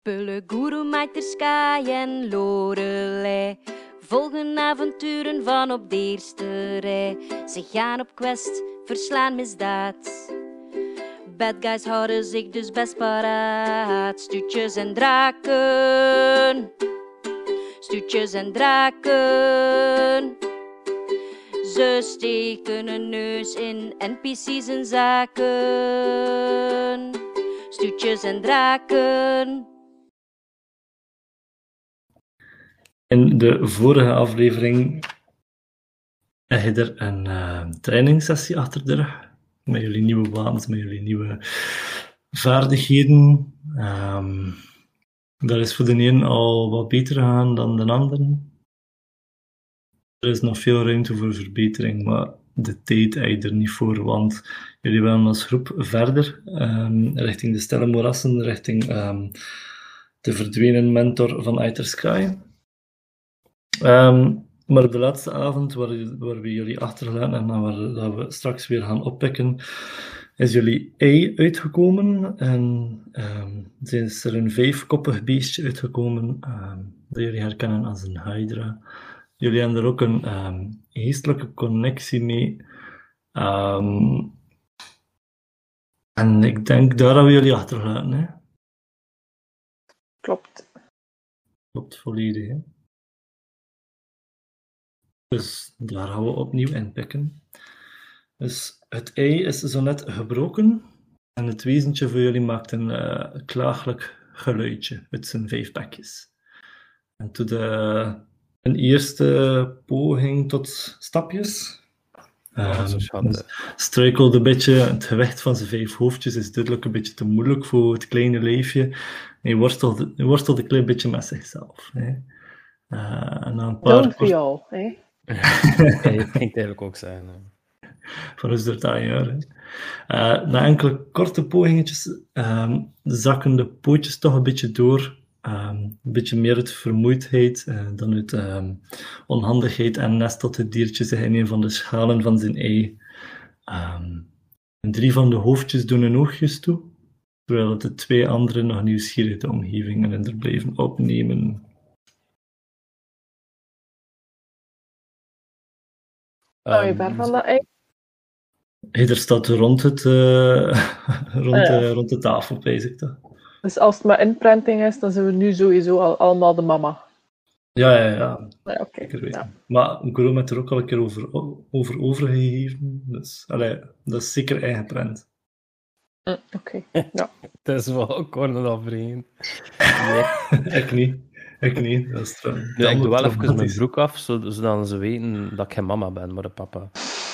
Pulle, Guru, Maiter, Sky en Lorelei volgen avonturen van op de eerste rij. Ze gaan op quest, verslaan misdaad. Bad guys houden zich dus best paraat. Stuutjes en draken. Stuutjes en draken. Ze steken een neus in NPC's en zaken. Stuutjes en draken. In de vorige aflevering heb je er een trainingssessie achter de rug. Met jullie nieuwe wapens, met jullie nieuwe vaardigheden. Dat is voor de een al wat beter gegaan dan de anderen. Er is nog veel ruimte voor verbetering, maar de tijd heb je er niet voor, want jullie willen als groep verder richting de stille moerassen, richting de verdwenen mentor van Aether Sky. Maar op de laatste avond, waar we jullie achterlaten en waar we straks weer gaan oppikken, is jullie ei uitgekomen en is er een 5-koppig beestje uitgekomen dat jullie herkennen als een Hydra. Jullie hebben er ook een geestelijke connectie mee. En ik denk, daar hebben we jullie achtergelaten. Hè? Klopt. Klopt volledig. Hè? Dus daar gaan we opnieuw inpikken. Dus het ei is zo net gebroken en het wezentje voor jullie maakt een klagelijk geluidje uit zijn 5 bekjes. En doet een eerste poging tot stapjes. Struikelt een beetje. Het gewicht van zijn 5 hoofdjes is duidelijk een beetje te moeilijk voor het kleine lijfje. Hij worstelt een klein beetje met zichzelf. Hè. En na een paar... Dank voor jou, hè? Dat ging het eigenlijk ook zijn. Hè. Voor ons door het jaar. Na enkele korte pogingetjes zakken de pootjes toch een beetje door. Een beetje meer uit vermoeidheid dan uit onhandigheid en nestelt het diertje zich in een van de schalen van zijn ei. En 3 van de hoofdjes doen hun oogjes toe, terwijl de 2 anderen nog nieuwsgierig de omgeving en er blijven opnemen. Nou, je ver van dat ei? Er staat rond de tafel, wijs ik dat. Dus als het maar inprenting is, dan zijn we nu sowieso allemaal de mama. Ja. Ja, oké. Zeker weten. Ja. Maar Guru heeft er ook al een keer over overgegeven. Dus dat is zeker ingeprent. Oké, ja. Het is wel ook al vreemd. Ik niet. Dat is Ja, ik doe wel even mijn broek af, zodat ze weten dat ik geen mama ben, maar de papa.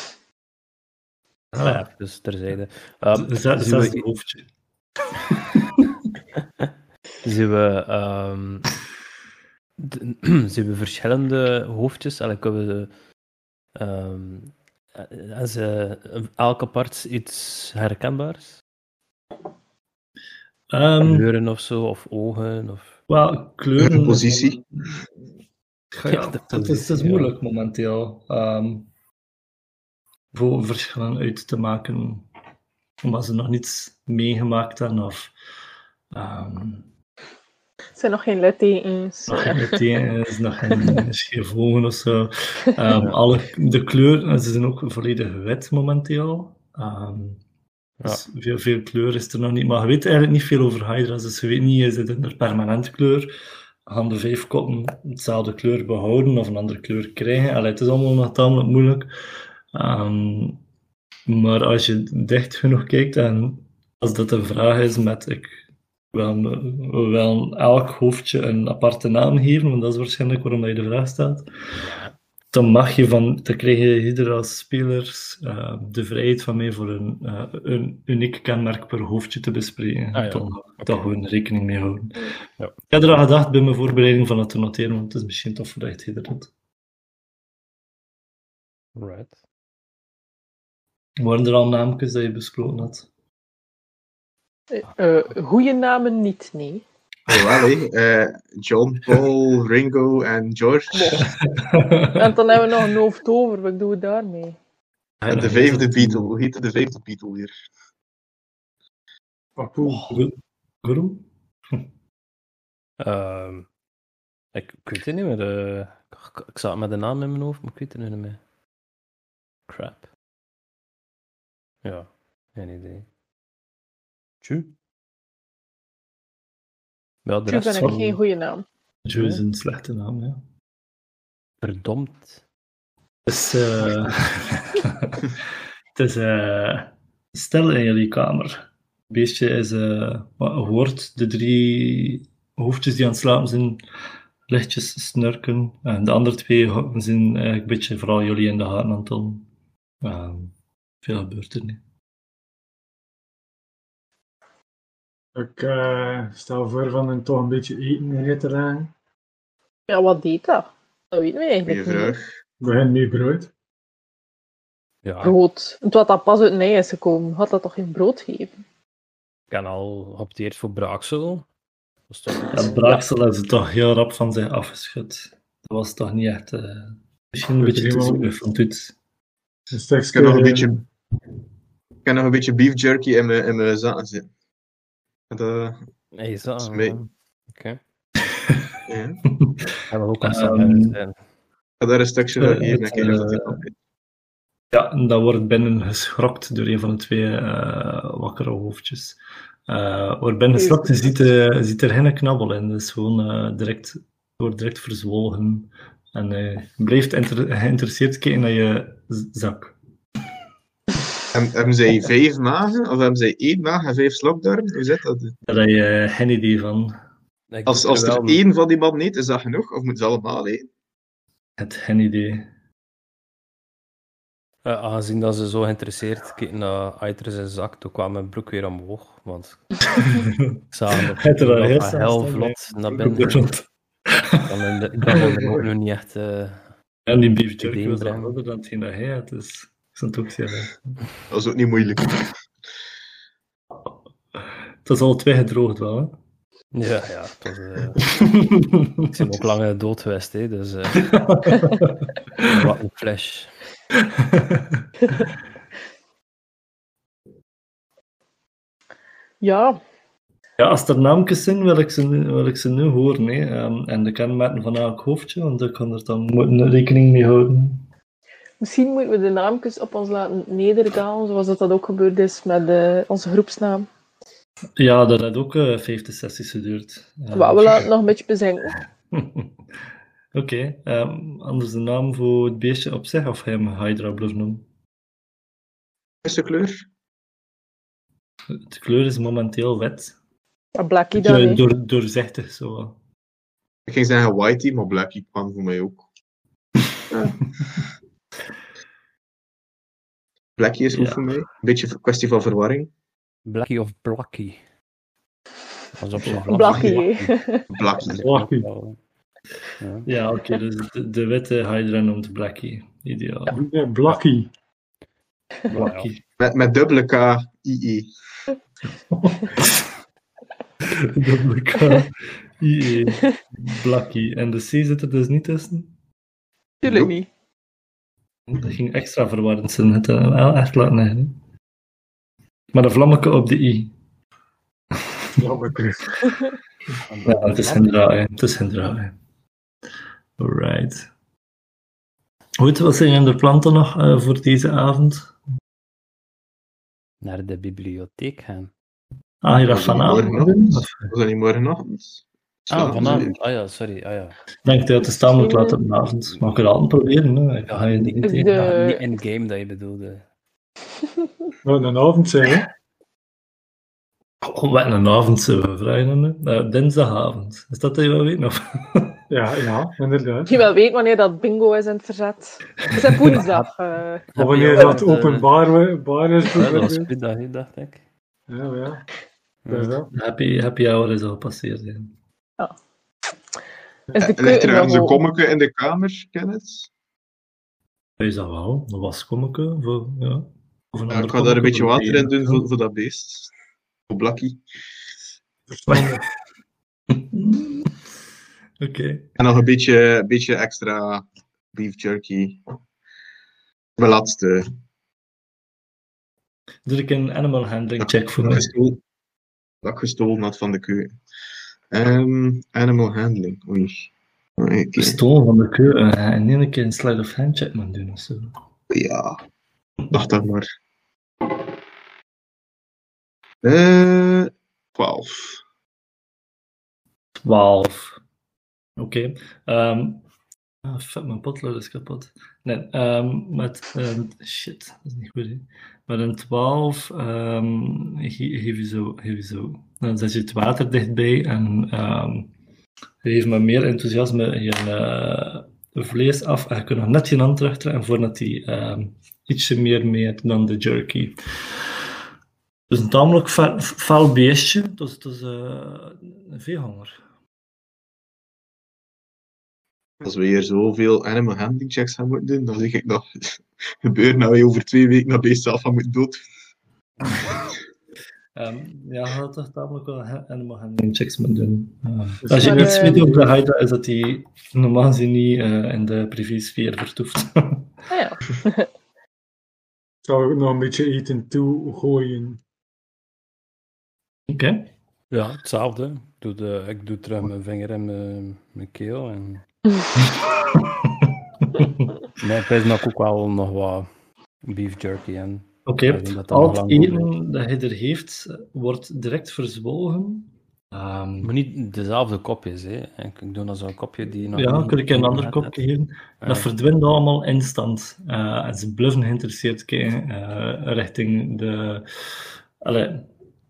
Ja, dus terzijde. Zes een hoofdje. Zien we verschillende hoofdjes? Is elke part iets herkenbaars? Kleuren of zo, of ogen? Of... Wel, kleuren... Positie. Ja, het is moeilijk momenteel. Voor verschillen uit te maken, omdat ze nog niets meegemaakt hebben, of... Het zijn nog geen littekens. Nog geen littekens, nog geen scheve ogen of zo. De kleur, ze zijn ook volledig wit momenteel. Dus veel kleur is er nog niet. Maar je weet eigenlijk niet veel over Hydra's, dus je weet niet, is het een permanente kleur? Gaan de 5 koppen hetzelfde kleur behouden of een andere kleur krijgen? Het is allemaal nog tamelijk moeilijk. Maar als je dicht genoeg kijkt, en als dat een vraag is met we willen elk hoofdje een aparte naam geven, want dat is waarschijnlijk waarom je de vraag stelt, dan mag je dan krijg je ieder als spelers de vrijheid van mij voor een uniek kenmerk per hoofdje te bespreken. Daar gewoon rekening mee houden. Ja. Ik heb er al gedacht bij mijn voorbereiding van het te noteren, want het is misschien tof voor dat je het doet. Right. Waren er al naamjes dat je besproken had? Goeie namen niet, nee. John, Paul, Ringo en George. En dan hebben we nog een hoofd over, wat doen we daarmee? En de 5e Beatle, hoe heette de 5e Beatle weer? Guru? Ik weet het niet meer. Ik zat met de naam in mijn hoofd, maar ik weet het nu niet meer. Crap. Ja, geen idee. Tju. Ja, de Tju rest vind ik van... geen goede naam. Joe is een slechte naam, ja. Verdomd. Dus, het is stil in jullie kamer. Het beestje is, hoort de 3 hoofdjes die aan het slapen zijn, lichtjes snurken. En de andere 2 zijn eigenlijk een beetje vooral jullie in de gaten aan het houden. Veel gebeurt er niet. Ik stel voor van hen toch een beetje eten neer te leggen. Ja, wat deed dat? Dat weten we eigenlijk Goeie niet. vraag. Begin met brood. Ja, Brood. En wat dat pas uit Nij is gekomen, had dat toch geen brood geven? ik heb al geopteerd voor braaksel. Dat is toch Ja, Braaksel heeft het toch heel rap van zich afgeschud. Dat was toch niet echt... misschien een beetje te zoeken van Toets. Een stukje... Ik heb nog een beetje beef jerky in mijn zaten zitten. Dat, Hey, is dat? is mee. Oké. ja. En we ook aan zijn. Ik ga daar een stukje naar geven. het, En kijken of dat kan. Ja, en dat wordt binnen geschrokt door een van de 2 wakkere hoofdjes. Wordt binnen geschrokt en ziet er geen knabbel in. Dus gewoon wordt direct verzwolgen. En blijft geïnteresseerd kijken naar je zak. Hebben zij 5 magen? Of hebben zij 1 maag en 5 slokdarmen? Hoe zit dat? Daar heb je geen idee van. Als er 1 van die man eet, is dat genoeg? Of moeten ze allemaal eten? Het geen idee. Aangezien dat ze zo geïnteresseerd keken naar Aiter zijn zak, toen kwam mijn broek weer omhoog. Want ik zag hem Het er al heel nog snel heel staan, vlot naar Op binnen. de grond. Ik kan hem ook nog niet echt... En die beef jerky Idee was al brengen. groter dan hetgeen dat hij had, dus ik zou het ook zeggen. Dat is ook niet moeilijk. Het is al 2 gedroogd wel, hè? Ja, het was... ik ben ook lang dood geweest, hè, dus... wat een flash. Ja, Ja, als er naamjes zijn, wil ik ze nu horen. Hè. En de kenmerken van elk hoofdje, want ik kan er dan moeten rekening mee houden. misschien moeten we de naamjes op ons laten nederdalen, zoals dat ook gebeurd is met onze groepsnaam. Ja, dat had ook 50 sessies geduurd. Maar we laten het nog een beetje bezinken. Oké, anders de naam voor het beestje op zich, of ga je hem Hydra Bluff noemen? Is de kleur? De kleur is momenteel wit. Ja, Blackie dan, hè. Doorzichtig zo. Ik ging zeggen Whitey, maar Blackie kwam voor mij ook. Blackie is goed Ja. voor mij. Een beetje een kwestie van verwarring. Blackie of Blackie? Alsof ze Blackie, hè. Blackie. Blackie. Ja. Ja, oké, dus de witte Hydra noemt Blackie. Ideaal. Ja, Blackie. Blackie. Met dubbele K-I-E. Dubbele K. IE. Blackie. En de C zit er dus niet tussen? Tuurlijk Nope. niet. Dat ging extra verwarrend zijn. Het wel echt laten liggen. Hè. Maar de vlammeke op de I. Ja, het is geen draai. Het is geen draai. Alright. Goed, wat zijn de plannen nog voor deze avond? Naar de bibliotheek gaan. Ah, je dat Was dat niet vanavond? morgenochtend? Of- Was dat niet morgenochtend? Vanavond. Ah ja, sorry. Ah ja. Ik denk dat het staan moet laten op de avond. Maar ik kan het altijd proberen. Hè. Ik ga je niet De- tegen. Ja, niet in-game dat je bedoelde. Nou, een avond zijn, hè? Oh, wat een avond zijn we vrijdag. Dinsdagavond. Is dat je wel weet nog? Ja, inderdaad. Je wil weten wanneer dat bingo is in het verzet. Het is woensdag. Of wanneer dat openbaar is, Ja, dat was bijvoorbeeld. goed, dat dacht ik. Ja. Dus dat. Happy hour is al gepasseerd. Hè. Is de En ligt er keuken ergens nog een open? kommetje in de kamer, Kenneth? Is dat wel? Een waskommeke? Voor, ja. Of een Ja, ander ik ga daar een beetje kommeke water in doen voor voor dat beest. Voor Blackie. Oké. En nog een beetje extra beef jerky. Mijn laatste. Doe ik een animal handling check voor mij. Dat ik gestolen had van de keuken. Animal handling. Oei. De Oké. stoel van de keuken. En één keer een slide of hand check moet doen of zo. Ja, dacht dat maar. 12. 12. Oké. Fuck, mijn potlood is kapot. Nee, shit, dat is niet goed, hè. Met een 12 geef je zo. Dan zet je het water dichtbij en geef me meer enthousiasme je vlees af. En je kunt nog net je hand terugtrekken voordat hij ietsje meer meet dan de jerky. Het is een tamelijk fel beestje. Het is een veehanger. Als we hier zoveel animal handling checks gaan moeten doen, dan zeg ik nog gebeuren dat we over 2 weken dat beest zelf gaan moeten dood. Ja, je had toch tamelijk wel animal handling checks moeten doen. Dus Als je maar, iets weet over de Hydra, is dat hij normaal gezien niet in de privésfeer vertoeft. Ah ja. Zal ik nog een beetje eten toegooien? Oké. Ja, hetzelfde. Ik doe terug mijn vinger in mijn keel. En... Nee, ik weet dat ik ook wel nog wat beef jerky en... Oké, Ik denk dat dat al nog het lang eten dat hij er heeft, wordt direct verzwolgen. Maar niet dezelfde kopjes, hè. Ik doe dan zo'n kopje die nog Ja, niet... kun ik een ander kopje geven. Dat verdwijnt allemaal instant. En ze bluffen geïnteresseerd kijken richting de... Allee,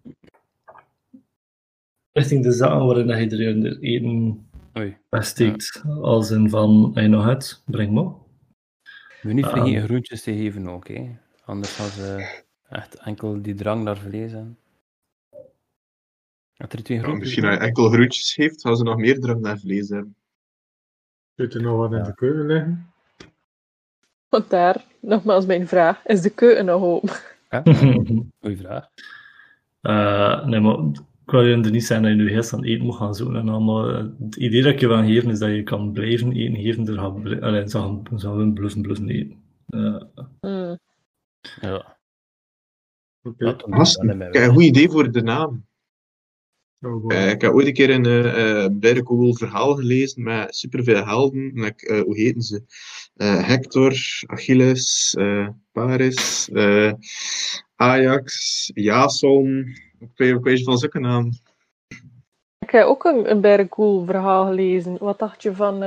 richting de zaal waarin hij er in eten Oei. wegsteekt. Als in van, hij nog uit, breng maar. Moet niet vergeten groentjes te geven ook, hè. Anders gaan ze echt enkel die drang naar vlees hebben. Had er 2 Ja, groentjes misschien als je enkel groentjes heeft, gaan ze nog meer drang naar vlees hebben. Zit er nog wat in de keuken liggen? Want daar, nogmaals mijn vraag, is de keuken nog open? Goeie vraag. Nee, maar ik wil je er niet zijn dat je nu eerst aan eten moet gaan zoeken en allemaal. Het idee dat ik je wil geven is dat je kan blijven eten, geven er gaan zou bluffen eten. Ja. Oké. Dat doen we Gasten, wel niet ik meer, heb een goed idee voor de naam. Oh, wow. Ik heb ooit een keer een bij de Kogel verhaal gelezen met superveel helden. Like, hoe heten ze? Hector, Achilles, Paris, Ajax, Jason. Ik weet van zulke naam. Ik heb ook een very cool verhaal gelezen. Wat dacht je van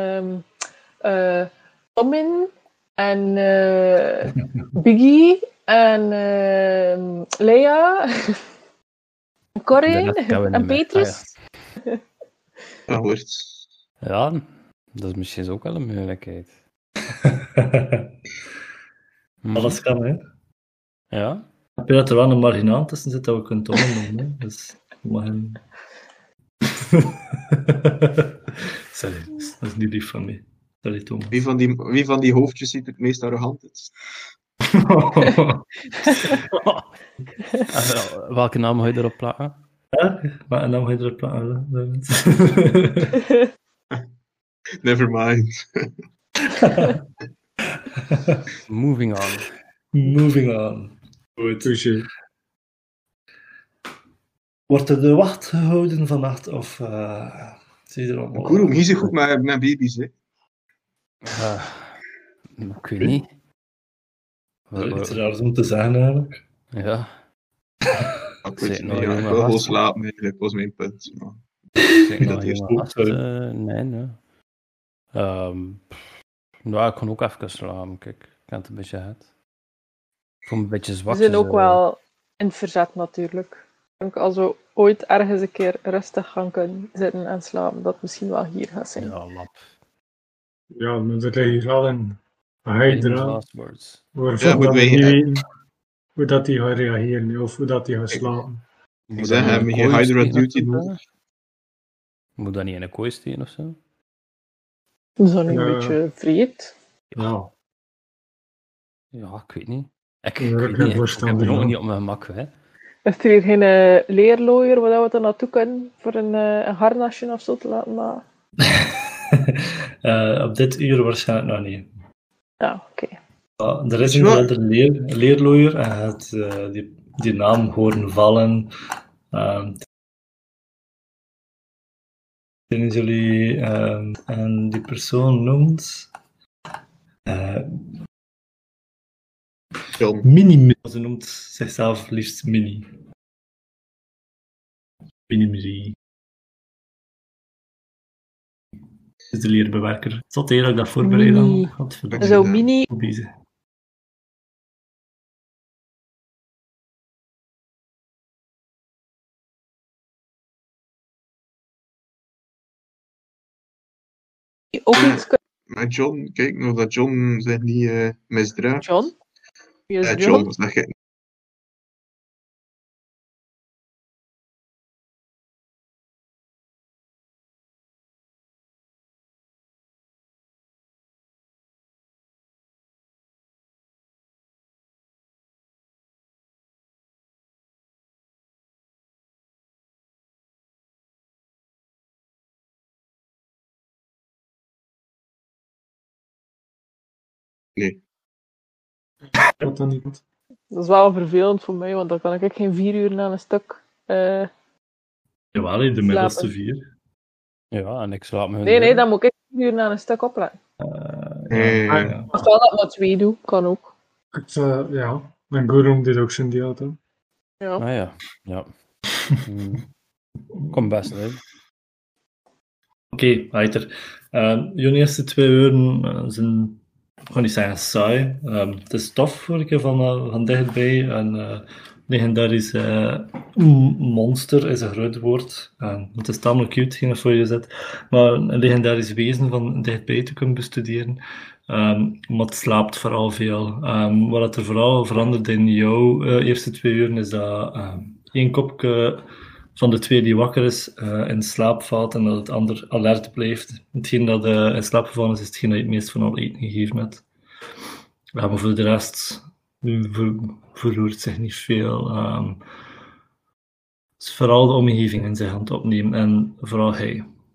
Tommen en Biggie en Leia, Corin Dat gaan we niet en meer. Petrus? Dat hoort. Ja, dat is misschien ook wel een mogelijkheid. Alles kan, hè. Ja? Heb je dat er wel een marginaal tussen zit dat we kunnen tonen, hè? Dus mag hem... Sorry, dat is niet lief van mij. Sorry, Thomas. Wie van die hoofdjes ziet het meest arrogant uit? Welke naam ga je erop plakken? Ja, maar en dan ga je erop plakken. Never mind. Moving on. Moving on. Goed. Touché. Wordt er de wacht gehouden vannacht of zie je er allemaal... Koeroe, niet zo goed met baby's, hè. Ik weet niet. Iets raars om te zeggen eigenlijk. Ja. Ik Zit weet nog niet, ja, jonge ik wil gewoon gasten. slapen, eigenlijk, was mijn punt. Maar... Ik dat eerst ook, Nee, nee. Nou, ik kon ook even slapen. Kijk, ik heb het een beetje gehad. Ik voel me een beetje zwak. We zijn ook wel in het verzet natuurlijk. Ik denk als we ooit ergens een keer rustig gaan kunnen zitten en slapen, dat het misschien wel hier gaat zijn. Ja, lap. Ja, maar er ligt hier al een Hydra. Last words. Waarvan Ja, moeten we wij- niet weten hoe dat hij gaat reageren of hoe dat hij gaat slapen. Ik zeg, hebben we geen Hydra duty nodig? Moet dat niet in een kooi steken of zo? Dat is dan een Ja. beetje vreed. Ja, Ja, ik weet niet. Ik Ja, ik weet heb niet. Ik heb voorstander er ook van. niet op mijn gemak, hè. Is er hier geen leerlooier waar we dan naartoe kunnen voor een harnasje of zo te laten maken? Op dit uur waarschijnlijk nog niet. Ja, oké. Er is inderdaad een leerlooier en hij had die naam horen vallen. Zijn jullie en die persoon noemt John. Mini. Ze noemt zichzelf liefst Mini. Mini. Is de leerbewerker. Het zat hier dat ik dat voorbereid Mini. had. Godverdomme. Zou Ja. Mini Goed bezig. ook iets kunnen? Maar John, kijk nog dat John zich niet misdraagt. John? Wie is John? John, zeg je. Nee. Wat dan niet? Dat is wel vervelend voor mij, want dan kan ik geen 4 uur aan een stuk. Jawel, de middelste 4. Ja, en ik slaap me Nee, dan moet ik 4 uur aan een stuk opletten. Ja. Ofwel dat ik maar 2 doe, kan ook. Ja, mijn Gorom deed ook zijn deel. Toch? Ja. Ah ja, ja. Kom best uit. Oké, weiter. Jullie eerste 2 uren zijn, ik ga niet zeggen saai. Het is tof voor ik van dichtbij. Een legendarisch monster is een groot woord. Het is tamelijk cute, geen voor je zet. Maar een legendarisch wezen van dichtbij te kunnen bestuderen. Maar het slaapt vooral veel. Wat er vooral verandert in jouw eerste 2 uren is dat één kopje van de 2 die wakker is, in slaap valt en dat het ander alert blijft. Hetgeen dat in slaap gevallen is, is hetgeen dat je het meest van al eten gegeven hebt. Maar voor de rest verroert zich niet veel. Het is vooral de omgeving in zijn hand opnemen en vooral hij.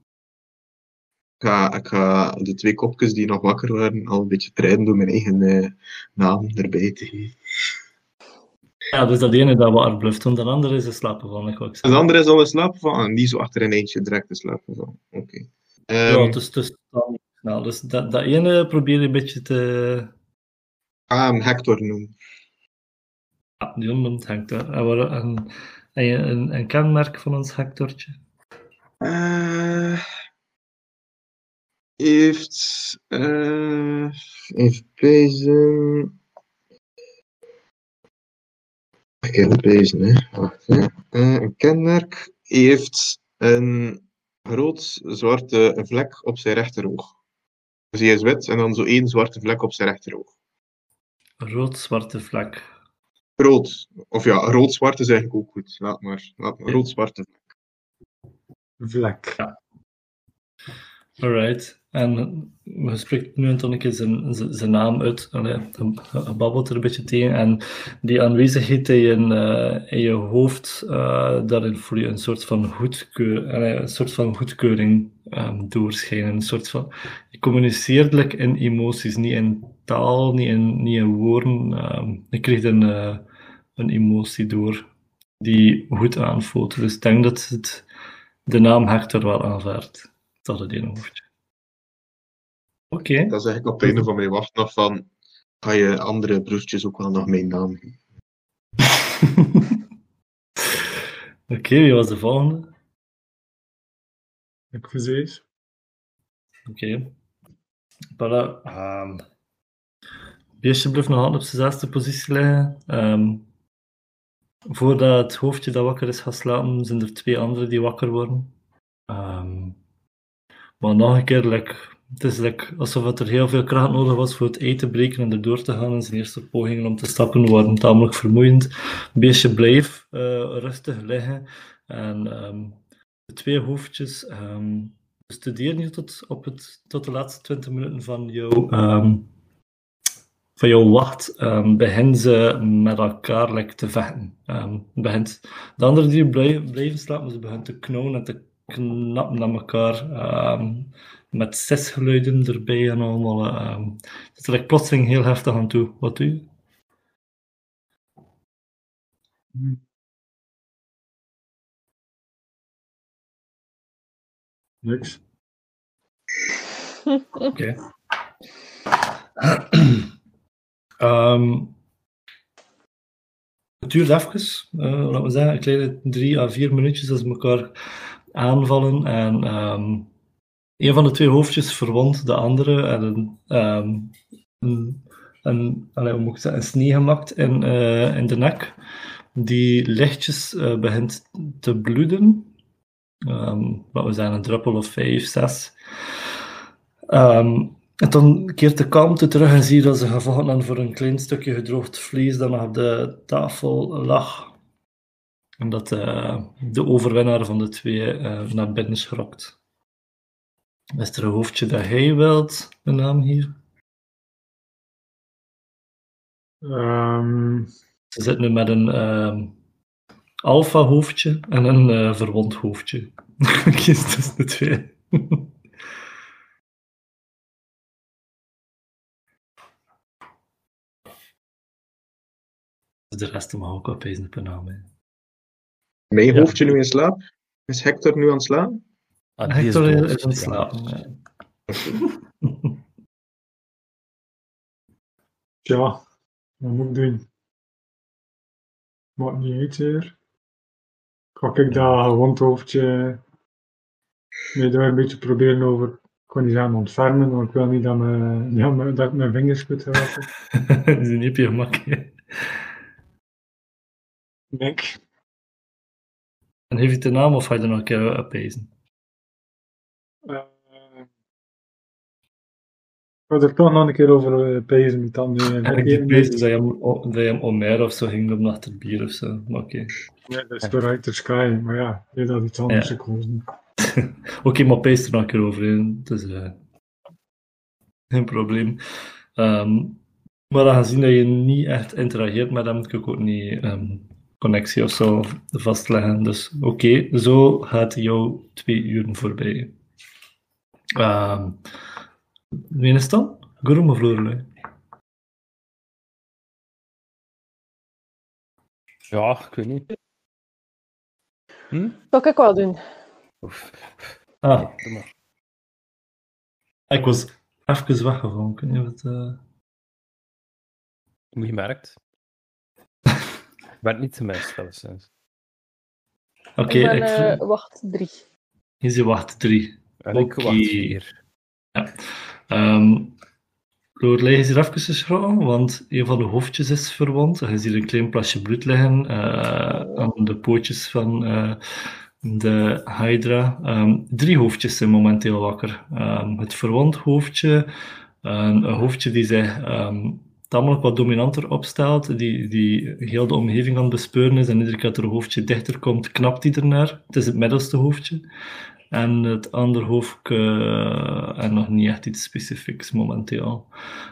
Ik ga de 2 kopjes die nog wakker waren al een beetje trainen door mijn eigen naam erbij te geven. Ja, dus dat ene dat wat bluft, want de andere is in slaap gevallen, ik wou De zeggen. andere is al in slaap gevallen. Niet zo achter een eentje direct in slaap gevallen. Oké. Ja, dus snel. Dus dat ene probeer je een beetje te... Hector noemen. Ja, die noemt Hector. Een kenmerk van ons Hectortje. Heeft even pezen. Even pezen, hè. Wacht, hè. Een kenmerk heeft een groot zwarte vlek op zijn rechteroog. Dus hij is wit en dan zo 1 zwarte vlek op zijn rechteroog. Een rood-zwarte vlek. Rood. Of ja, rood-zwart is eigenlijk ook goed. Laat maar. Rood-zwarte vlek. Vlek. Alright. En je spreekt nu en dan een keer zijn naam uit. Je babbelt er een beetje tegen. En die aanwezigheid in je hoofd, daarin voel je een soort van goedkeuring doorschijnen. Een soort van, je communiceert in emoties, niet in taal, niet in woorden. Je krijgt een emotie door die goed aanvoelt. Dus ik denk dat het de naam Hector wel aanvaardt. Dat het in hoofdje. Oké. Dat is eigenlijk op het einde van mijn wacht nog van. Ga je andere broertjes ook wel nog mijn naam geven? Oké, wie was de volgende? Ik verzees. Oké. Voilà. Beestje blijft nog altijd op zijn 6e positie liggen. Voordat het hoofdje dat wakker is gaat slapen, zijn er 2 anderen die wakker worden. Maar nog een keer, het is alsof er heel veel kracht nodig was voor het ei te breken en erdoor te gaan. En zijn eerste pogingen om te stappen waren tamelijk vermoeiend. Het beestje bleef rustig liggen. En de 2 hoofdjes bestuderen je tot de laatste 20 minuten van jouw wacht. Beginnen ze met elkaar te vechten. De anderen die blijven slapen, ze beginnen te knauwen en te knappen aan elkaar. Met 6 geluiden erbij en allemaal. Het is plotseling heel heftig aan toe. Wat doe je? Niks. Oké. Het duurt even, laten we zeggen, een kleine 3 à 4 minuutjes als ze elkaar aanvallen. En een van de twee hoofdjes verwondt de andere en hoe moet ik zeggen, een snee gemaakt in de nek. Die lichtjes begint te bloeden. Laten we zeggen, een druppel of 5, 6. En dan keert de kalmte terug en zie je dat ze gevochten hebben voor een klein stukje gedroogd vlees dat nog op de tafel lag. En dat de overwinnaar van de twee naar binnen schrokt. Is er een hoofdje dat hij wilt, de naam hier? Ze zitten nu met een alpha hoofdje en een verwond hoofdje. Kies tussen de twee. De rest mag ook opeens op een naam. Hè. Mijn hoofdje nu in slaap? Is Hector nu aan het slaan? Ah, die Hector dood. is aan het slapen. Ja. Tja, wat moet ik doen? Maakt niet uit hier. Ga ik dat gewond hoofdje mee daar een beetje proberen over, ik kan niet zeggen ontfermen, want ik wil niet dat ik mijn vingers kwijt raak. Dat is niet op je gemak. Hè. Denk. En heeft hij de naam of ga je er nog een keer oppezen? Ik ga er toch nog een keer over pezen met dan nu. En ik pees dat je hem Omer of zo ging op achter bier of zo. Maar oké. Ja, dat is door uit de sky, maar ja, je dat iets anders gekozen. Oké, maar pees er nog een keer over. Het is geen probleem. Maar aangezien dat je niet echt interageert met hem, kan ik ook niet connectie of zo vastleggen. Dus oké, zo gaat jouw 2 uren voorbij. Wie is het dan? Gurum of Lorelei? Ja, ik weet niet. Dat kan ik wel doen. Ah, Doe maar. ik was even weggevallen. Ik weet niet of het... Hoe je merkt. Ik ben niet gemist, alleszins. Oké, Ik ben wacht 3. Is je wacht 3. En ik wacht 4. Ja. Lorelei is hier even geschrokken, want een van de hoofdjes is verwond. Je ziet een klein plasje bloed liggen aan de pootjes van de Hydra. 3 hoofdjes zijn momenteel wakker. Het verwond hoofdje, een hoofdje die zich tamelijk wat dominanter opstelt, die heel de omgeving aan het bespeuren is en iedere keer dat er een hoofdje dichter komt, knapt hij ernaar. Het is het middelste hoofdje. En het andere hoofdje, en nog niet echt iets specifieks momenteel.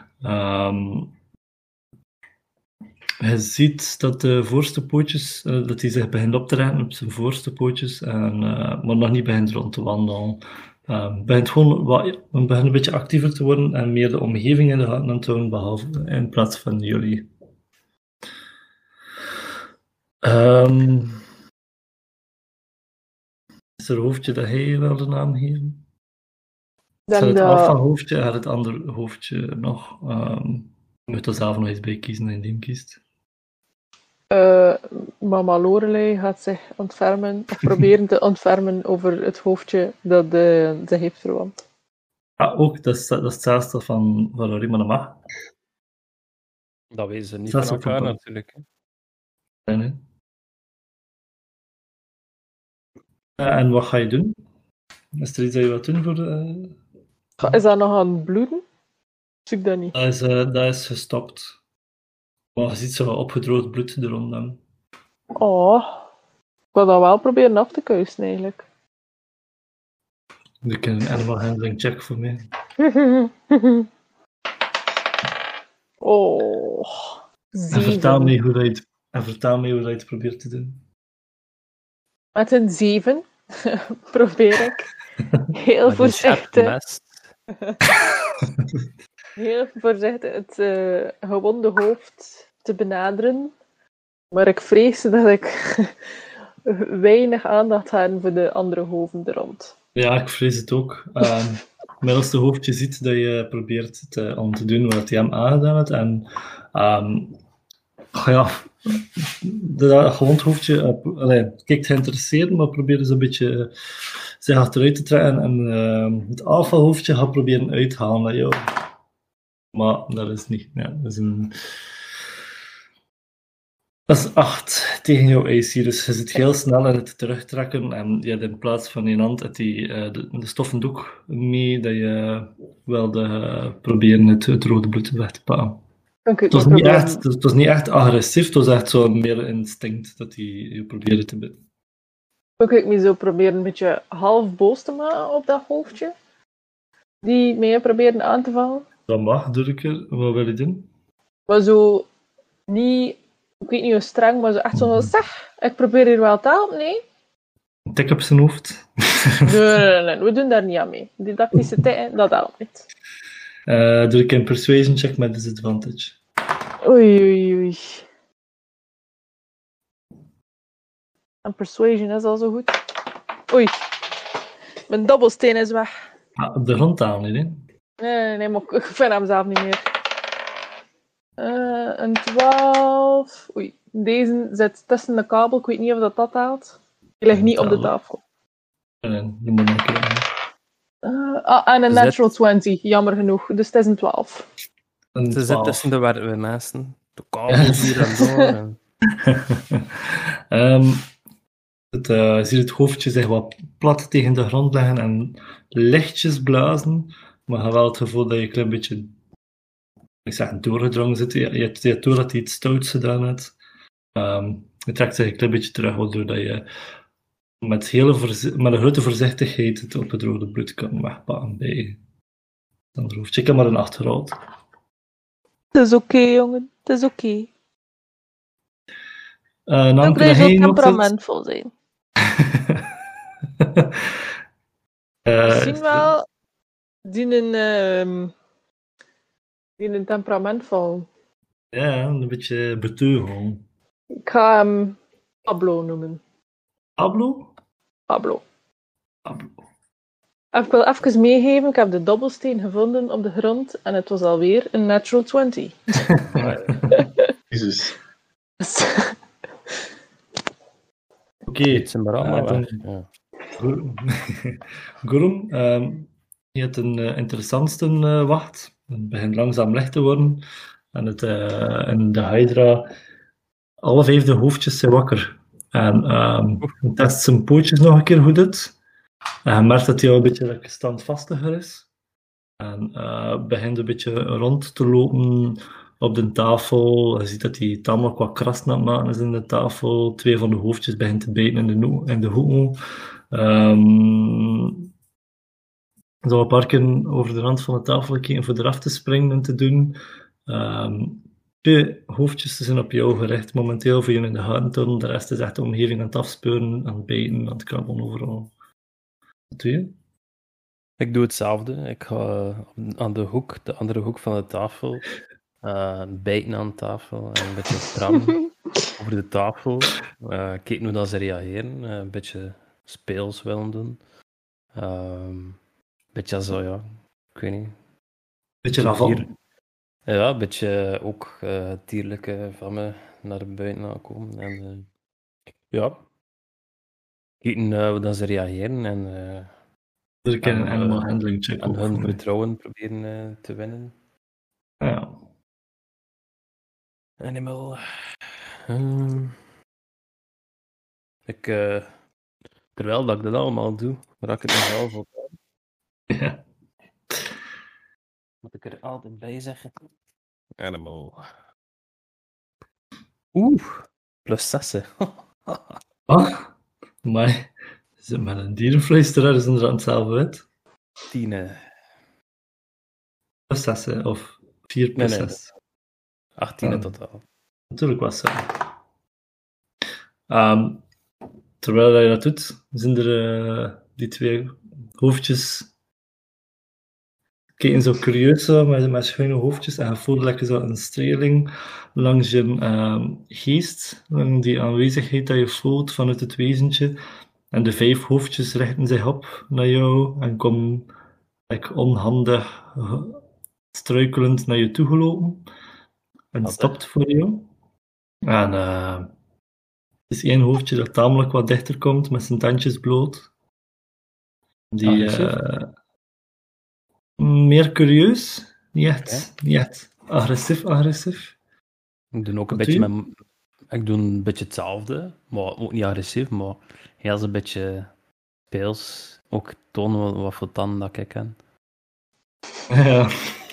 Je ziet dat de voorste pootjes, dat hij zich begint op te rekken op zijn voorste pootjes, maar nog niet begint rond te wandelen. Begint gewoon een beetje actiever te worden en meer de omgeving in de gaten aan te houden, behalve in plaats van jullie. Is er een hoofdje dat hij wel de naam geven? Is het alfa-hoofdje en het andere hoofdje nog? Je moet er zelf nog eens bij kiezen en die kiest. Mama Lorelei gaat zich ontfermen, of proberen te ontfermen over het hoofdje dat ze heeft verwant. Ah, ook, dat is hetzelfde van Rima de Mag. Dat weten ze niet Dat is van ook elkaar een natuurlijk. Hè. Nee. En wat ga je doen? Is er iets dat je wilt doen voor de... Is dat nog aan het bloeden? Zie ik dat niet. Dat is gestopt. Maar je ziet zo wat opgedroogd bloed er rondom. Oh, ik wil dat wel proberen af te kuisen eigenlijk. Ik heb een animal handling check voor mij. Oh, En vertel me hoe dat je het probeert te doen. Met een 7 probeer ik heel Met een scherp voorzichtig, mes. heel voorzichtig het gewonde hoofd te benaderen. Maar ik vrees dat ik weinig aandacht heb voor de andere hoofden er rond. Ja, ik vrees het ook. Middelste hoofdje ziet dat je probeert om te doen wat hij hem aangedaan heeft. En ja, dat gewond hoofdje kijkt geïnteresseerd, maar probeert een beetje zich achteruit te trekken. En het alfa-hoofdje gaat proberen uit te halen naar jou. Maar dat is niet. Ja, dat is 8 tegen jouw AC, dus je zit heel snel in het terugtrekken en je hebt in plaats van je hand de stoffen doek mee dat je wilde proberen het rode bloed weg te pakken. Oké, Het was niet echt agressief, het was echt zo meer instinct dat hij je probeerde te bidden. Oké, ik me zo proberen een beetje half boos te maken op dat hoofdje. Die mij probeerde aan te vallen. Dat mag, Durker. Wat wil je doen? Maar zo niet, ik weet niet hoe streng, maar zo echt zo zeg, ik probeer hier wel te helpen, nee? Een tik op zijn hoofd. Nee, we doen daar niet aan mee. Didactische tikken, dat helpt niet. Doe ik een persuasion check met disadvantage. Oei. En persuasion is al zo goed. Oei. Mijn dobbelsteen is weg. Op de grond aan, hè? Nee, maar ik vind hem zelf niet meer. Een 12. Oei. Deze zit tussen de kabel. Ik weet niet of dat haalt. Die ligt niet op de tafel. Nee, die moet ik krijgen. En een natural 20. Jammer genoeg. Dus het is een 12. Ze zit tussen de mensen. De kabels hier en door. Je ziet het hoofdje zich wat plat tegen de grond leggen en lichtjes blazen, maar je hebt wel het gevoel dat je een klein beetje, doorgedrongen zit. Je hebt door dat hij iets stouts gedaan heeft. Je trekt zich een klein beetje terug, waardoor dat je met een grote voorzichtigheid het op het rode bloed kan wegpakken bij het andere hoofdje. Ik heb maar een 8 gerold. Het is oké, jongen. Het is oké. Dan ik blijf ook temperamentvol zijn. Misschien wel die een temperamentvol. Ja, een beetje beteugel. Ik ga hem Pablo noemen. Pablo? Pablo. Ik wil even meegeven, ik heb de dobbelsteen gevonden op de grond en het was alweer een natural 20. Jezus. Oké. Het zijn maar allemaal weg. Ja. Gurum, je hebt een interessantste wacht. Het begint langzaam licht te worden. En de Hydra, alle 5 de hoofdjes zijn wakker. En je test zijn pootjes nog een keer goed uit. En je merkt dat hij al een beetje standvastiger is. En begint een beetje rond te lopen op de tafel. Je ziet dat hij tamelijk wat krassen aan het maken is in de tafel. 2 van de hoofdjes begint te bijten in de hoeken. Zal een paar keer over de rand van de tafel kijken voor eraf te springen en te doen. 2 hoofdjes zijn op jou gericht momenteel voor je in de gaten te houden. De rest is echt de omgeving aan het afspeuren, aan het bijten, aan het krabben overal. Wat doe je? Ik doe hetzelfde. Ik ga aan de andere hoek van de tafel, bijten aan de tafel en een beetje stram over de tafel. Kijken hoe dat ze reageren. Een beetje speels willen doen. Een beetje zo, ja. Ik weet niet. Beetje daarvan. Ja, een beetje ook dierlijke van me naar buiten aankomen. En ja. Kijken hoe dat ze reageren en Dus ik kan een animal handling check en hun vertrouwen proberen te winnen. Ja. Animal. Terwijl dat ik dat allemaal doe, raak ik het nog wel voor. Ja. Moet ik er altijd bij zeggen. Animal. Plus 6. Maar is het met een dierenfluisteraar is er aan hetzelfde wet? 10. Plus 6, of 4 plus 6? 18 in totaal. Natuurlijk was zo. Terwijl je dat doet, zijn er die 2 hoofdjes kijken zo curieus met schuine hoofdjes en je voelt lekker zo een streling langs je geest, langs die aanwezigheid dat je voelt vanuit het wezentje. En de 5 hoofdjes richten zich op naar jou en komen onhandig, struikelend naar je toe gelopen. En Wat, stopt voor jou. En het is één hoofdje dat tamelijk wat dichter komt, met zijn tandjes bloot. Die meer curieus, niet echt agressief. Ik doe ook een Wat beetje doe ik doe een beetje hetzelfde, maar ook niet agressief, maar heel een beetje speels. Ook tonen wat voor tanden dat ik ken. Ja.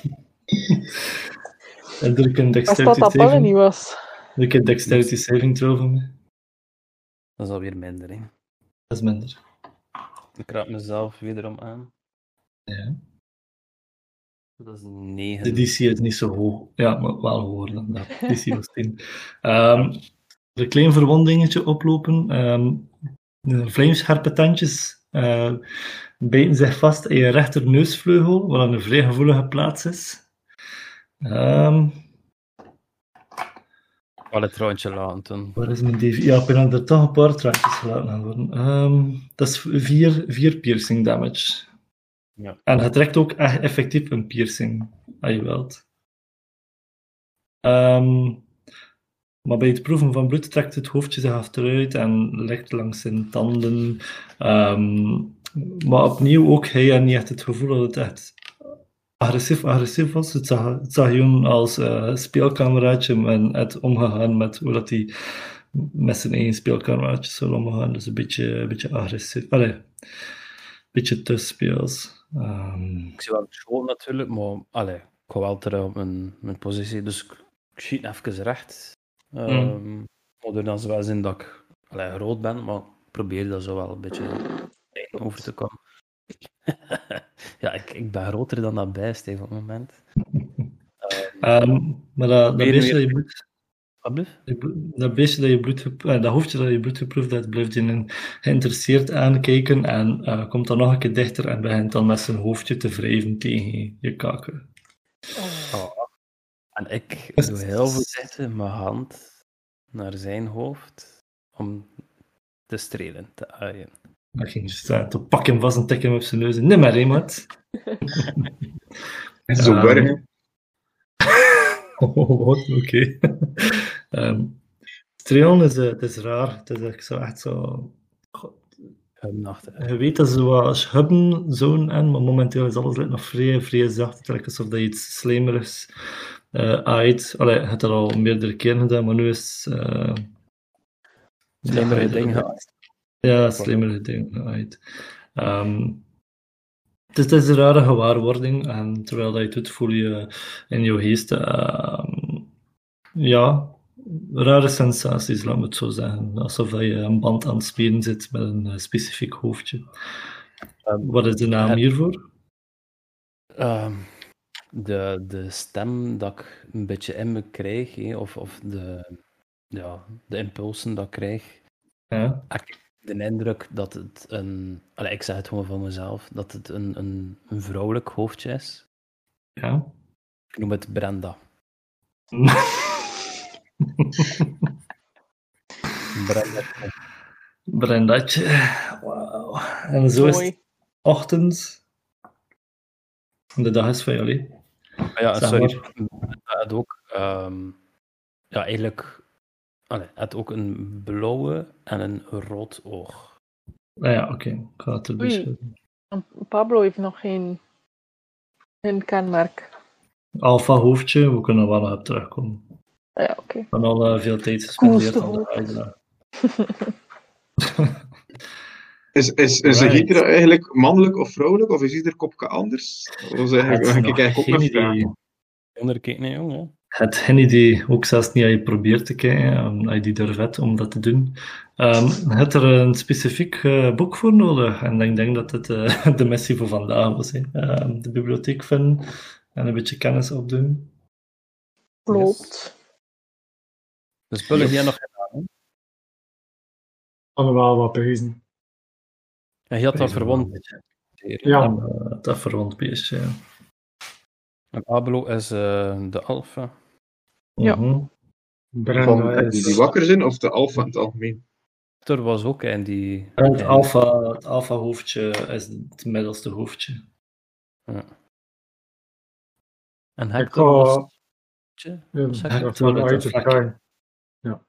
En doe ik een Als dat Apollo niet was. Doe ik een dexterity saving throw van mij. Dat is alweer minder, hè. Dat is minder. Ik raad mezelf wederom aan. Ja. Dat is 9. De DC is niet zo hoog. Ja, maar wel hoger dan dat. DC was 10. Een klein verwondingetje oplopen. Vlijmscherpe tandjes bijten zich vast in je rechterneusvleugel, wat een vrij gevoelige plaats is. Al het rondje laten. Waar is mijn DV? Ja, ik ben er toch een paar traantjes gelaten gaan worden. Dat is 4 piercing damage. Ja. En het trekt ook echt effectief een piercing, als je wilt. Maar bij het proeven van bloed trekt het hoofdje zich achteruit en ligt langs zijn tanden. Maar opnieuw ook hij had niet echt het gevoel dat het echt agressief was. Het zag gewoon als speelkameraadje en het omgegaan met hoe dat hij met zijn eigen speelkameraadjes zou omgaan. Dus een beetje agressief. Een beetje te speels. Ik zie wel het school natuurlijk, maar ik ga wel terug op mijn positie. Dus ik schiet even recht. Maar dan wel zin dat ik groot ben, maar ik probeer dat zo wel een beetje over te komen. Ja, ik ben groter dan dat bijst op het moment. Maar dat beestje dat je bloed... Wat blieft? Dat beestje dat je bloed... dat hoofdje dat je bloed geproefd hebt, blijft je geïnteresseerd aankijken en komt dan nog een keer dichter en begint dan met zijn hoofdje te wrijven tegen je kaken. Oh. En ik doe heel voorzichtig mijn hand naar zijn hoofd om te strelen, te aaien. Dan ging je staan te pakken hem vast en tikken hem op zijn neus. Nee maar, hé, maat. Zo bergen. Oké. Strelen is raar. Het is echt zo... Je weet dat ze wat hubben zo'n en, maar momenteel is alles nog vrij zacht. Het lijkt alsof je iets slijmerigs aait. Je hebt dat al meerdere keren gedaan, maar nu is... slijmerige dingen geaaid. Ja, slijmerige dingen geaaid. Het is een rare gewaarwording en terwijl dat je het doet, voel je in je geest rare sensaties, laat me het zo zeggen. Alsof je een band aan het spieren zit met een specifiek hoofdje. Wat is de naam hiervoor? De stem dat ik een beetje in me krijg, of de impulsen dat ik krijg. Ja. Ik heb de indruk dat het ik zeg het gewoon van mezelf, dat het een vrouwelijk hoofdje is. Ja. Ik noem het Brenda. Brendatje. Wauw. En zo is het ochtend. De dag is van jullie. Ja, sorry. Het ook, eigenlijk, het ook een blauwe en een rood oog. Oké. Ik ga het erbij schrijven. Pablo heeft nog geen kenmerk. Alpha hoofdje, we kunnen wel op terugkomen. Ja, oké. Ik heb al veel tijd gespendeerd aan de uitdaging. Is een Hydra eigenlijk mannelijk of vrouwelijk, of is ieder kopje anders? Dat is eigenlijk ook een vraag. Onderkijk naar jongen. Het geen idee, ook zelfs niet als je probeert te kijken, als je die durft om dat te doen. Je hebt er een specifiek boek voor nodig, en ik denk dat het de missie voor vandaag was. De bibliotheek vinden en een beetje kennis opdoen. Klopt. De spullen die je nog gedaan. Kan wel wat pezen. En je had dat verwond. Ja. Dat verwond beestje, ja. En Pablo is de alfa. Ja. Van die wakker zijn of de alfa in het algemeen? Er was ook in die... En het alpha hoofdje is het middelste hoofdje. Ja. En Ik Hector ga... was... Ja, Was dat Hector voor met uit een te vlekje. kijken. Ja.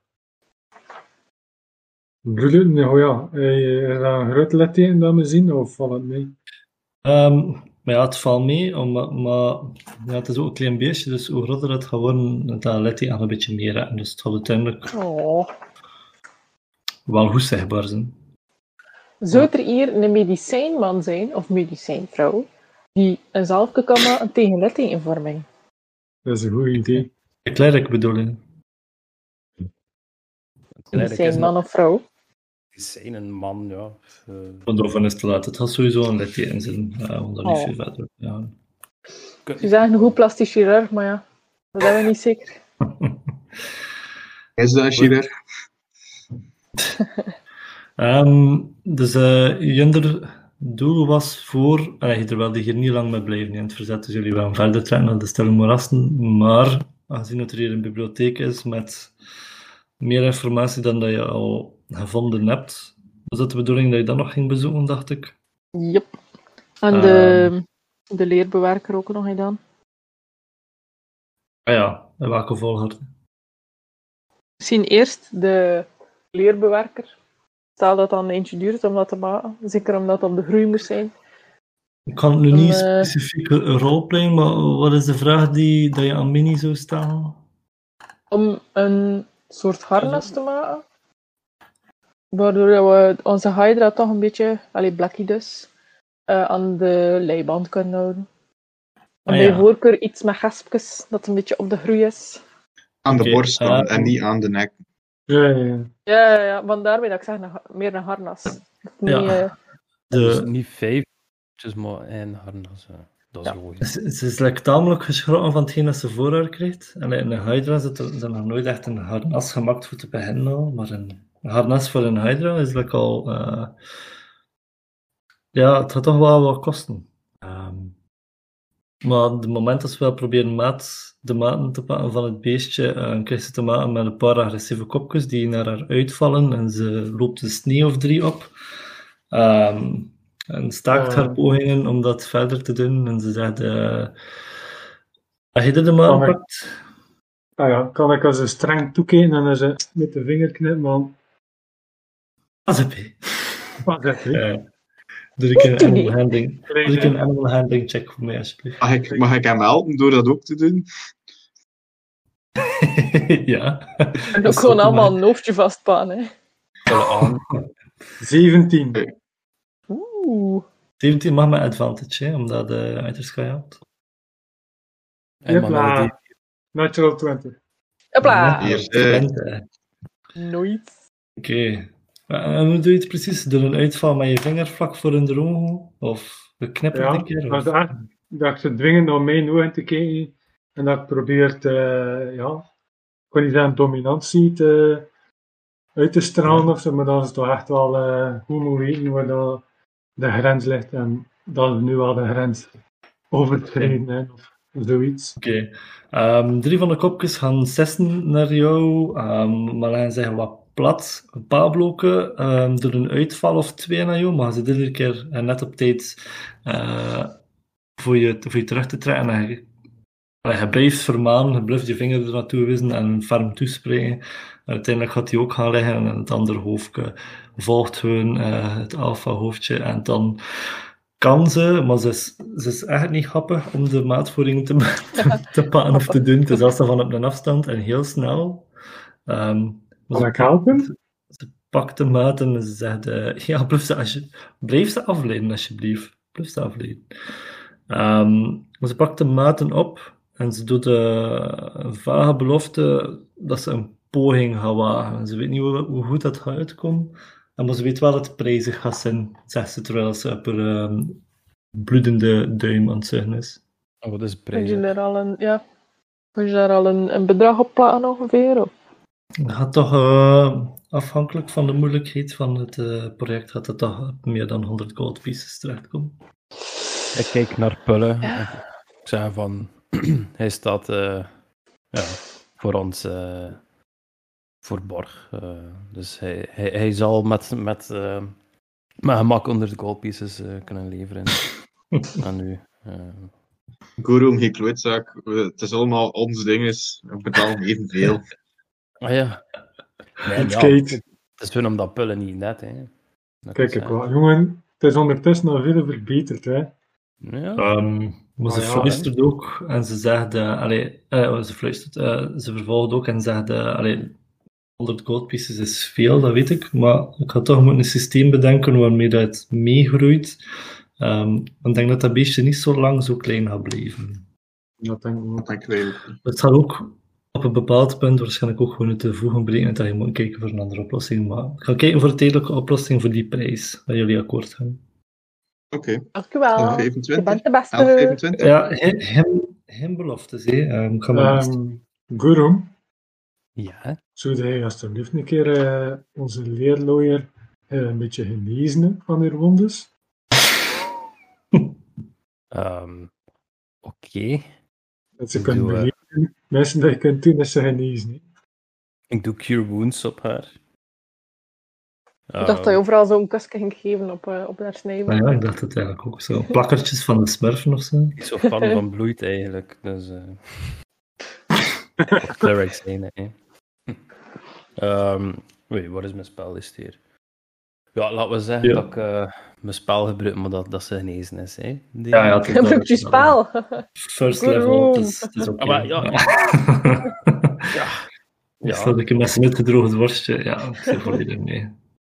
Bloeden, oh ja. Is dat een groot litteken dat we zien, of valt het mee? Maar ja, het valt mee, maar ja, het is ook een klein beestje, dus hoe groter het gaat worden, dan let hij aan een beetje meer aan. Dus het gaat uiteindelijk Oh. wel goed zichtbaar zijn. Zou er hier een medicijnman zijn, of medicijnvrouw, die een zalfje kan maken tegen littekenvorming? Dat is een goed idee. De klerk bedoel je? Medicijnman of vrouw? Die zijn een man, ja. Want daarvan is te laat. Het gaat sowieso een litteken zijn, omdat niet Oh. veel verder. Ja. Ze zeggen een goed plastisch chirurg, maar ja, dat hebben we niet zeker. Is dat een chirurg? Dus Junder doel was voor, terwijl die hier niet lang mee blijven in het verzet, dus jullie gaan verder trekken naar de stille moerassen, maar aangezien dat er hier een bibliotheek is met meer informatie dan dat je al gevonden hebt, was dat de bedoeling dat je dat nog ging bezoeken, dacht ik? Yep. En de leerbewerker ook nog gedaan. Ah ja, in welke volgorde? Misschien eerst de leerbewerker. Stel dat dan eentje duurt om dat te maken. Zeker omdat het op de groei moet zijn. Ik kan nu niet Dan, specifiek een roleplay, maar wat is de vraag dat je aan Minnie zou stellen? Om een soort harnas te maken. Waardoor we onze Hydra toch een beetje, Blackie dus, aan de leiband kunnen houden. En Ah, bij ja. voorkeur iets met gespjes, dat een beetje op de groei is. Aan de Oké, borst dan, en niet aan de nek. Ja. Ja, vandaar dat ik zeg meer een harnas. Ja. Niet, Dus De, niet 5, maar één harnas. Dat is Ja. goed. Ze is like, tamelijk geschrokken van hetgeen dat ze voor haar krijgt. En in een Hydra zit er nog nooit echt een harnas gemaakt voor te beginnen al, maar een harnas voor een Hydra is like al... ja, het gaat toch wel wat kosten. Maar op het moment dat ze wel proberen de maten te pakken van het beestje, krijgt ze te maken met een paar agressieve kopjes die naar haar uitvallen en ze loopt een sneeuw of 3 op. En staakt haar pogingen om dat verder te doen. En ze zegt, als je de maat Kan ik- pakt... Ah ja, kan ik als een streng toekijken en dan ze met de vinger knippen, man. Pas op, hé. Wat zeg je? Doe ik een doe animal niet. handling. Doe ik een animal handling check voor mij, alsjeblieft. Mag ik hem helpen door dat ook te doen? Ja. en ook gewoon allemaal een hoofdje vastpakken. Hè. Alle aan. 17. Oeh. 17 mag met advantage, hè, omdat de uiterste had. En man, Jepla. Natural 20. Hopla. Hier, Nooit. Oké. En hoe doe je het precies? Doe een uitval met je vinger vlak voor hun ogen? Of we knippen Ja, een keer? dat Of... is echt dat ik ze dwingen om mijn ogen te kijken en dat ik probeer ik kan niet zeggen dominantie uit te stralen of zo, maar dat is toch echt wel goed moet weten waar dat de grens ligt en dat is nu al de grens overtreden hè, of zoiets. Oké. 3 van de kopjes gaan 6 naar jou, maar dan zeggen wat plat. Een paar blokken door een uitval of 2 naar jou, maar ze iedere keer net op tijd voor je terug te trekken. En je blijft vermanen, je blijft je vinger er naartoe wijzen en ferm toespreken. En uiteindelijk gaat hij ook gaan liggen en het andere hoofdje volgt gewoon het alfa-hoofdje. En dan kan ze, maar ze is echt niet grappig om de maatvoering te pakken of te doen. Het is altijd van op een afstand en heel snel. Maar Kan ik helpen? ze pakt de maat en ze zegt, ja, blijf ze afleiden alsjeblieft. Blijf ze afleiden. Maar ze pakt de maten op en ze doet een vage belofte dat ze een poging gaat wagen. Ze weet niet hoe goed dat gaat uitkomen, maar ze weet wel dat het prijzig gaat zijn, zegt ze terwijl ze op haar bloedende duim aan het zuigen is. Oh, wat is het Kun je prijs? daar al een bedrag op plaatsen ongeveer? Of? Het gaat toch, afhankelijk van de moeilijkheid van het project, gaat het toch op meer dan 100 gold pieces terechtkomen. Ik kijk naar Pulle. Ik zeg van... hij staat voor ons voor borg. Dus hij zal met gemak onder de gold pieces kunnen leveren aan u. Guru, geen klootzaak. Het is allemaal ons ding. We betalen evenveel. Ah ja. Nee, Het ja, skate. het is hun omdat pullen niet net, hè. Dat Kijk, is, ik wel. Jongen, het is ondertussen al veel verbeterd, hè. Ja. Maar ze ja, fluistert ook en ze zegt, ze fluistert, ze vervolgt ook en zegt, 100 gold pieces is veel, dat weet ik, maar ik had toch moeten een systeem bedenken waarmee dat het meegroeit. Ik denk dat dat beestje niet zo lang zo klein gaat blijven. Dat denk ik wel. Dat denk ik ook. Het zal ook op een bepaald punt waarschijnlijk ook gewoon te voegen brengen dat je moet kijken voor een andere oplossing. Maar ik ga kijken voor een tijdelijke oplossing voor die prijs, dat jullie akkoord gaan. Oké. Dank u wel. 11,25. Je bent de beste. 11,25. Ja, hem beloftes, hè. Ik ga mijn best. Guru, Ja. zou jij alsjeblieft een keer onze leerlooier een beetje genezen van haar wondes? Oké. Dat ze Ik kunnen doe, beleven. Mensen dat je kunt doen, is ze genezen. Hè. Ik doe Cure Wounds op haar. Ik dacht dat je overal zo'n kusje ging geven op haar snijven. Ja, ik dacht het eigenlijk ook zo. Plakkertjes van de smurfen of zo. Ik zo fan van bloed eigenlijk. Dus, of clerics zijn, hè. Wait, wat is mijn spellist hier? Ja, laten we zeggen Ja. dat ik mijn spel gebruik, maar dat ze genezen is. Hè? Ja, het is Gebruikt je spel. First Goed level, doen. het is oké. Maar ja. Ja. Ja. Stel ik met een gedroogd worstje, ja, ik zit volledig mee.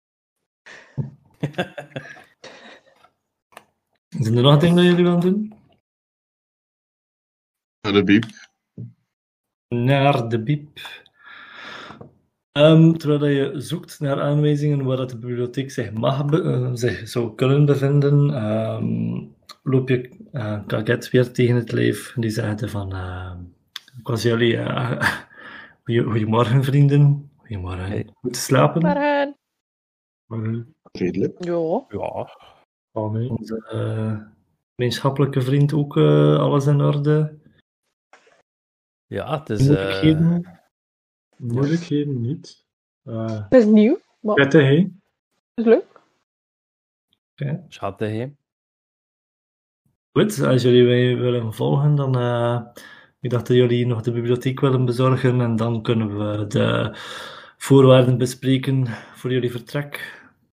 Zijn er nog dingen dat jullie willen doen? Naar de biep. Naar de biep. Terwijl dat je zoekt naar aanwijzingen waar dat de bibliotheek zich zou kunnen bevinden, loop je Kaget weer tegen het lijf. Die zegt van, ik was jullie... Goedemorgen, vrienden. Goedemorgen. Hey. Goed slapen. Maar Maar Redelijk. ja. Ja. van mij. Onze gemeenschappelijke vriend ook alles in orde. Ja, het is... Moeilijkheden? Moeilijkheden niet. Het is nieuw, maar het Prettig, hè? is leuk. Schattig, hè? Goed, als jullie mij willen volgen, dan ik dacht dat jullie nog de bibliotheek willen bezorgen en dan kunnen we de voorwaarden bespreken voor jullie vertrek.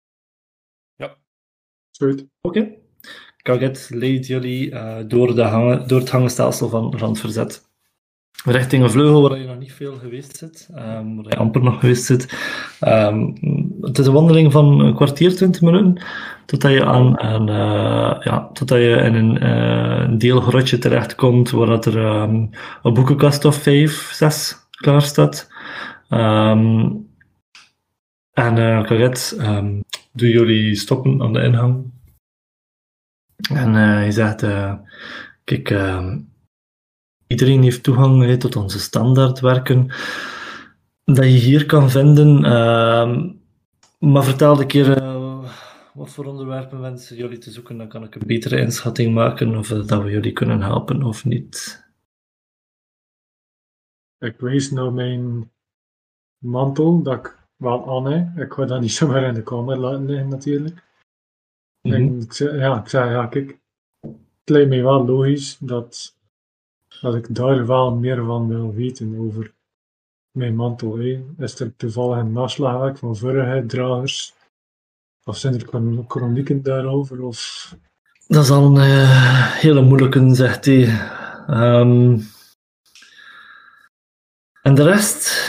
Goed. Oké. Kaget leidt jullie door het hangenstelsel van het verzet. Richting een vleugel waar je nog niet veel geweest zit, waar je amper nog geweest zit. Het is een wandeling van een kwartier, 20 minuten, totdat je totdat je in een deelgrotje terechtkomt waar dat er een boekenkast of 5, 6 klaar staat. Kaget, doen jullie stoppen aan de ingang. En hij zegt, kijk, iedereen heeft toegang tot onze standaardwerken dat je hier kan vinden. Maar vertel een keer wat voor onderwerpen wensen jullie te zoeken, dan kan ik een betere inschatting maken of dat we jullie kunnen helpen of niet. Ik wijs naar mijn mantel, dat ik wel aan heb. Ik ga dat niet zomaar in de kamer laten liggen, natuurlijk. En ik zei, kijk, het lijkt mij wel logisch dat ik daar wel meer van wil weten over mijn mantel. Is er toevallig een naslagwerk van vorige dragers? Of zijn er chronieken daarover? Of... Dat is al een hele moeilijke, zegt hij. En de rest?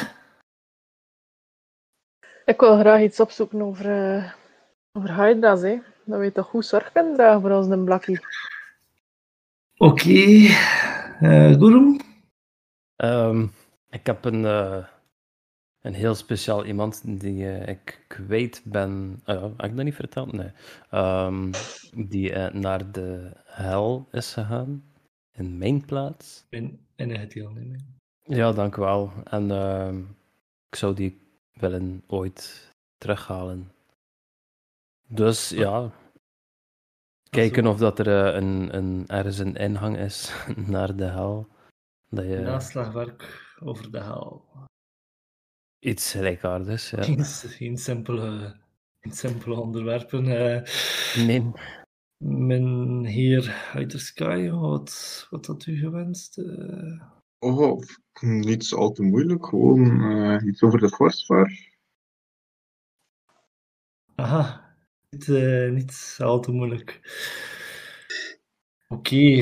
Ik wil graag iets opzoeken over Hydra's, hè. Dat we toch goed zorg kunnen dragen voor ons, een blakkie. Oké. Guru? Ik heb een heel speciaal iemand die ik kwijt ben. Heb ik dat niet verteld? Nee. Die naar de hel is gegaan. In mijn plaats. In het deelneming. Ja, dank u wel. En ik zou die willen ooit terughalen. Dus ja. Kijken of dat er ergens een ingang is naar de hel. Dat je... Naslagwerk over de hel. Iets gelijkaardigs, ja. Geen simpele onderwerpen. Nee. Mijn heer uit de sky, wat had u gewenst? Niets al te moeilijk, gewoon iets over de Forstvaar. Aha, niet al te moeilijk. Oké.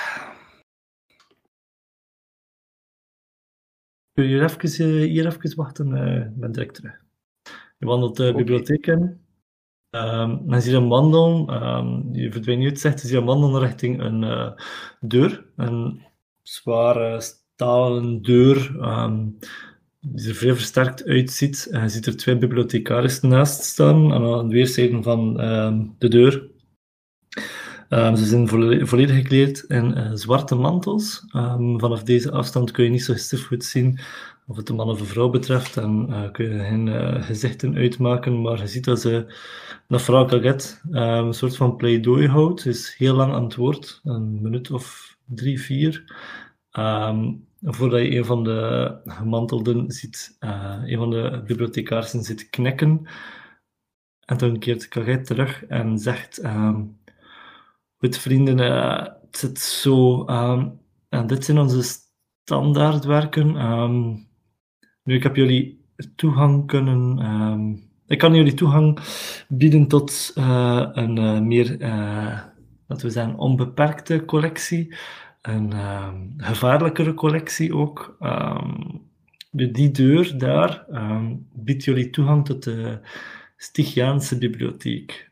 Kun je hier even wachten? Ik ben direct terug. Je wandelt de bibliotheek in. Dan zie je een wandel. Je verdwijnt uit zicht. Je ziet een wandel richting een deur. Een zware stalen deur. Die er vrij versterkt uitziet. Je ziet er 2 bibliothecarissen naast staan. Aan de weerszijden van de deur. Ze zijn volledig gekleed in zwarte mantels. Vanaf deze afstand kun je niet zo stief goed zien of het een man of een vrouw betreft. En kun je geen gezichten uitmaken, maar je ziet dat vrouw Caget een soort van pleidooi houdt. Ze is heel lang aan het woord, een minuut of 3, 4. Voordat je een van de gemantelden ziet, een van de bibliothecarissen zit knikken. En dan keert Caget terug en zegt... Goed, vrienden, het zit zo. En dit zijn onze standaardwerken. Nu, ik heb jullie toegang ik kan jullie toegang bieden tot een meer, laten we zeggen, onbeperkte collectie. Een gevaarlijkere collectie ook. Die deur daar biedt jullie toegang tot de Stygiaanse bibliotheek.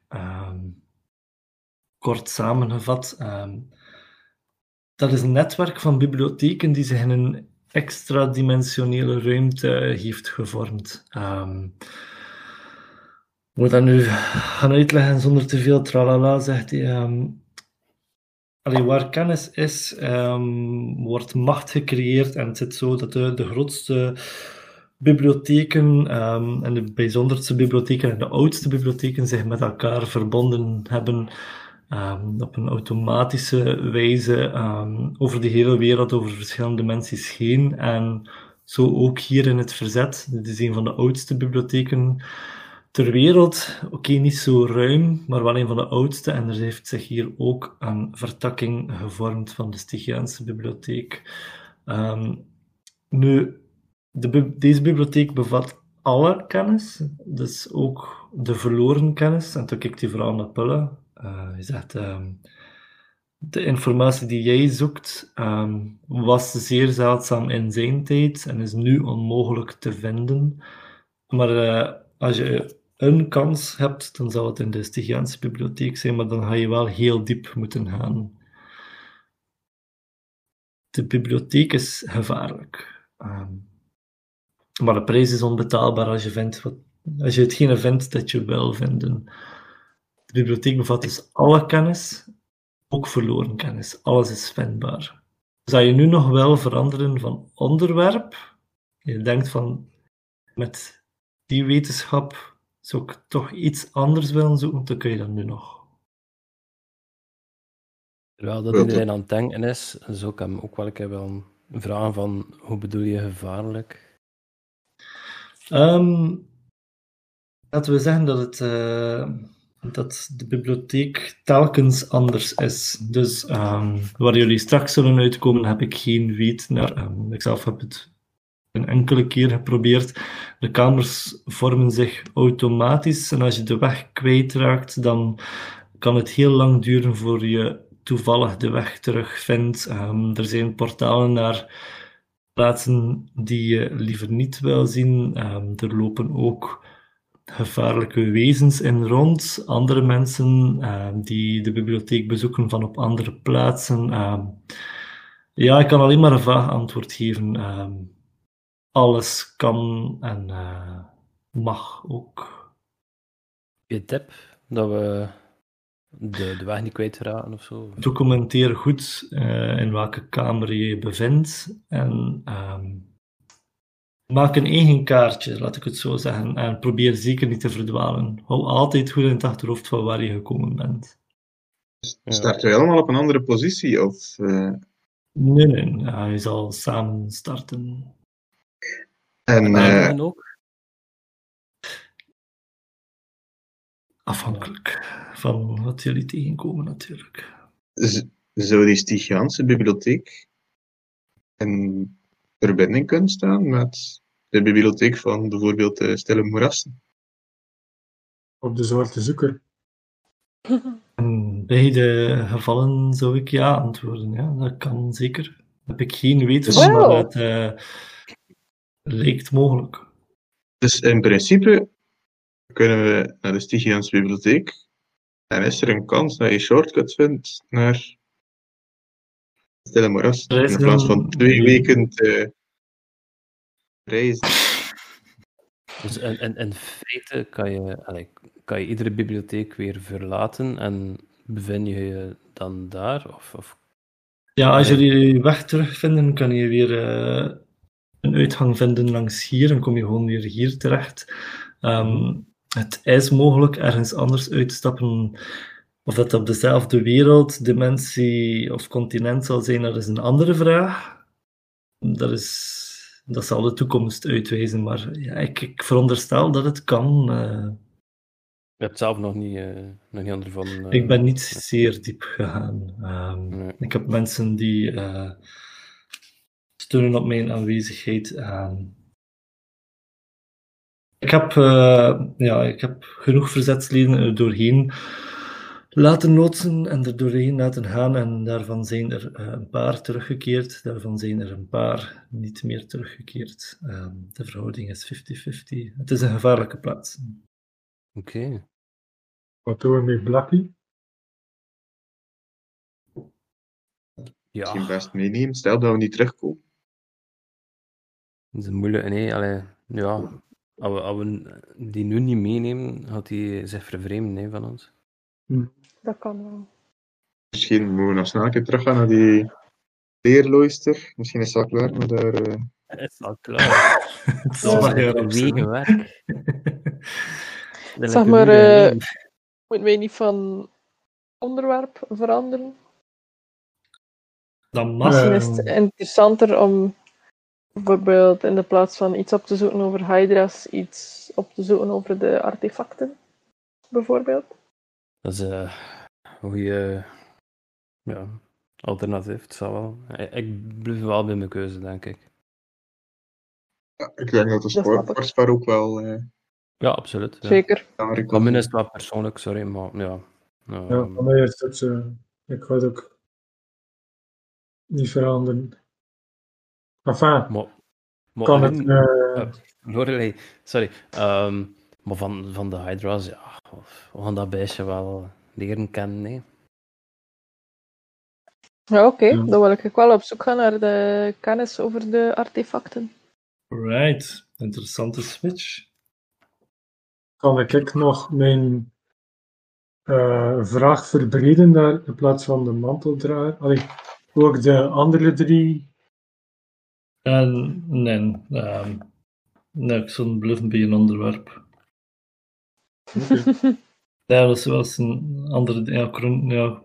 Kort samengevat, dat is een netwerk van bibliotheken die zich in een extra-dimensionele ruimte heeft gevormd. Ik moet dat nu gaan uitleggen zonder te veel tralala, zegt hij. Waar kennis is, wordt macht gecreëerd en het zit zo dat de grootste bibliotheken en de bijzonderste bibliotheken en de oudste bibliotheken zich met elkaar verbonden hebben op een automatische wijze over de hele wereld, over verschillende dimensies heen. En zo ook hier in het Verzet. Dit is een van de oudste bibliotheken ter wereld. Oké, niet zo ruim, maar wel een van de oudste. En er heeft zich hier ook een vertakking gevormd van de Stygiaanse bibliotheek. Nu, deze bibliotheek bevat alle kennis, dus ook de verloren kennis. En toen kijkt hij vooral naar Pulle. Hij zegt, de informatie die jij zoekt was zeer zeldzaam in zijn tijd en is nu onmogelijk te vinden. Maar als je een kans hebt, dan zou het in de Stygiaanse bibliotheek zijn, maar dan ga je wel heel diep moeten gaan. De bibliotheek is gevaarlijk. Maar de prijs is onbetaalbaar als je hetgene vindt dat je wil vinden. De bibliotheek bevat dus alle kennis, ook verloren kennis. Alles is vindbaar. Zou je nu nog wel veranderen van onderwerp? Je denkt van, met die wetenschap zou ik toch iets anders willen zoeken, dan kun je dat nu nog. Terwijl dat iedereen aan het denken is, zou ik hem ook wel een keer wel vragen van, hoe bedoel je gevaarlijk? Laten we zeggen dat de bibliotheek telkens anders is. Dus waar jullie straks zullen uitkomen, heb ik geen weet naar. Ik zelf heb het een enkele keer geprobeerd. De kamers vormen zich automatisch en als je de weg kwijtraakt, dan kan het heel lang duren voor je toevallig de weg terugvindt. Er zijn portalen naar plaatsen die je liever niet wil zien. Er lopen ook gevaarlijke wezens in rond. Andere mensen die de bibliotheek bezoeken van op andere plaatsen. Ja, ik kan alleen maar een vaag antwoord geven. Alles kan en mag ook. Je tip dat we de weg niet kwijtraken of zo? Documenteer goed in welke kamer je je bevindt en maak een eigen kaartje, laat ik het zo zeggen, en probeer zeker niet te verdwalen. Hou altijd goed in het achterhoofd van waar je gekomen bent. Starten we allemaal op een andere positie? Of, Nee, je zal samen starten. En ook? Afhankelijk van wat jullie tegenkomen, natuurlijk. Zou die Stygiaanse bibliotheek in verbinding kunnen staan met de bibliotheek van bijvoorbeeld de Stille Moerassen? Op de Zwarte Zoeker. In beide gevallen zou ik ja antwoorden. Ja, dat kan zeker. Daar heb ik geen weet van, Wow. maar het lijkt mogelijk. Dus in principe kunnen we naar de Stygiaanse bibliotheek en is er een kans dat je shortcuts vindt naar Stille Moerassen in plaats van 2 weken te reizen. Dus in feite kan je iedere bibliotheek weer verlaten en bevind je je dan daar? Of... Ja, als jullie je weg terugvinden, kan je weer een uitgang vinden langs hier en kom je gewoon weer hier terecht. Het is mogelijk ergens anders uit te stappen. Of dat op dezelfde wereld, dimensie of continent zal zijn, dat is een andere vraag. Dat zal de toekomst uitwijzen, maar ja, ik veronderstel dat het kan. Je hebt zelf nog niet ondervonden. Ik ben niet zeer diep gegaan. Nee. Ik heb mensen die steunen op mijn aanwezigheid. Ik heb genoeg verzetsleden er doorheen laten loodsen en er doorheen laten gaan. En daarvan zijn er een paar teruggekeerd. Daarvan zijn er een paar niet meer teruggekeerd. De verhouding is 50-50. Het is een gevaarlijke plaats. Oké. Wat doen we met Blackie? Misschien Ja, best meenemen, stel dat we niet terugkomen. dat is moeilijk. Nee, ja. Als we die nu niet meenemen, gaat hij zich vervreemden hè, van ons. Dat kan wel. Misschien moeten we nog snel een keer teruggaan naar die leerlooister. Misschien is dat klaar, maar daar... Het is al klaar. Het Dat was mag echt erop een zijn, hè. wegenwerk. Dat Zeg lijkt maar, een uur geleden. moeten wij niet van onderwerp veranderen? Dat mag. Misschien is het interessanter om bijvoorbeeld in de plaats van iets op te zoeken over Hydra's, iets op te zoeken over de artefacten, bijvoorbeeld. Dat is een goede alternatief. Het zal wel. Ik blijf wel bij mijn keuze, denk ik. Ja, ik denk dat de Dat snap ik. sportsbar ook wel Ja, absoluut. Ja. Zeker. belangrijk Van mij was. is het wel persoonlijk, sorry, maar ja. Ja, voor mij is het ik ga het ook niet veranderen. Enfin, Maar kan het... Lorelei, sorry. Maar van de Hydra's, ja, we gaan dat beestje wel leren kennen, hè. Ja, oké. Ja. Dan wil ik wel op zoek gaan naar de kennis over de artefacten. Right, interessante switch. kan ik nog mijn vraag verbreden naar in plaats van de manteldrager? Allee, ook de andere 3. Nee, ik zou blijven bij een onderwerp. Ja, dat was een andere... Ja,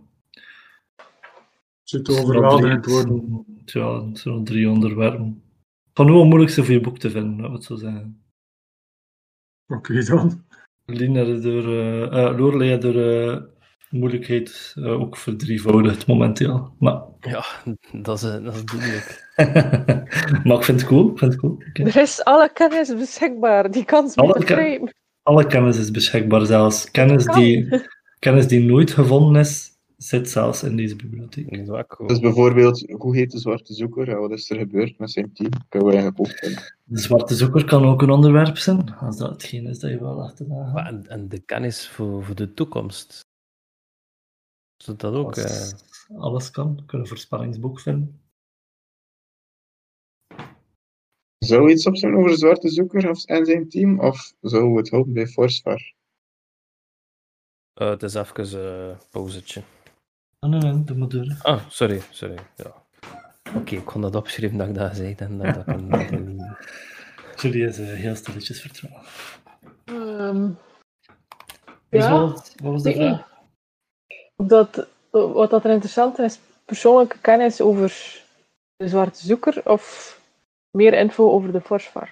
Zit overweldigend worden. Ja, zo'n 3 onderwerpen. Het kan nu wel moeilijk zijn voor je boek te vinden, laten we het zo zeggen. Oké dan. Lorelei door moeilijkheid ook verdrievoudigd momenteel. Maar, Ja, dat is duidelijk. maar ik vind het cool. Oké. Er is alle kennis beschikbaar, die kans Alle moet te ken- grijpen. Alle kennis is beschikbaar, zelfs kennis die nooit gevonden is, zit zelfs in deze bibliotheek. Dat is wel cool. Dus bijvoorbeeld, hoe heet de Zwarte Zoeker en wat is er gebeurd met zijn team? Kunnen we eigenlijk ook vinden. De zwarte zoeker kan ook een onderwerp zijn, als dat hetgeen is dat je wel achterna gaat. Maar en de kennis voor de toekomst. Zodat dat ook... Alles kan, we kunnen een voorspellingsboek vinden. Zou we iets opzoeken over de Zwarte Zoeker en zijn team? Of zouden we het houden bij Forsvar? het is even een pauzetje. Nee, doe maar door. Ah, sorry. Ja. Oké, ik kon dat opschrijven dat ik dat zei. En dat kan... Julie is heel stilletjes vertrouwen. Ja, Wat was de weet niet. vraag? Wat dat er interessant is, persoonlijke kennis over de Zwarte Zoeker of meer info over de Forsvar?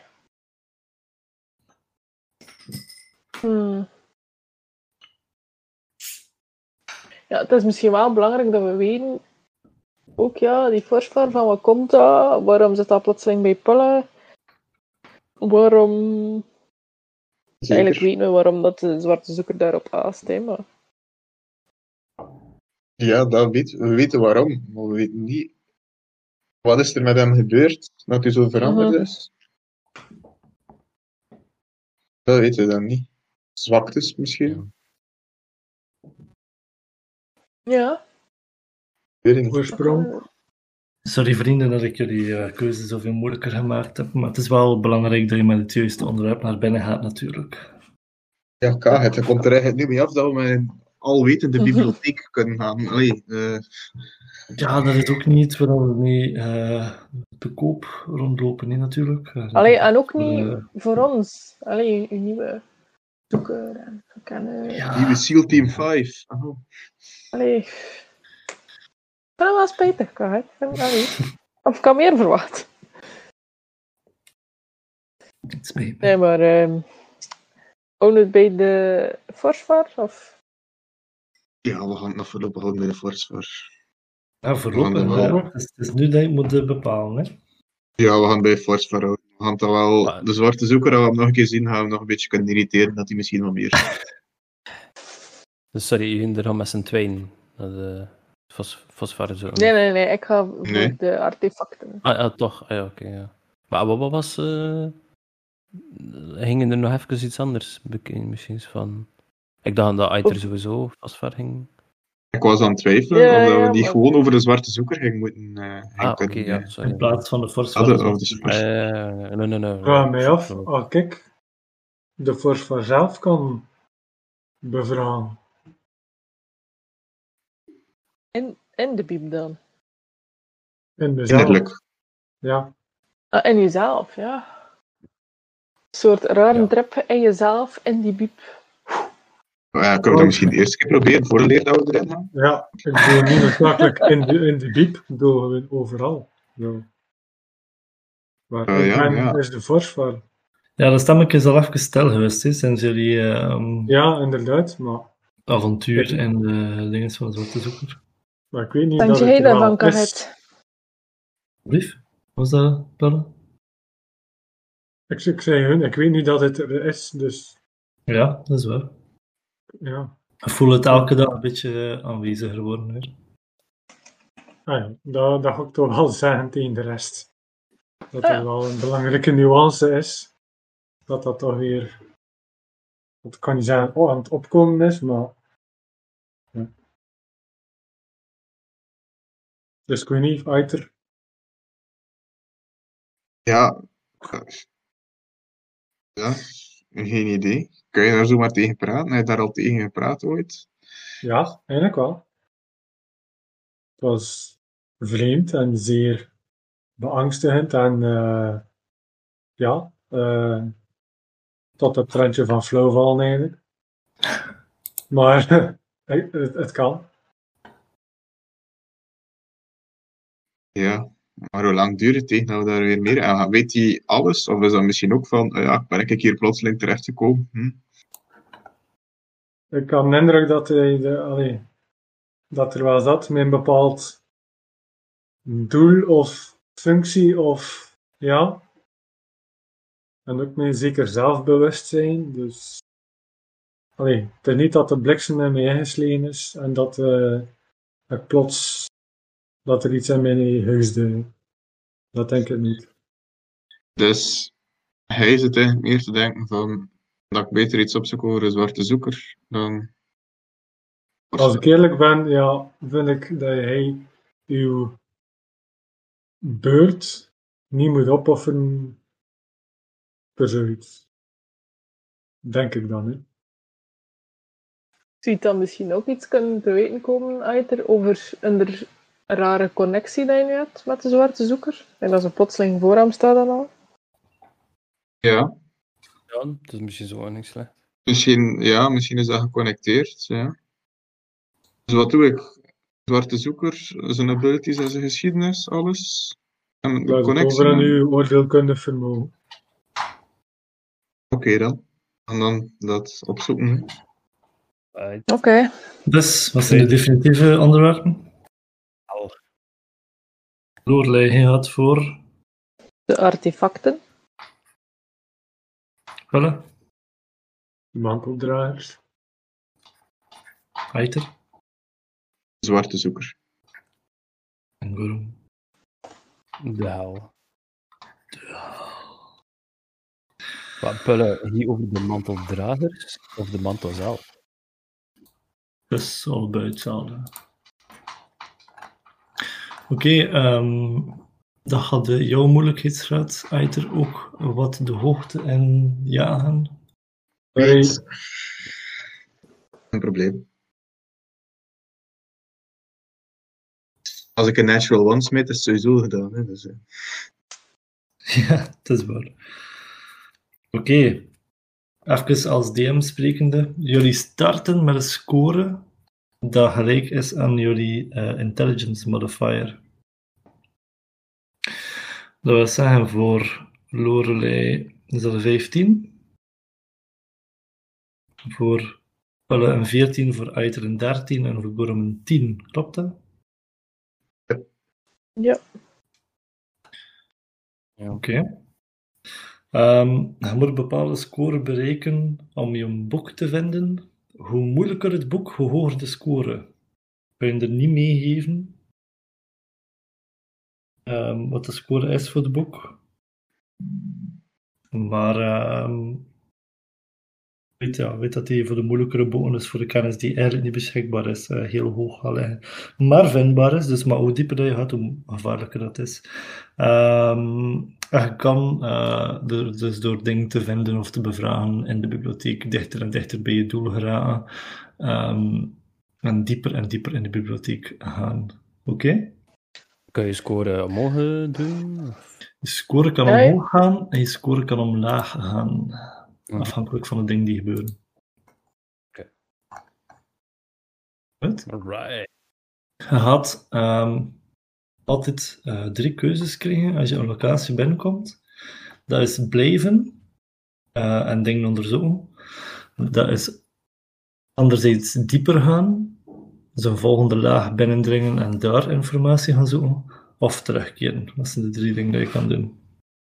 Ja, het is misschien wel belangrijk dat we weten, ook ja, die Forsvar, van wat komt dat? Waarom zit dat plotseling bij Pulle? Waarom... Eigenlijk weten we waarom dat de zwarte zoeker daarop aast, hè, maar... Ja, we weten waarom, maar we weten niet. Wat is er met hem gebeurd dat hij zo veranderd is? Dat weten we dan niet. Zwaktes misschien? Ja. Weet ik niet. Oorsprong. Sorry vrienden dat ik jullie keuze zoveel moeilijker gemaakt heb, maar het is wel belangrijk dat je met het juiste onderwerp naar binnen gaat natuurlijk. Ja, Kaget, dan komt er eigenlijk nu mee af dat we met een alwetende bibliotheek kunnen gaan. Allee, Ja, dat is ook niet waar we mee te koop rondlopen, nee, natuurlijk. Allee, en ook niet voor ons. Allee, uw nieuwe zoeker en verkennen. Ja. Nieuwe SEAL Team 5. Aha. Allee. Ik vind het wel spijtig, Kaget. Allee. Of ik had meer verwacht. Het spijt me. Nee, maar... Ook het bij de Forsvar, of... Ja, we gaan het nog voorlopig houden bij de Forsvar. Ja, voorlopig. Het is nu dat je het moet bepalen, hè. Ja, we gaan bij Forsvar houden. We gaan toch wel... De zwarte zoeker, als we hem nog een keer zien, gaan we nog een beetje kunnen irriteren dat hij misschien wat meer zegt. Dus sorry, jullie gaan er met z'n tweeën naar de Fosfar zo. Nee, ik ga voor de artefacten. Toch? Ja, oké, ja. Maar wat was... Hingen er nog even iets anders bekend, misschien van... Ik dacht dat Aiter sowieso Fosfar ging. Ik was aan het twijfelen of we niet gewoon over de zwarte zoeker gingen moeten kunnen... sorry. In plaats van de Forsvar. Nee. Vraag mij af, als ik de Forsvar zelf kan bevragen. In de bieb dan? In mezelf. Ja. In jezelf, ja. Een soort rare trip in jezelf, in die bieb. Ja, kunnen we dat misschien de eerste keer proberen, voor de leer dat we erin gaan? Ja, ik bedoel niet noodzakelijk in de bieb, ik bedoel overal. Zo. Maar is de Forsvar. Ja, dat stemmetje is al even stil geweest, hè, sinds jullie... Ja, inderdaad, maar... avontuur en de dingen van de zwarte zoeker. Maar ik weet niet dat het er wel is. Brief? Was dat, Pelle? Ik zei hun, ik weet niet dat het er is, dus... Ja, dat is waar. Ja. Ik voel het elke dag een beetje aanweziger worden weer. Ah ja, dat ga ik toch wel zeggen tegen de rest. Dat er wel een belangrijke nuance is. Dat toch weer... Dat kan niet zeggen, aan het opkomen is, maar... Ja. Dus ik weet niet, Aiter. Ja, geen idee. Kun je daar zo maar tegen praten? Heb je daar al tegen gepraat ooit? Ja, eigenlijk wel. Het was vreemd en zeer beangstigend en tot het randje van flauwvallen eigenlijk. Maar het kan. Ja, maar hoe lang duurt het tegen dat we daar weer meer aan? Weet hij alles? Of is dat misschien ook van, ben ik hier plotseling terechtgekomen? Ik had de indruk dat dat er wel zat met een bepaald doel of functie of ja. En ook met zeker zelfbewustzijn. Dus het is niet dat de bliksem in mij ingeslegen is en dat ik plots dat er iets in mijn huis deed. Dat denk ik niet. Dus hij zit eigenlijk meer te denken van dat ik beter iets opzoek over een zwarte zoeker dan... Als ik eerlijk ben, ja, vind ik dat hij uw beurt niet moet opofferen voor zoiets. Denk ik dan, hè. Zou je dan misschien ook iets kunnen te weten komen, Aiter, over een rare connectie die je nu hebt met de zwarte zoeker? En dat ze plotseling voor hem staat dan al? Ja. Ja, dat is misschien zo niet slecht. Misschien is dat geconnecteerd, ja. Dus wat doe ik? Zwarte zoeker, zijn abilities en zijn geschiedenis, alles. En de connectie. Over aan uw oordeelkundig vermogen. Oké dan. En dan dat opzoeken. Uit. Oké. Dus, wat zijn de definitieve onderwerpen? Al. Lorelei, je gaat voor... De artefacten. Welle, Manteldragers. Eiter Zwarte zoeker. en Gorum. De hel. Wat pullen hier over de manteldragers of de mantel zelf? Dus allebei hetzelfde. Oké, dan had jouw moeilijkheidsgraad, Eiter, ook wat de hoogte en jagen. Sorry. Geen probleem. Als ik een natural one smijt, is het sowieso gedaan. Hè? Dus, Ja, dat is waar. Oké, even als DM sprekende. Jullie starten met een score dat gelijk is aan jullie intelligence modifier. Dat wil zeggen voor Lorelei is dat een 15. Voor Pelle een 14, voor Eiter een 13 en voor Gorum een 10. Klopt dat? Ja. Ja. Oké. Je moet een bepaalde score bereiken om je een boek te vinden. Hoe moeilijker het boek, hoe hoger de score. Kun je er niet meegeven wat de score is voor het boek. Maar weet dat die voor de moeilijkere boeken, dus voor de kennis die eigenlijk niet beschikbaar is, heel hoog gaat liggen. Maar vindbaar is, dus maar hoe dieper dat je gaat, hoe gevaarlijker dat is. Je kan dus door dingen te vinden of te bevragen in de bibliotheek dichter en dichter bij je doel geraken. En dieper in de bibliotheek gaan. Oké? Kun je score omhoog doen? Je score kan Ja, ja. omhoog gaan en je score kan omlaag gaan. Afhankelijk van de dingen die gebeuren. Oké. Goed? Alright. Je gaat altijd 3 keuzes krijgen als je een locatie binnenkomt. Dat is blijven en dingen onderzoeken. Dat is anderzijds dieper gaan, dus een volgende laag binnendringen en daar informatie gaan zoeken, of terugkeren. Dat zijn de 3 dingen die je kan doen.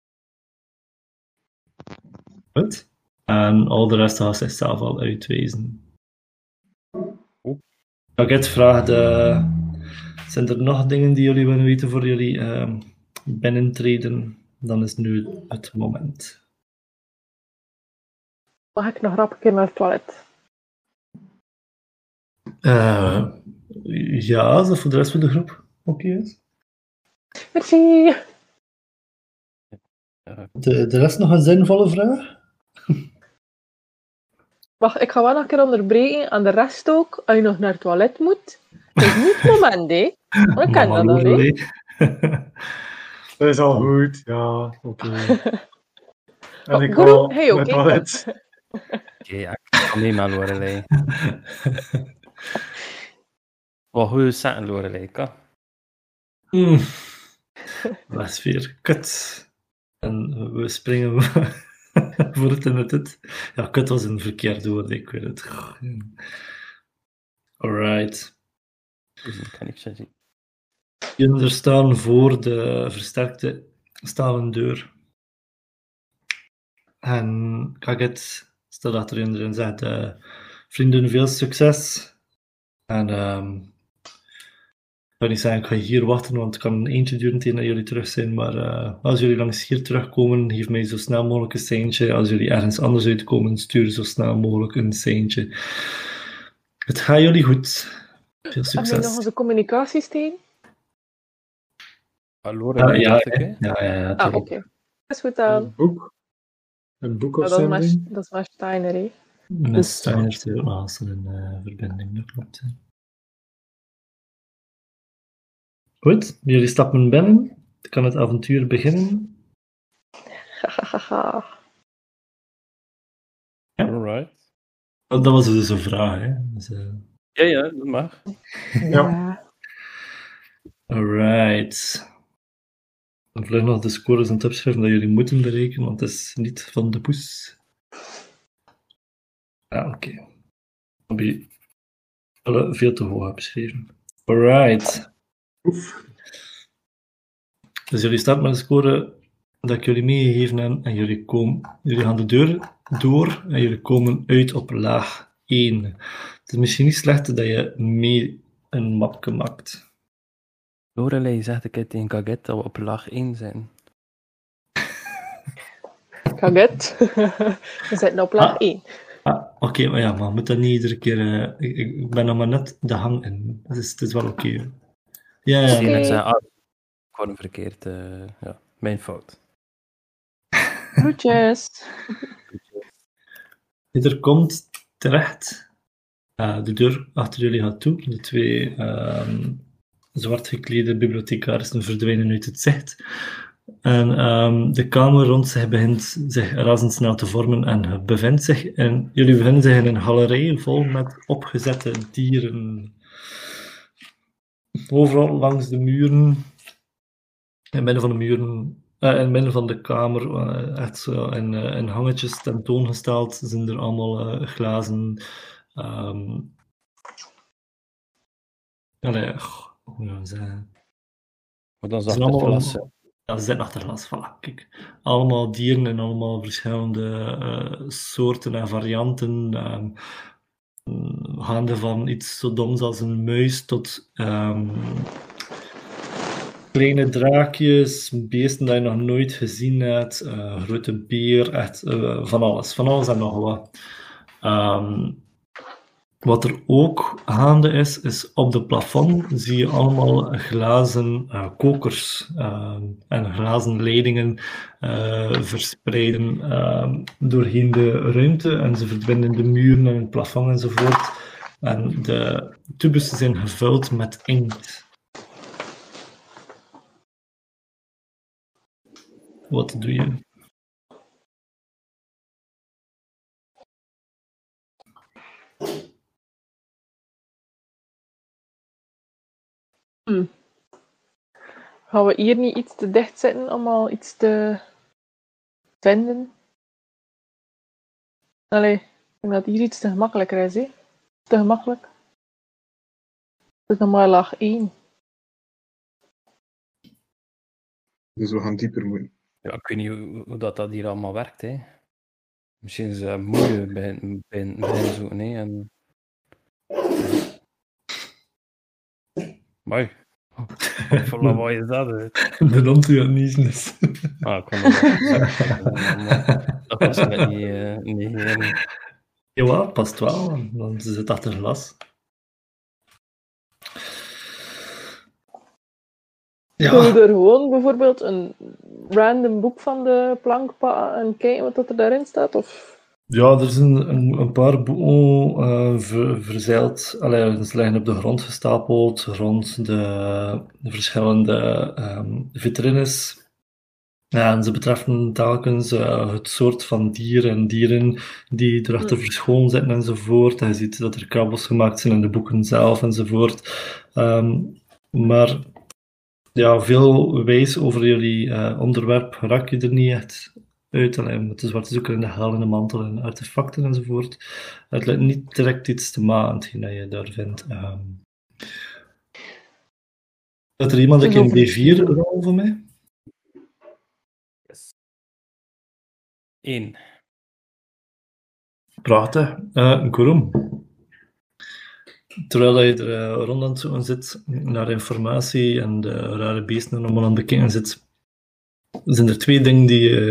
Goed? En al de rest gaat zichzelf al uitwijzen. Paket vraagt, zijn er nog dingen die jullie willen weten voor jullie binnentreden? Dan is nu het moment. Mag ik nog rap een keer naar het toilet? Ja, als dat voor de rest van de groep oké is. Merci! De rest nog een zinvolle vraag? Wacht, ik ga wel nog een keer onderbreken. En de rest ook, als je nog naar het toilet moet. Het is niet het moment, hè. Maar ik ken dat al, hè. Lorelei. Dat is al goed, ja, oké. En Oh, ik Guru, ga hey, naar oké. het toilet. Oké, ja, ik ga mee met Lorelei. Wat goede zetten, Lorelei, ka? Dat is weer kut. En we springen voor het en met het. Ja, kut was een verkeerd woord, ik weet het. Alright. Dus dat kan ik zo zien. Jullie er staan voor de versterkte stalen deur. En Kaget staat achterin en zegt: vrienden, veel succes. En ik kan niet zeggen, ik ga hier wachten, want het kan een eentje duren tegen jullie terug zijn. Maar als jullie langs hier terugkomen, geef mij zo snel mogelijk een seintje. Als jullie ergens anders uitkomen, stuur zo snel mogelijk een seintje. Het gaat jullie goed. Veel Heb je nog succes. onze communicatiesteen? Lorelei, Ja, dacht ik, hè? ja, Ah, tuurlijk. oké. Dat is goed aan. Een boek. Een Ja, boekafzending. dat is maar Steiner, hè. Met Steiner sturen als er een verbinding, dat klopt. Hè. Goed, jullie stappen binnen. Dan kan het avontuur beginnen. Hahaha. Alright. Dat was dus een vraag, hè. Dus, Ja, dat mag. Ja. alright. Dan vlug nog de scores aan het opschrijven dat jullie moeten berekenen, want het is niet van de poes. Ja, oké. Veel te hoog heb geschreven. Alright. Oef. Dus jullie starten met een score dat ik jullie meegegeven heb en jullie gaan de deur door en jullie komen uit op laag 1. Het is misschien niet slecht dat je mee een mapje maakt. Lorelei zegt ik tegen Kaget dat we op laag 1 zijn. Kaget. We zitten op laag 1. Oké, maar we moeten dat niet iedere keer... ik ben nog maar net de hang in. Dus het is wel oké. Ja. Zie je, ik zei, gewoon verkeerd. Ja, mijn fout. Groetjes. Er komt terecht. De deur achter jullie gaat toe. De twee zwart geklede bibliothecarissen verdwijnen uit het zicht. En de kamer rond zich begint zich razendsnel te vormen en jullie bevinden zich in een galerij vol met opgezette dieren. Overal langs de muren, in midden van de muren, in midden van de kamer, echt zo in hangetjes tentoongesteld, zijn er allemaal glazen. Hoe gaan we zeggen? Maar dan Ze zag zijn het allemaal glas. Ja, ze zitten achter glas. Voilà, kijk. Allemaal dieren en allemaal verschillende soorten en varianten. Gaande van iets zo doms als een muis tot kleine draakjes, beesten dat je nog nooit gezien hebt, grote beer, echt van alles. Van alles en nog wat. Wat er ook gaande is op het plafond zie je allemaal glazen kokers en glazen leidingen verspreiden doorheen de ruimte en ze verbinden de muren en het plafond enzovoort. En de tubussen zijn gevuld met inkt. Wat doe je? Gaan we hier niet iets te dicht zitten om al iets te vinden? Allee, ik denk dat hier iets te gemakkelijker is, hè? Te gemakkelijk. Het is nog maar laag 1. Dus we gaan dieper moeten. Ja, ik weet niet hoe dat hier allemaal werkt. Hè. Misschien is het moeilijk bij zoeken. Hè. En... Mooi. Wat voor lawaai is dat? Hè? De hond die aan het niezen is. Ik kon dat was net niet heel... Jawel, past wel, want ze zit achter glas. Kun je er gewoon bijvoorbeeld een random boek van de plank pakken en kijken wat er daarin staat? Of... Ja, er zijn een paar boeken verzeild. Allee, ze liggen op de grond gestapeld, rond de verschillende vitrines. Ja, en ze betreffen telkens het soort van dier en dieren die erachter verscholen zitten enzovoort. En je ziet dat er krabbels gemaakt zijn in de boeken zelf enzovoort. Maar ja, veel wijs over jullie onderwerp raak je er niet echt uit. Alleen met de zwarte zoeker in de hel, in de mantel en artefacten enzovoort. Het lijkt niet direct iets te maken dat je daar vindt. Dat er iemand een D4 rol voor mij? 1. Prachtig. Goeroem. Terwijl je er rond aan het zoeken zit naar informatie en de rare beesten allemaal aan het bekijken zit, zijn er twee dingen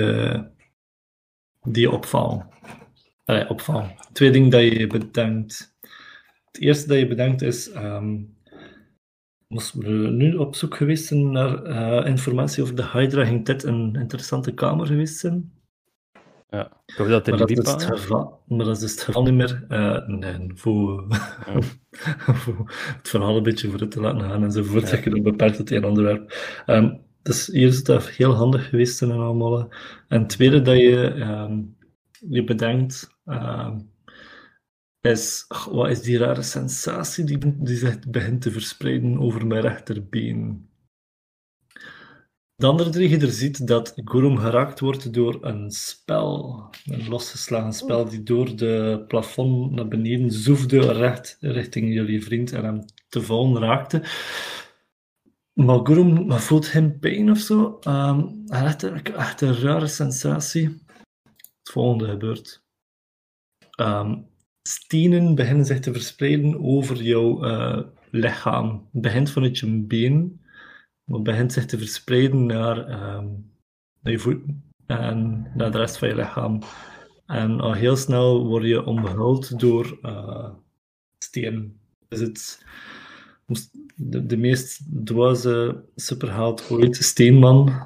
die je opvallen. Opvallen. Twee dingen dat je bedenkt. Het eerste dat je bedenkt is, als we nu op zoek geweest zijn naar informatie over de Hydra, ging dit een interessante kamer geweest zijn? Ja, ik hoop dat er Maar niet dat is het geval, maar dat is het geval niet meer. Nee, voor het verhaal een beetje vooruit te laten gaan enzovoort, zeg je dat beperkt tot één onderwerp. Dus hier is het heel handig geweest zijn en allemaal. En het tweede dat je bedenkt, is, wat is die rare sensatie die zich begint te verspreiden over mijn rechterbeen? De andere drie, je ziet dat Gurum geraakt wordt door een spel. Een losgeslagen spel die door de plafond naar beneden zoefde recht richting jullie vriend en hem te vallen raakte. Maar Gurum voelt geen pijn of zo. Hij heeft echt een rare sensatie. Het volgende gebeurt. Stenen beginnen zich te verspreiden over jouw lichaam. Het begint vanuit je been, maar het begint zich te verspreiden naar je voeten en naar de rest van je lichaam. En al heel snel word je omhuld door stenen. Dus het de meest dwaze superheld ooit, Steenman.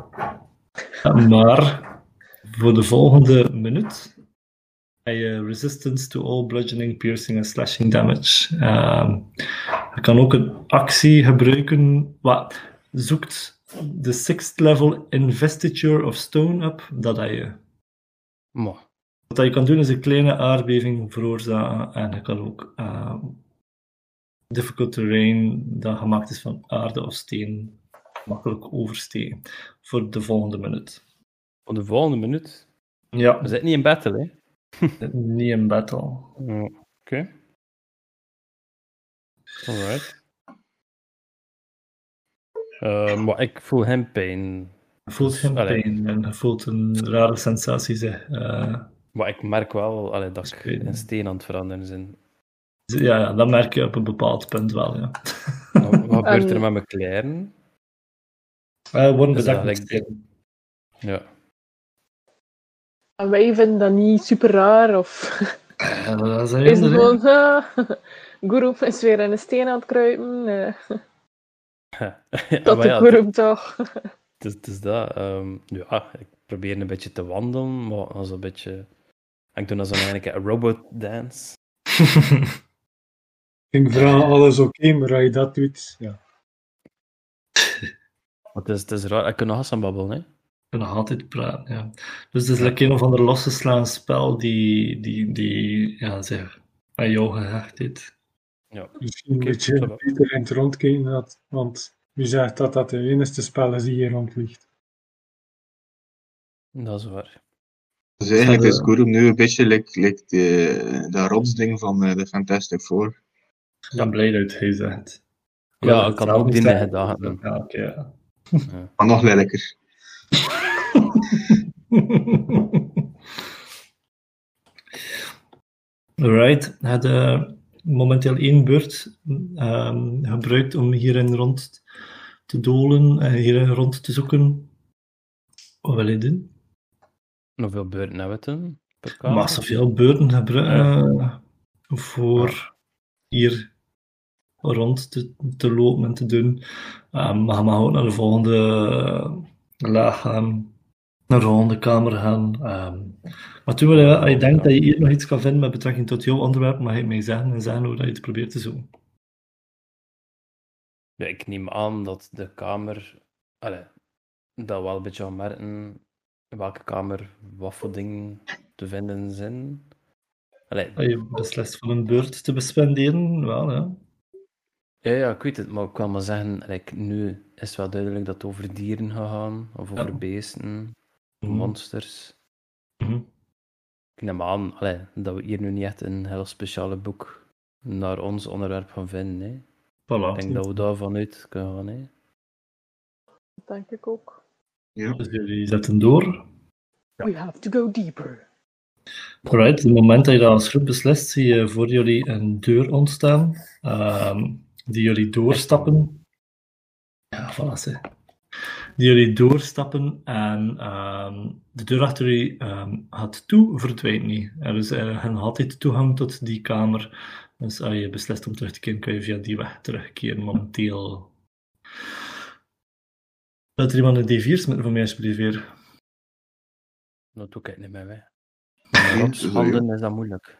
Maar voor de volgende minuut heb je resistance to all bludgeoning, piercing en slashing damage. Je kan ook een actie gebruiken. Zoekt de 6th level Investiture of Stone up. Dat heb je. Wat je kan doen is een kleine aardbeving veroorzaken. En je kan ook difficult terrain dat gemaakt is van aarde of steen makkelijk oversteken. Voor de volgende minuut. Voor de volgende minuut? Ja. We zitten niet in battle, hè? Niet in battle. Oké. Alright. Maar ik voel geen pijn. Je voelt geen pijn en je voelt een rare sensatie. Maar ik merk wel dat ik een steen aan het veranderen ben. Ja, dat merk je op een bepaald punt wel, ja. Wat gebeurt er met mijn kleren? Worden bezakt met steen. Ja. En wij vinden dat niet super raar, of... dat is het gewoon... Gurum is weer in een steen aan het kruipen. Dat de Gurum toch. Het is dat. Ja, ik probeer een beetje te wandelen, maar als een beetje... Ik doe dan eigenlijk een robot dance. Ik vraag alles oké, maar als je dat doet, ja. Het is raar, ik kan nog eens aan babbelen, hè? Ik kan nog altijd praten, ja. Dus het is een of ander losgeslagen spel die ja, zeg, aan jou gehecht heeft. Ja. Misschien moet je Pieter in het rondkijken, want wie zegt dat dat de enige spel is die hier rondvliegt? Dat is waar. Dus eigenlijk is Gurum nu een beetje like dat rotsding van de Fantastic Four. Ik ben blij dat hij zegt. Ja, ik kan ook dingen gedaan. Ja, oké, ja. Maar nog lelijker. Alright, je hebt momenteel 1 beurt gebruikt om hierin rond te dolen en hierin rond te zoeken. Wat wil je doen? Hoeveel beurten hebben we toen per kamer? Maar zoveel beurten gebruiken voor hier rond te lopen en te doen. Maar je mag ook naar de volgende laag gaan, naar de volgende kamer gaan. Maar toen als je denkt dat je hier nog iets kan vinden met betrekking tot jouw onderwerp, mag je mij zeggen hoe dat je het probeert te zoeken. Ja, ik neem aan dat de kamer... dat wel een beetje gaan merken in welke kamer wat voor dingen te vinden zijn. Je beslist van een beurt te bespenderen, wel, ja. Ja, ik weet het, maar ik kan maar zeggen, nu is het wel duidelijk dat het over dieren gaat gaan, of over beesten, monsters. Ik neem aan dat we hier nu niet echt een heel speciale boek naar ons onderwerp gaan vinden. Hè. Voilà. Ik denk dat we daarvan uit kunnen gaan. Hè. Dat denk ik ook. Ja. Dus jullie zetten door. We have to go deeper. Alright, op het moment dat je dat als groep beslist, zie je voor jullie een deur ontstaan, die jullie doorstappen. Ja, voilà. Die jullie doorstappen en de deur achter jullie gaat toe, verdwijnt niet. Er is altijd toegang tot die kamer. Dus als je beslist om terug te keren, kun je via die weg terugkeren momenteel. Laat er iemand een D4's met voor mij alsjeblieft weer. Dat doe ik niet meer, hè. Met rotshanden is dat moeilijk.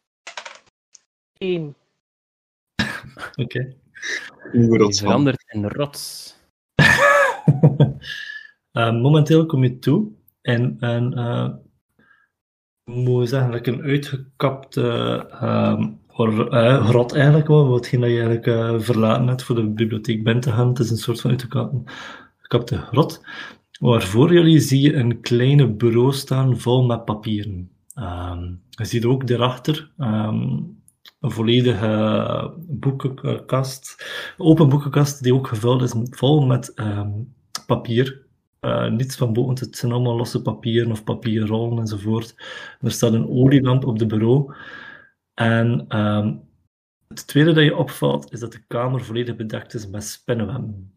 1. Oké. Die verandert in rots. Momenteel kom je toe en moet zeggen dat ik een uitgekapte grot eigenlijk was, hetgeen dat je eigenlijk verlaten hebt voor de bibliotheek bent te gaan. Het is een soort van uitgekapte gekapte grot. Maar voor jullie zie je een kleine bureau staan vol met papieren. Je ziet ook daarachter een volledige boekenkast, open boekenkast die ook gevuld is vol met papier. Niets van boven, het zijn allemaal losse papieren of papierrollen enzovoort. Er staat een olielamp op de bureau. En het tweede dat je opvalt is dat de kamer volledig bedekt is met spinnenwebben.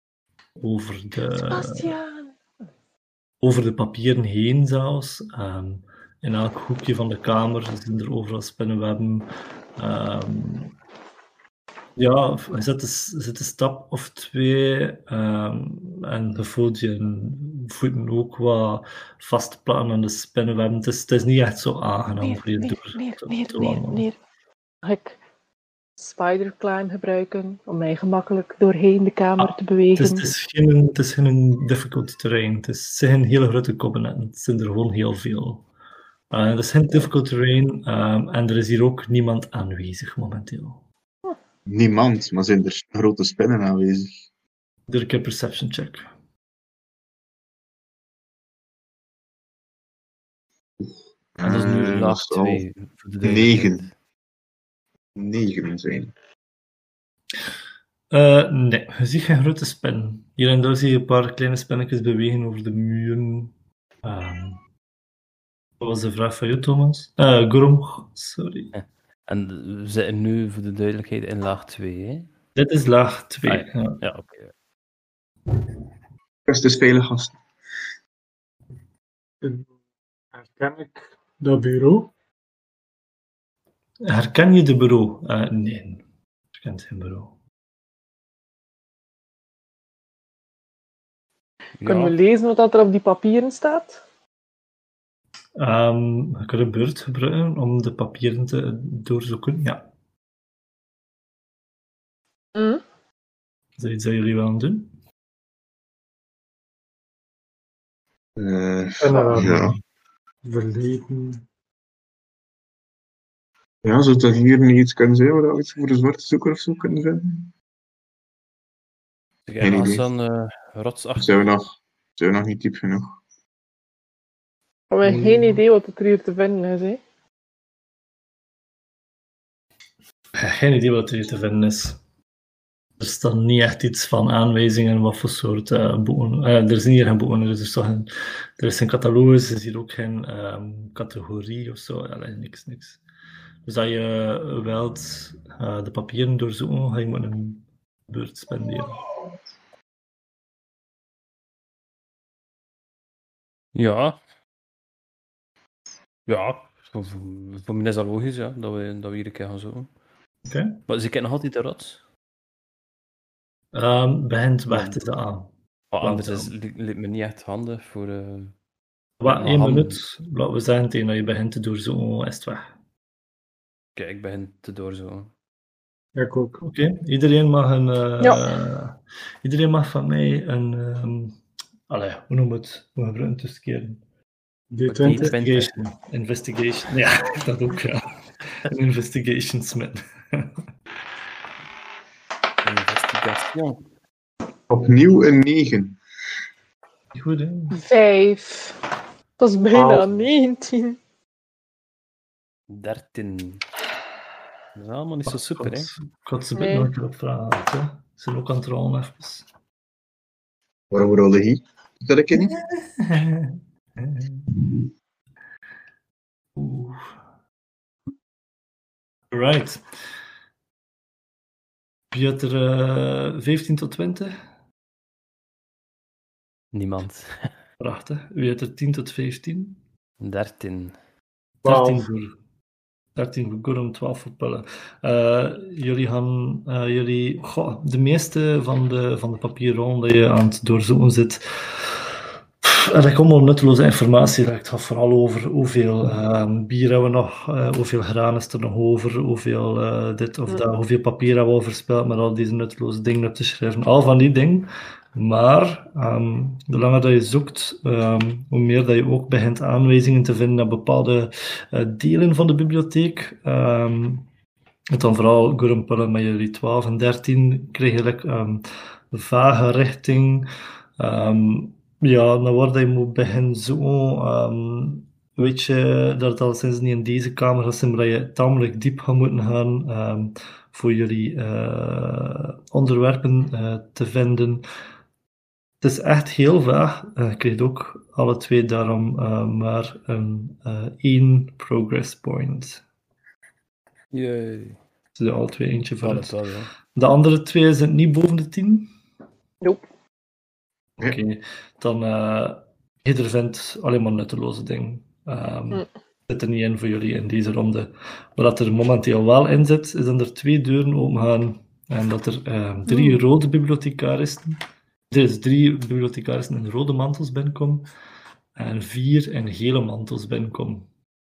Sebastiaan! Over de papieren heen zelfs. In elk hoekje van de kamer zijn er overal spinnenwebben. Ja, je zet een stap of twee en je voelt je voeten ook wat vastplakken aan de spinnenwebben. Het is niet echt zo aangenaam voor je door te wandelen. Neer. Mag ik Spider-Climb gebruiken om mij gemakkelijk doorheen de kamer te bewegen? Het is geen difficult terrein. Het zijn geen hele grote kabinetten. Het zijn er gewoon heel veel. Het is geen difficult terrein en er is hier ook niemand aanwezig momenteel. Niemand, maar zijn er grote spinnen aanwezig? Doe ik een perception check. En dat is nu laag dat zal 2. Voor de duidelijkheid. 9 zijn. Nee, je ziet geen grote spin. Hier en daar zie je een paar kleine spinnetjes bewegen over de muren. Wat was de vraag van jou, Thomas? Grom, sorry. En we zitten nu, voor de duidelijkheid, in laag 2, hè? Dit is laag 2. Ah, ja. Ja, oké. Rust is veilig, gasten. Herken ik dat bureau? Herken je de bureau? Nee, je herkent geen bureau. Kunnen we lezen wat er op die papieren staat? Je kunt een beurt gebruiken om de papieren te doorzoeken. Ja. Is dat iets dat jullie willen doen? Ja. Verleden. Ja, zou dat hier niet iets kunnen zijn waar we iets voor de zwarte zoeker of zo kunnen vinden? Jij was dan rotsachtig. Zijn we nog niet diep genoeg? We hebben geen idee wat er hier te vinden is, hè? Geen idee wat er hier te vinden is. Er staat niet echt iets van aanwijzingen wat voor soort boeken. Er zijn hier geen boeken, er is geen catalogus, er is hier ook geen categorie of zo. Niks. Dus als je wilt de papieren doorzoeken, ga je met een beurt spenderen. Ja. Ja, voor mij is dat logisch, ja, dat we hier een keer gaan zoeken. Oké. Maar ze kennen nog altijd de rots. Begint weg te staan. Anders lijkt me niet echt handig voor... Wat, 1 handen. minuut, laten we zeggen, tegen dat je begint te doorzoeken, is het weg. Kijk, ik begin te doorzoeken. Ik ook. Oké, iedereen mag Ja. iedereen mag van mij een... hoe noem je het? We gebruiken het keren. D20. Investigation. Ja, dat ook, ja. Een investigation smith. Investigation. Opnieuw een 9. Goed, hè? 5. Dat is bijna 12. 19. 13. Dat is allemaal niet zo super, hè? Ik had ze Nee. nog een keer op vragen. Hè? Ze zijn ook aan het rollen even. Waarom rollen hier? Dat ik niet? Oeh. Right. Wie had er 15 tot 20? Niemand. Prachtig. Wie had er 10 tot 15? 13. 13 voor. 13 voor Gordon, 12 voor Pelle. Jullie gaan... de meeste van de papierrollen dat je aan het doorzoeken zit... Er is allemaal nutteloze informatie. Het gaat vooral over hoeveel bier hebben we nog, hoeveel graan is er nog over, hoeveel dit of dat, hoeveel papier hebben we al verspild met al deze nutteloze dingen op te schrijven. Al van die dingen. Maar hoe langer dat je zoekt, hoe meer dat je ook begint aanwijzingen te vinden aan bepaalde delen van de bibliotheek. Het dan vooral Gurrenpullen met jullie 12 en 13 kreeg je vage richting. Ja, dan wordt je moet beginnen zoeken. Weet je dat het al sinds niet in deze kamer is, maar dat je tamelijk diep gaat moeten gaan voor jullie onderwerpen te vinden. Het is echt heel vaag. Je krijgt ook alle twee daarom maar een 1 progress point. Jee. Dus alle twee eentje voor Ja, het. dat wel, ja. De andere twee zijn niet boven de 10? Nope. Oké, dan ieder vindt alleen maar nutteloze dingen. Zit er niet in voor jullie in deze ronde. Wat er momenteel wel in zit, is dat er 2 deuren opengaan en dat er 3 rode bibliothecarissen, dus 3 bibliothecarissen in rode mantels binnenkomen en 4 in gele mantels binnenkomen.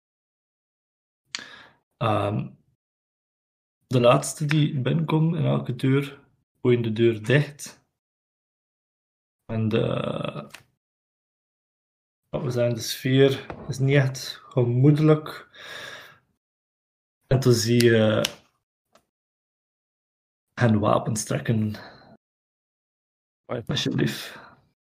De laatste die binnenkomt in elke deur, gooien de deur dicht. En we zijn de sfeer is niet echt gemoedelijk. En toen zie je hen wapens trekken. Alsjeblieft.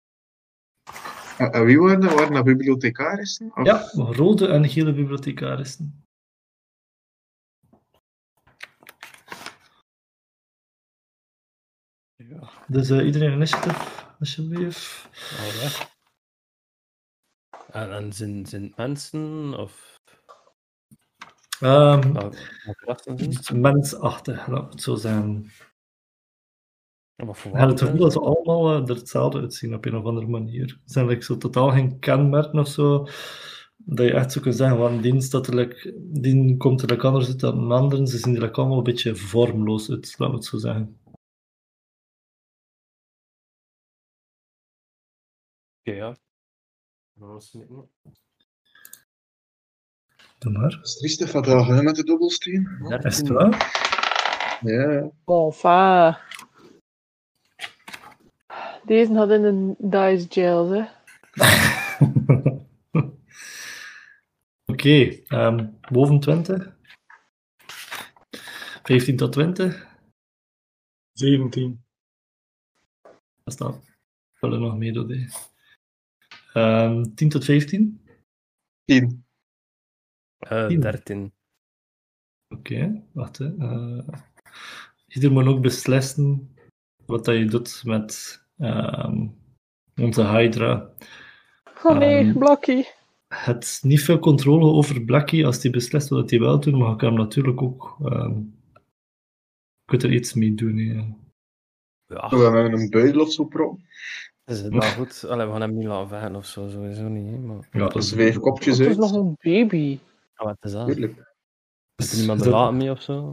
En wie waren dat? Waren dat bibliothecarissen? Of? Ja, rode en gele bibliothecarissen. Ja. Dus iedereen initiative, alsjeblieft. Alright. En zijn het mensen of wat klassen zijn? Mensachtig, laat het zo zijn. En wat voor Ik heb het wapens? gevoel dat ze allemaal er hetzelfde uitzien op een of andere manier. Er zijn like, zo totaal geen kenmerken of zo. Dat je echt zo kunt zeggen, van die komt er anders uit dan een ander. Ze zien er allemaal een beetje vormloos uit, laat me het zo zeggen. Oké, ja. Dat was niet meer. Doe maar. Dat is triestig vandaag, hè, met de dobbelsteen. Is het waar? Ja. Enfin. Deze had in een dice jail, hè. Oké, boven 20? 15 tot 20? 17. Dat staat. Ik wil er nog mee doen. 10 tot 15? 10. 13. Oké, wacht. Hè. Ieder moet ook beslissen wat dat je doet met onze Hydra. Oh nee, Blackie. Het is niet veel controle over Blackie als hij beslist wat hij wil doen, maar je kan hem natuurlijk ook kunt er iets mee doen. Ja. Ja, We hebben een buidel of zo pro. is het nou goed? Allee, we gaan hem niet laten vechten of zo, sowieso niet. Hè, maar... Ja, Dat is 5 kopjes Het is uit. nog een baby. Ah, wat is dat? Tuurlijk. Is er niemand Is dat- belaten mee of zo?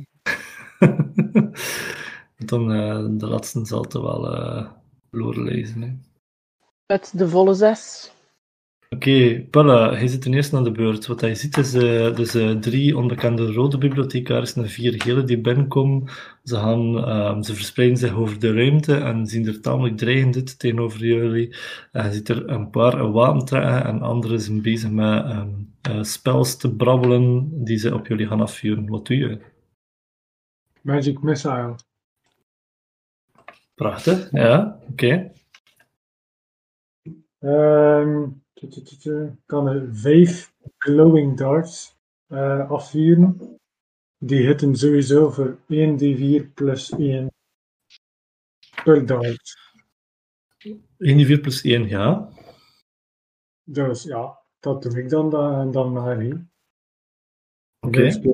Dan de laatste zal het wel verloren lezen. Hè. Met de volle 6. Oké, Pella, hij zit ten eerste aan de beurt. Wat hij ziet is dus 3 onbekende rode bibliothecarissen en 4 gele die binnenkomen. Ze verspreiden zich over de ruimte en zien er tamelijk dreigend uit tegenover jullie. Je ziet er een paar een wapen trekken en anderen zijn bezig met spels te brabbelen die ze op jullie gaan afvuren. Wat doe je? Magic Missile. Prachtig, ja, oké. Kan er 5 glowing darts afvuren. Die hitten sowieso voor 1d4 plus 1 per dart. 1d4 plus 1, ja. Dus ja, dat doe ik dan maar. Hè. Oké.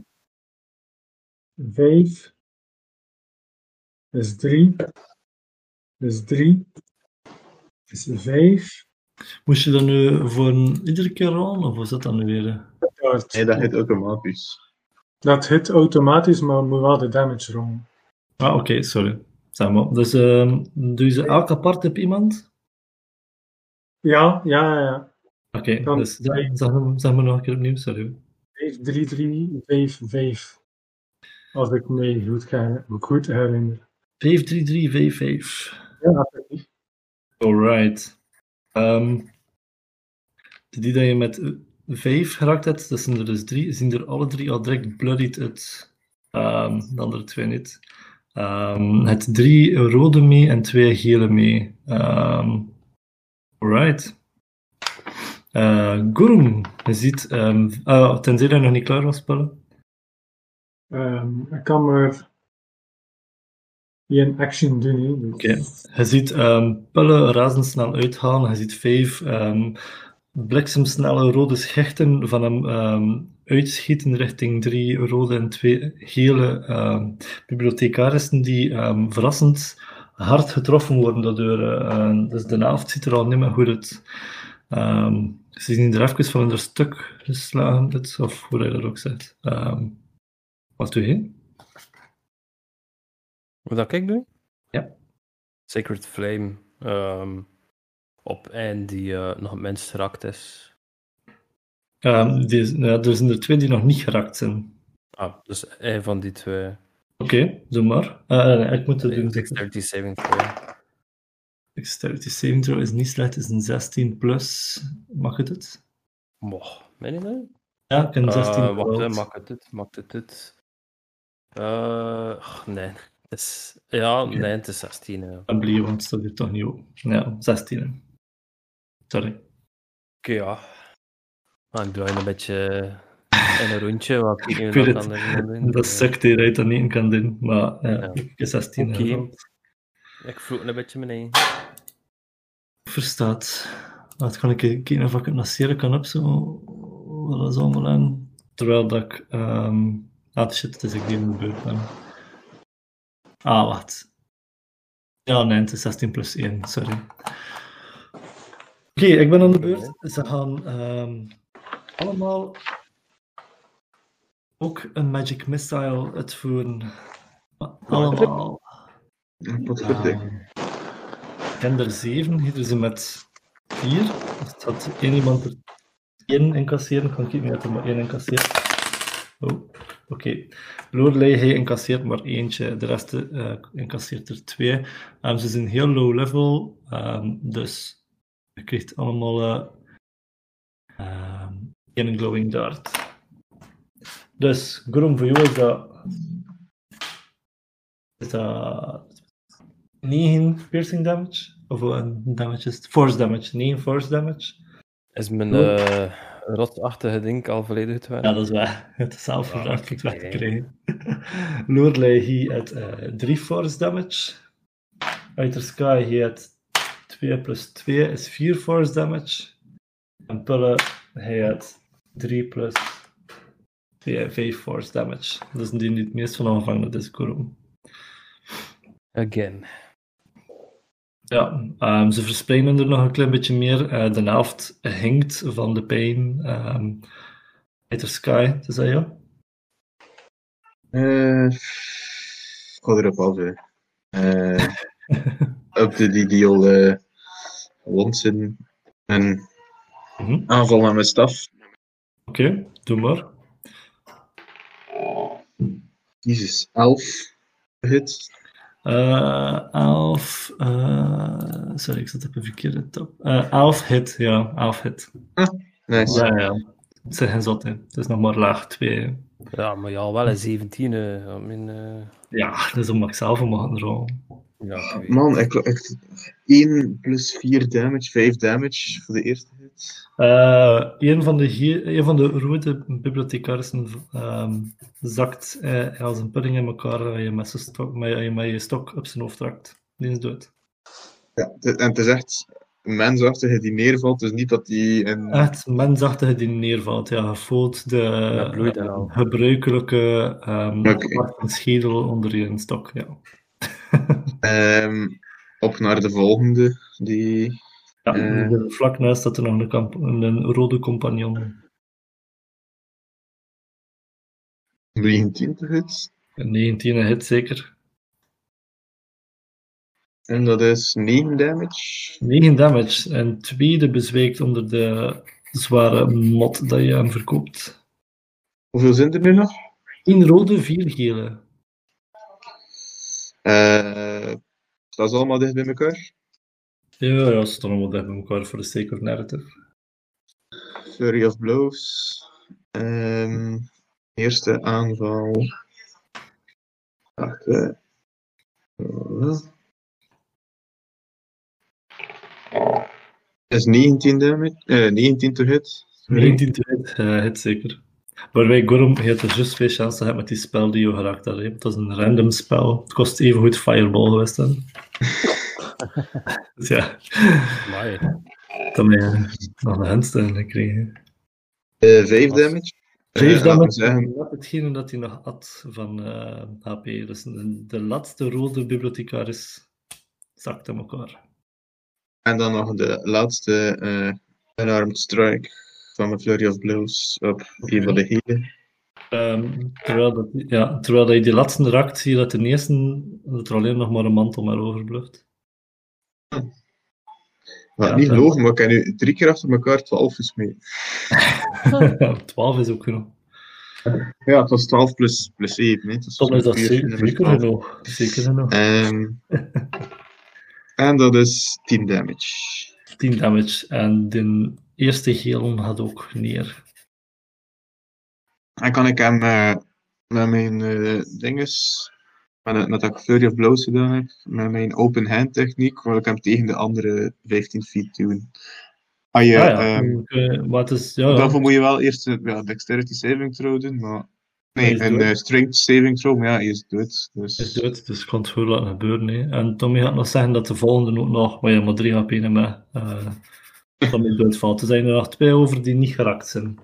5 is 3. Is 3. Is 5. Moest je dan nu voor iedere keer rollen, of was dat dan nu weer? Dart. Nee, dat heet automatisch. Dat hit automatisch, maar moet wel de damage rollen. Ah, oké, sorry. Zeg maar. Dus doe je ze elk apart op iemand? Ja. Oké, Dan- dus zeg maar nog een keer opnieuw, sorry. 5, 3, 3, 5, 5. Als ik me goed herinner. 5, 3, 3, 5, 5. Ja, effectief. Alright. Die dat je met 5 geraakt hebt, dat zijn er dus 3, zien er alle 3 al direct bloodied uit. De andere 2 niet. Het 3 rode mee en 2 gele mee. Alright. Gurum, je ziet... tenzij je nog niet klaar was, Pelle. Ik kan maar één action doen. Hè, dus. Oké. Je ziet Pelle razendsnel uithalen. Je ziet 5 bliksemsnelle rode schechten van hem uitschieten richting 3 rode en 2 gele bibliothecarissen die verrassend hard getroffen worden daardoor. Dus de helft ziet er al niet meer goed uit. Ze zien er even van hun stuk geslagen, of hoe hij dat ook zegt. Wat doe je? Wat dat ik doe? Ja. Sacred Flame. Op een die nog het minst geraakt is. Er zijn er 2 die nog niet geraakt zijn. Dus een van die 2. Oké, doe maar. Ik moet het doen. Dexterity saving throw. Dexterity saving throw is niet slecht, is een 16 plus. Mag het? Meen je dat? Ja, ik heb 16 wacht, mag het dit? Nee. Nee, het is 16. Ja. Dan blijf je, want het staat hier toch niet op. Ja, 16. Hè. Sorry. Oké, ja. Ik draai een beetje in een rondje. Wat ik Ik weet het. Dat sukt hier uit dat niet in kan doen. Maar ja, ik heb 16. Oké. Ik vloek een beetje beneden. Verstaat. Laat kan ik kijken of ik het naseren kan op zo. Wat is allemaal aan. Terwijl dat ik... shit, het is ik die in de beurt ben. Wacht. Ja, nee, het is 16 plus 1, sorry. Oké, ik ben aan de beurt. Ze gaan allemaal ook een Magic Missile uitvoeren. Allemaal. Wat verdikken. Ik ken er 7, hier is ze met 4. Dus het had één iemand er 1 incasseren. Ik kan kijken dat er maar 1 incasseert. Oké. Lorelei, hij incasseert maar eentje, de rest incasseert er 2. Ze zijn heel low level, dus je krijgt allemaal een glowing dart. Dus, Grom, voor jou is dat 9 piercing damage? Of een damage is het? Force damage, 9 force damage. Is mijn rotachtige ding al volledig uitwerkt? Ja, dat is waar. Het is zelf gevraagd om het weg te krijgen. Lorelei, hij had 3 force damage. Outer Sky, hij had 2 plus 2 is 4 force damage. En Pulle, hij had 3 plus 2, 5 force damage. Dat is die niet het meest van aanvangen, dat is Kurum. Again. Ja, ze verspreiden er nog een klein beetje meer. De helft hinkt van de pijn. Outer Sky, is dat jou? Ik ga erop af. Op die al gewond zijn en aanvallen aan mijn staf. Oké, doe maar. Jezus, 11 hit. 11. Sorry, ik zat op een verkeerde tab. 11 hit, ja, 11 hit. Nice. Ja. Het zijn geen zot, hè. Het is nog maar laag 2. Ja, maar ja, wel een 17. Ja, dat is om ik zelf mag rollen. Ja, Man, ik 1 plus 4 damage, 5 damage voor de eerste hit. Een van de rode bibliothecarissen zakt als een pudding in elkaar je met je stok op zijn hoofd trakt. Die is dood. Ja, en het is echt mensachtige die neervalt, dus niet dat die een... Echt mensachtige die neervalt, ja. Je voelt de gebruikelijke schedel onder je stok, ja. Op naar de volgende, die... Ja, vlak naast staat er nog een rode compagnon. 19 hit. 19 hit, zeker. En dat is 9 damage. 9 damage. En tweede bezweekt onder de zware mot dat je hem verkoopt. Hoeveel zijn er nu nog? 1 rode, 4 gele. Staan ze allemaal dicht bij elkaar? Ja, ze staan allemaal dicht bij elkaar voor de sake of narrative. Flurry of Blows. Eerste aanval. Wacht. Dat is 19 damage. 19 to hit. 19 to hit, hit zeker. Waarbij Gorum heeft er juist veel chance gehad met die spel die je geraakt had. Hè. Het was een random spel. Het kost even goed Fireball geweest zijn. Dus ja, Amai. dan ben je nog een handstand gekregen. 5 damage. 5 laten we damage, zeggen, net hetgene dat hij nog had van HP. Dus de laatste rode bibliothecaris zakt in elkaar. en dan nog de laatste unarmed strike van mijn Flurry of Blows op een van de healen. Terwijl dat je die laatste raakt, zie je dat de eerste dat er alleen nog maar een mantel maar overblijft. Wat Ja, niet dat- geloven, maar ik heb nu 3 keer achter elkaar 12 gesmeten. 12 is ook genoeg. Ja, het was 12 plus 7. Hè. Dus Dan is dat vier, zeker, nummer zeker 12. genoeg. Zeker genoeg. En dat is 10 damage. 10 damage. En de eerste geel had ook neer. En kan ik hem met mijn dinges, met dat ik Flurry of Blows gedaan heb, met mijn open hand techniek, wil ik hem tegen de andere 15 feet doen. Maar Maar het is, ja, daarvoor moet je wel eerst een dexterity saving throw doen, maar... Hij Nee, is een dood. strength saving throw, maar ja, hij is dood. Dus... Hij is dood, dus ik kan het gewoon laten gebeuren. Hè. En Tommy gaat nog zeggen dat de volgende ook nog, maar ja, maar 3 HP en met Tommy doodvalt. Er zijn er nog 2 over die niet geraakt zijn.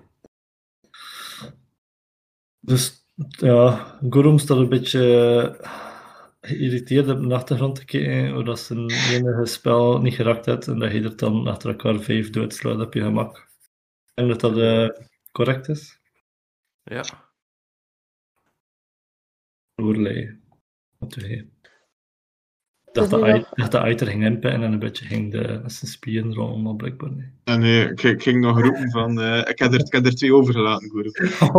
Dus ja, Gorum staat een beetje geïrriteerd op de achtergrond te kijken, hoe dat zijn enige spel niet geraakt heeft en dat je er dan achter elkaar 5 doodslaat op je gemak. Ik denk dat dat correct is. Ja. Oorlei. Wat doe je? Ik Dus dacht nu nog- dat Aiter ging inpikken en een beetje ging met zijn spieren rollen, maar blijkbaar niet. En ik ging nog roepen van, ik heb er 2 overgelaten, Guru.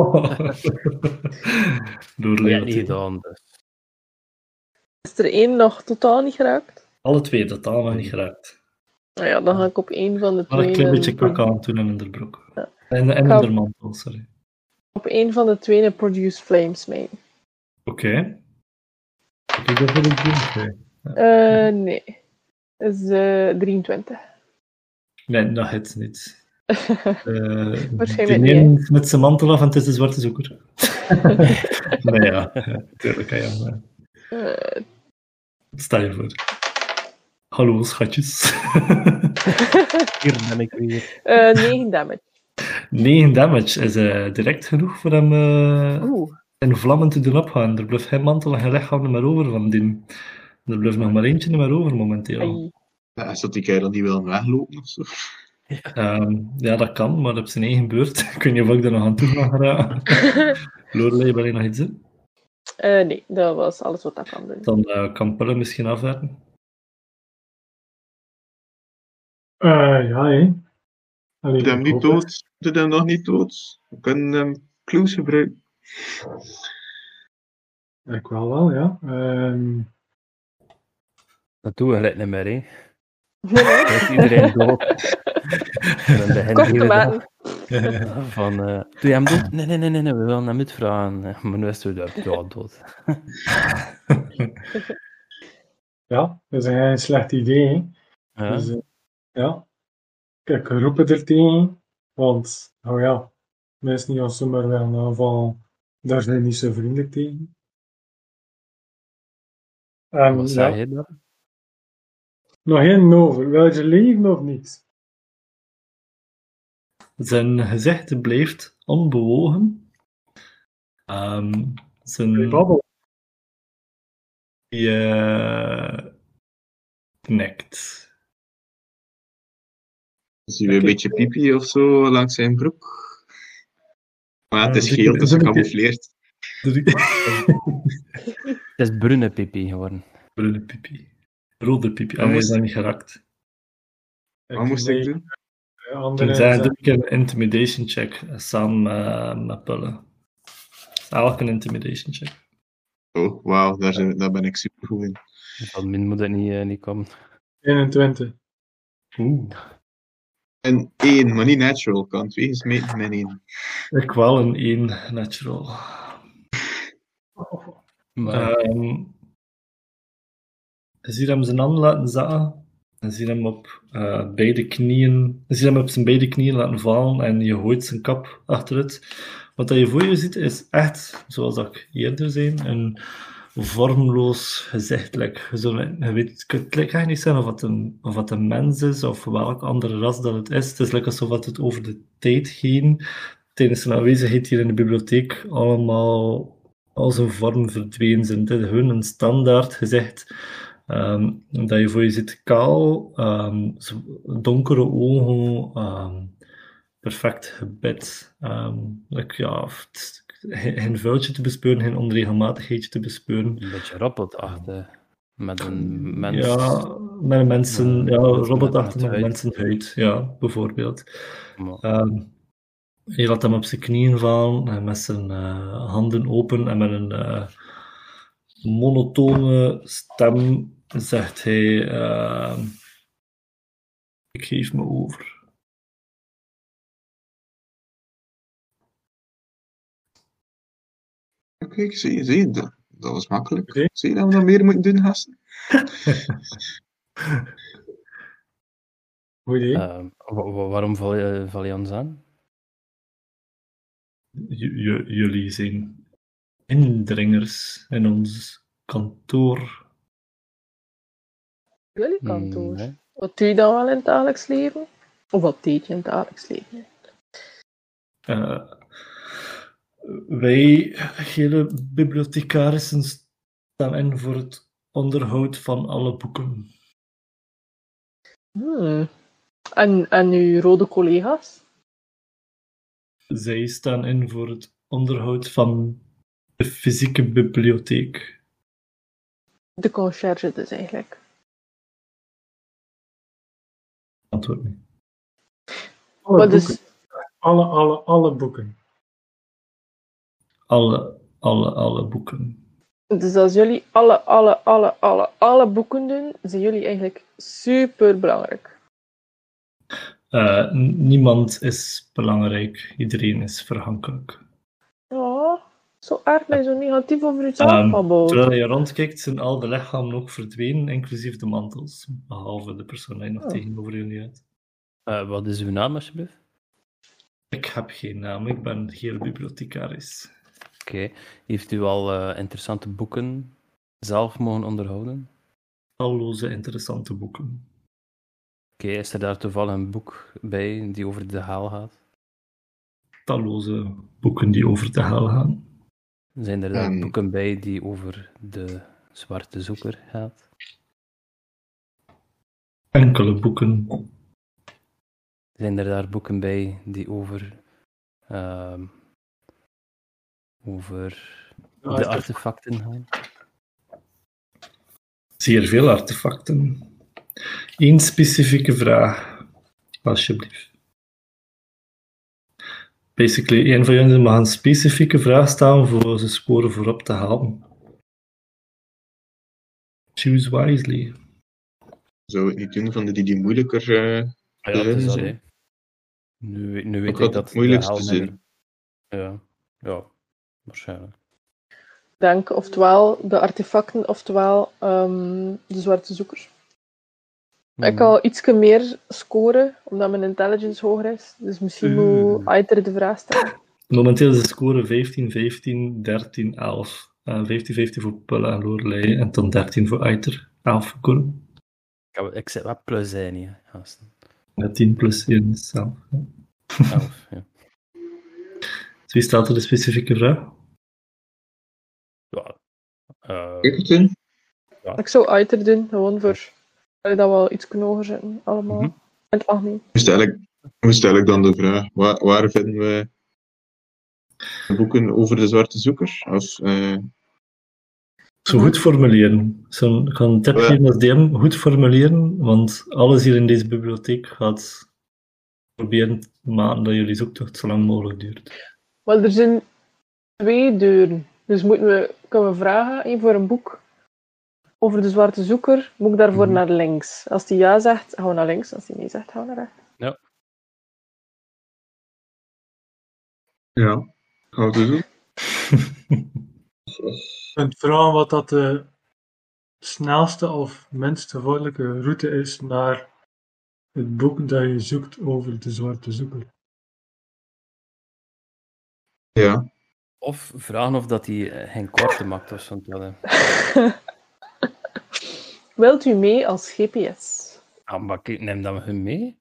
Oorlei. Ja, niet gedaan. Dus. Is er één nog totaal niet geraakt? Alle 2 totaal nog niet geraakt. Nou ja, dan ga ik op één van de Maar twee... een klein beetje een- kak aan toen in de broek. Ja. En in Kan- de mantel, sorry. Op één van de twee een Produce Flames mee. Oké. Oké, dat wil ik doen. Oké. Nee. Dat is 23. Nee, dat hit niet. Waarschijnlijk die niet, neemt met zijn mantel af en het is de zwarte zoeker. Nee, ja, natuurlijk. Ja. Eh, Stel je voor. Hallo, schatjes. Hier ben ik weer. 9 damage. 9 damage is direct genoeg voor hem Oeh. in vlammen te doen opgaan. Er blijft geen mantel en geen lichaam er maar over van die. Er blijft nog maar eentje er maar over momenteel. Ai. Ja, is dat die kerel niet willen weglopen of zo? Ja, dat kan, maar op zijn eigen beurt. Ik weet niet of ik er nog aan toe ga geraken. Lorelei, wil je nog iets doen? Nee, dat was alles wat ik kan doen. Dan kan Pelle misschien afwerken. Ja, hé. Allee, Doe hem ik niet hoop het. dood. Doe hem nog niet dood. We kunnen hem clues gebruiken. Ik wel, ja. Dat doen we gelijk niet meer, hè. Nee, nee. Dan is iedereen dood. En dan begint de Korte hele maten. dag van... doe je hem dood? Nee, we willen hem uitvragen. Maar nu is hij dood. Ja, dat is een slecht idee, hè. Ja. Dus, ja. Kijk, roepen er tegen. Want, oh ja, mensen die ons zomaar willen aanvallen, daar zijn niet zo vriendelijk tegen. En, Wat ja, zei je dan? nog één over. Wil je leven of niet? Zijn gezicht blijft onbewogen. Zijn Babbel. knikt. Zie je een beetje pipi of zo langs zijn broek? Maar het is Ja, geel, dus doe- gecamoufleerd. Het is bruine pipi geworden. Bruine pipi. Rode pipi. Dan Hij is moest- dan niet geraakt. Wat moest ik doen? Andere Doe ik een intimidation check samen met Pelle. Elk een intimidation check. Oh, wauw, daar ben ik super goed in. Van min moet het niet komen. 21. Oeh. En 1, maar niet natural. Kan 2 gesmeten met 1. Ik wel een 1 natural. Maar Je ziet hem zijn handen laten zagen. En zie hem op beide knieën. Zie hem op zijn beide knieën laten vallen en je gooit zijn kap achter het. Wat dat je voor je ziet is echt, zoals dat ik eerder zei, een vormloos gezicht. Je weet, je kunt echt niet zeggen of het een mens is of welk andere ras dat het is. Het is alsof het over de tijd heen, tijdens zijn aanwezigheid hier in de bibliotheek, allemaal als een vorm verdwenen zijn. Het is gewoon een standaard gezicht. Dat je voor je ziet kaal, donkere ogen, perfect gebit. Geen vuiltje te bespeuren, geen onregelmatigheidje te bespeuren. Een beetje robotachtig. Met een mens. Ja, met mensen, robotachtig met huid. mensenhuid, ja, bijvoorbeeld. Maar, Je laat hem op zijn knieën vallen, met zijn handen open en met een monotone stem zegt hij: ik geef me over. Oké, ik zie, dat was makkelijk. Oké. Zie je dat we dat meer moeten doen, gasten? Goed idee. waarom val je ons aan? Jullie zijn indringers in ons kantoor. Jullie kantoor. Nee. Wat doe je dan wel in het dagelijks leven? Of wat deed je in het dagelijks leven? Wij, gele bibliothecarissen, staan in voor het onderhoud van alle boeken. En uw rode collega's? Zij staan in voor het onderhoud van de fysieke bibliotheek. De conciërge dus eigenlijk. Antwoord niet. Alle Wat boeken. is... Alle boeken. Alle boeken. Dus als jullie alle boeken doen, zijn jullie eigenlijk super belangrijk. Niemand is belangrijk, iedereen is vergankelijk. Oh, zo erg dat je zo negatief over jezelf babbelt. Terwijl je rondkijkt, zijn al de lichamen ook verdwenen, inclusief de mantels. Behalve de persoon die nog tegenover jullie uit. Wat is uw naam, alsjeblieft? Ik heb geen naam, ik ben gele bibliothecaris. Oké. Heeft u al interessante boeken zelf mogen onderhouden? Talloze interessante boeken. Oké, is er daar toevallig een boek bij die over de haal gaat? Talloze boeken die over de hel gaan. Zijn er daar boeken bij die over de zwarte zoeker gaat? Enkele boeken. Zijn er daar boeken bij die over de artefacten gaan? Zeer veel artefacten. Eén specifieke vraag, alsjeblieft. Basically, een van jullie mag een specifieke vraag stellen voor zijn score voorop te halen. Choose wisely. Zou het niet doen van die moeilijker Ja, dat is dat, zijn? hè. Nu weet Wat ik dat het moeilijkste de zijn. Ja, waarschijnlijk. Ik denk oftewel de artefacten, oftewel de zwarte zoekers. Ik kan al iets meer scoren, omdat mijn intelligence hoger is. Dus misschien moet Aiter de vraag stellen. Momenteel is de score 15, 15, 13, 11. 15, 15 voor Pulla en Lorelei en dan 13 voor Aiter. 11 voor Koen. Ik zet wat plus zijn hier, gasten. Ja, 10 plus 1 is 11. 11, ja. Dus wie stelt er de specifieke vraag? Ik het doen? Ik zou Aiter doen, gewoon voor dat we wel iets kunnen hoger zetten, allemaal. Mhm. En het mag niet. Hoe stel ik dan de vraag? Waar vinden we boeken over de zwarte zoeker? Of, Zo goed formuleren. Ik ga een tip geven als DM. Goed formuleren, want alles hier in deze bibliotheek gaat proberen te maken dat jullie zoektocht zo lang mogelijk duurt. Maar er zijn 2 deuren. Dus kunnen we vragen, één voor een boek over de zwarte zoeker, moet ik daarvoor naar links. Als die ja zegt, gaan we naar links. Als die nee zegt, gaan we naar rechts. Ja. ja, gaan we het doen? Je kunt vragen wat dat de snelste of minst gevaarlijke route is naar het boek dat je zoekt over de zwarte zoeker. Ja. Of vragen of dat hij geen korte maakt of zo. Wilt u mee als GPS? Ah, maar ik neem dan hun mee.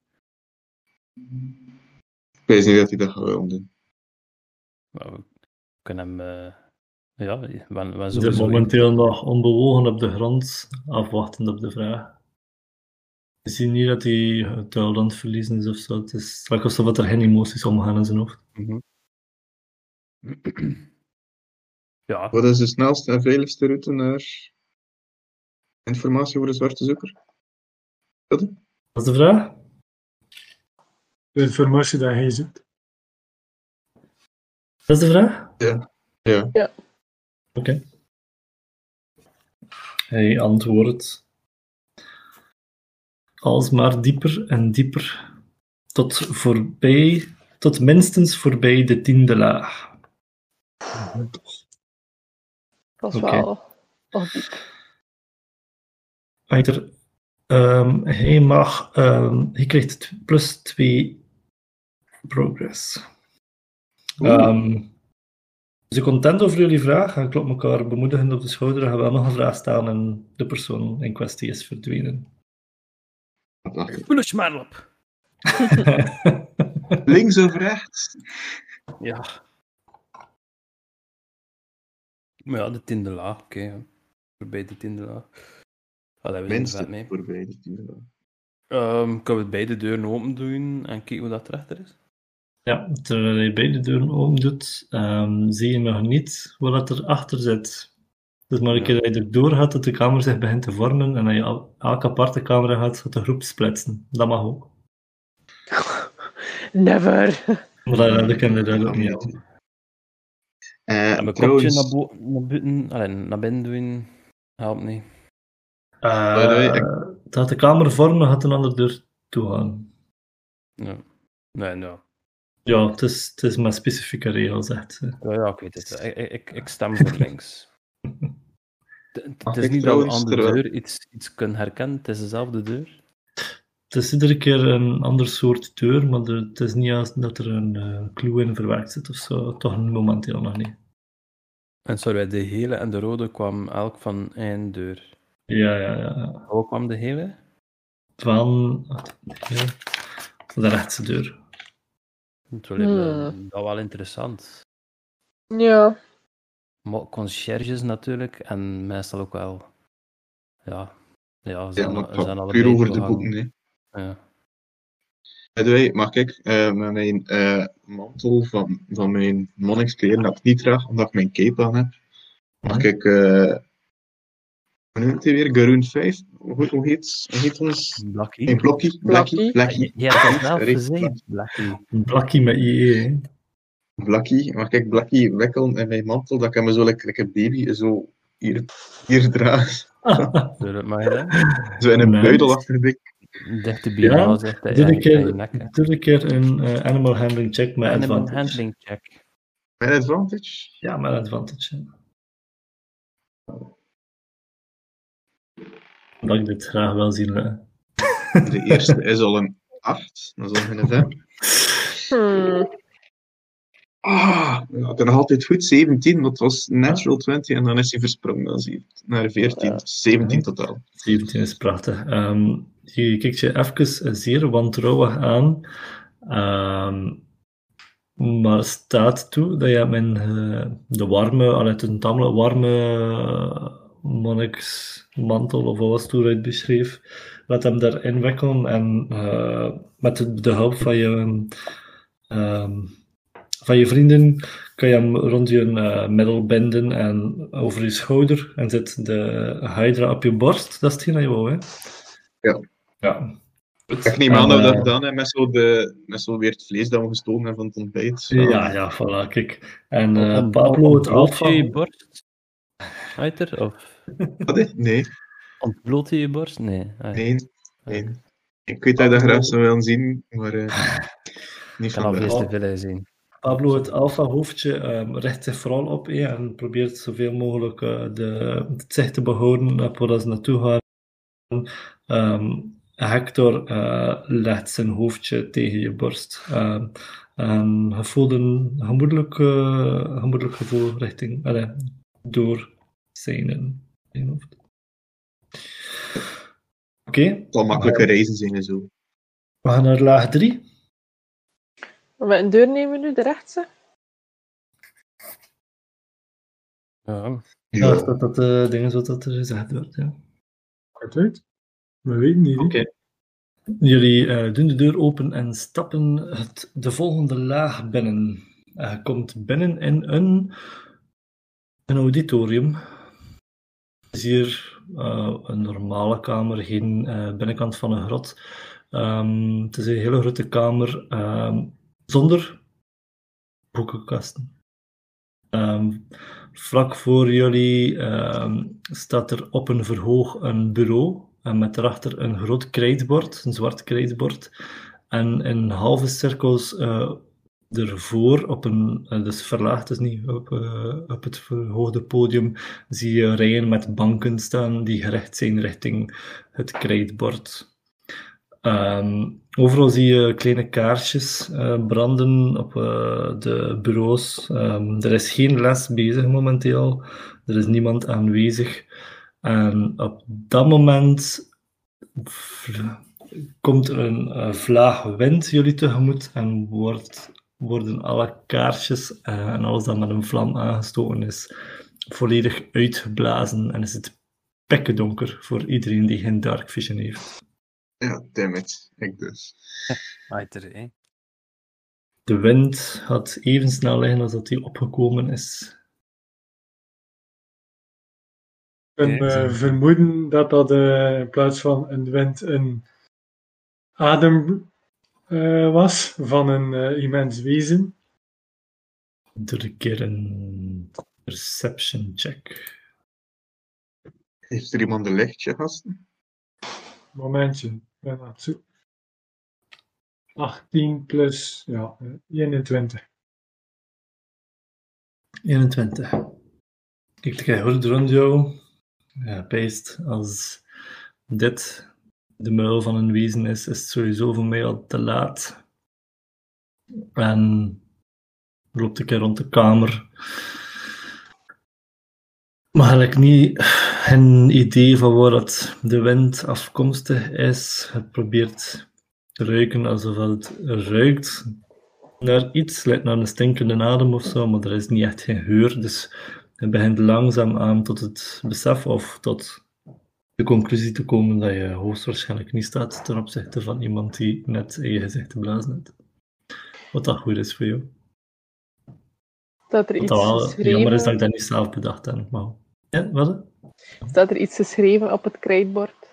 Ik weet niet dat hij dat gaat willen doen. Maar we kunnen hem... ja, we Zit sowieso... momenteel nog onbewogen op de grond, afwachtend op de vraag. Je ziet niet dat hij het aan het verliezen is of zo. Het is straks alsof er geen emoties omgaan in zijn hoofd. Mhm. Ja, Wat is de snelste en veiligste route naar informatie over de zwarte zoeker? Wat is de vraag? De informatie dat hij zoekt. Dat is de vraag? Ja. Oké. Hij antwoordt alsmaar dieper en dieper tot minstens voorbij de 10e laag. Dat is Oké. wel diep. Echter, hij krijgt plus 2 progress. Is u content over jullie vraag? Ik klop elkaar bemoedigend op de schouder en gaan wel nog een vraag stellen en de persoon in kwestie is verdwenen. Push maar op. Links of rechts? Ja. Maar ja, de 10e laag, oké. Ja. Voorbij de 10e laag. Allee, we zijn er vet Minstens mee. voorbij de 10e laag. Kunnen we beide deuren open doen en kijken hoe dat erachter is? Ja, terwijl je beide deuren open doet, zie je nog niet wat er achter zit. Dus maar een keer dat je erdoor gaat, dat de kamer zich begint te vormen en dat je elke aparte kamer gaat, gaat de groep splitsen. Dat mag ook. Never. Maar dat kan je duidelijk niet aan. En mijn kopje naar binnen doen, helpt niet. Dat de kamer vormen, gaat een andere deur toe gaan. Ja. Nee, nou. Ja, het is maar specifieke regels, zegt ze. Ja, ik weet het. Ik stem voor links. Het is ik niet dat we trouwens aan de terwijl- deur iets kunnen herkennen, het is dezelfde deur. Het is iedere keer een ander soort deur, maar het is niet als dat er een clue in verwerkt zit of zo. Toch momenteel nog niet. En sorry, de gele en de rode kwamen elk van één deur. Ja. Hoe kwam de gele? Van de rechtse deur. Dat is wel interessant. Ja. Maar conciërges natuurlijk, en meestal ook wel. Ja, ze Ja, zijn, maar het zijn gaat allebei puur over de behangen. boeken. Hè. Ja. By the way, mag ik met mijn mantel van mijn monnikskleren dat ik niet draag, omdat ik mijn cape aan heb, mag ik, hoe noemt hij weer? Garoon 5? Hoe heet ons? Blackie. Mijn Blackie. Je hebt het zelf Sorry. gezegd, Blackie. Een plakje met IE, hè. Blackie. Mag ik Blackie wikkelen in mijn mantel, dat ik hem zo lekker een baby zo hier draag. Doe mag je dat? Zo in een Nice. buidelachtig ding. Dichte Ja, bureau zegt hij doe aan een keer, je nek. hè. doe een, keer een animal handling check met En een advantage. handling check. Met advantage. Ja, met advantage. Ja. Dat ik dit graag wil zien. De eerste is al een 8, dat is al geen 5. Ja, dan nog altijd goed, 17, dat was natural 20 en dan is hij versprongen, dan zie je het, naar 14, 17 totaal. 17 is prachtig. Je kijkt je even zeer wantrouwig aan, maar staat toe dat je met de warme, het een tamelijk warme monniksmantel of wat was het hoe hij het beschreef, laat hem daarin wikkelen en met de hulp van je vrienden kan je hem rond je middel binden en over je schouder en zit de Hydra op je borst. Dat is hetgeen dat je wou, hè? Ja. Ik neem aan dat we dat gedaan hebben met zo weer het vlees dat we gestolen hebben van het ontbijt. Ja, voilà, kijk. En Pablo, het Ontbloot alfa... je je borst? Uiter? Of Wat, hè? Nee, ontbloot je je borst? Nee. nee. Ik weet dat je dat graag zou willen zien, maar niet Ik kan van alvast wel. te veel zien. Pablo, het alfa-hoofdje, richt zich vooral op en probeert zoveel mogelijk het zicht te behouden op waar ze naartoe gaan. Hector legt zijn hoofdje tegen je borst. En je voelt een gemoedelijk gevoel door zijn hoofd. Oké. Het zal makkelijke reizen zijn en zo. We gaan naar laag 3. Welke deur nemen we nu? De rechtse? Ja. Ja, dat de dingen zoals dat er gezegd wordt. Ja. Kort uit. We weten niet. Oké. Jullie doen de deur open en stappen de volgende laag binnen. Je komt binnen in een auditorium. Het is hier een normale kamer, geen binnenkant van een grot. Het is een hele grote kamer zonder boekenkasten. Vlak voor jullie staat er op een verhoog een bureau en met daarachter een groot krijtbord, een zwart krijtbord. En in halve cirkels ervoor, dus verlaagd, dus niet op het verhoogde podium, zie je rijen met banken staan die gericht zijn richting het krijtbord. Overal zie je kleine kaarsjes branden op de bureaus. Er is geen les bezig momenteel. Er is niemand aanwezig. En op dat moment komt er een vlaag wind jullie tegemoet en worden alle kaarsjes en alles dat met een vlam aangestoken is volledig uitgeblazen en is het pikkendonker voor iedereen die geen dark vision heeft. Ja, dammit. Ik dus. Aiter, hè. De wind gaat even snel liggen als dat die opgekomen is. En we vermoeden dat dat in plaats van een wind een adem was van een immens wezen. Doe een keer een perception check. Heeft er iemand een lichtje, gasten? Momentje. Ik ben aan het zoeken. 18 plus 21. 21. Ik kijk goed rond jou. Ja, pijst. Als dit de muil van een wezen is het sowieso voor mij al te laat. En loopt een keer rond de kamer. Maar ik niet een idee van waar dat de wind afkomstig is. Je probeert te ruiken alsof het ruikt naar iets, lijkt naar een stinkende adem of zo, maar er is niet echt geen geur. Dus je begint langzaam aan tot het besef of tot de conclusie te komen dat je hoogstwaarschijnlijk niet staat ten opzichte van iemand die net in je gezicht te blazen heeft. Wat dat goed is voor jou. Staat er Wat iets dat wel jammer is dat geschreven? ik dat niet zelf bedacht heb. Maar... Ja, wat? Staat er iets geschreven op het krijtbord?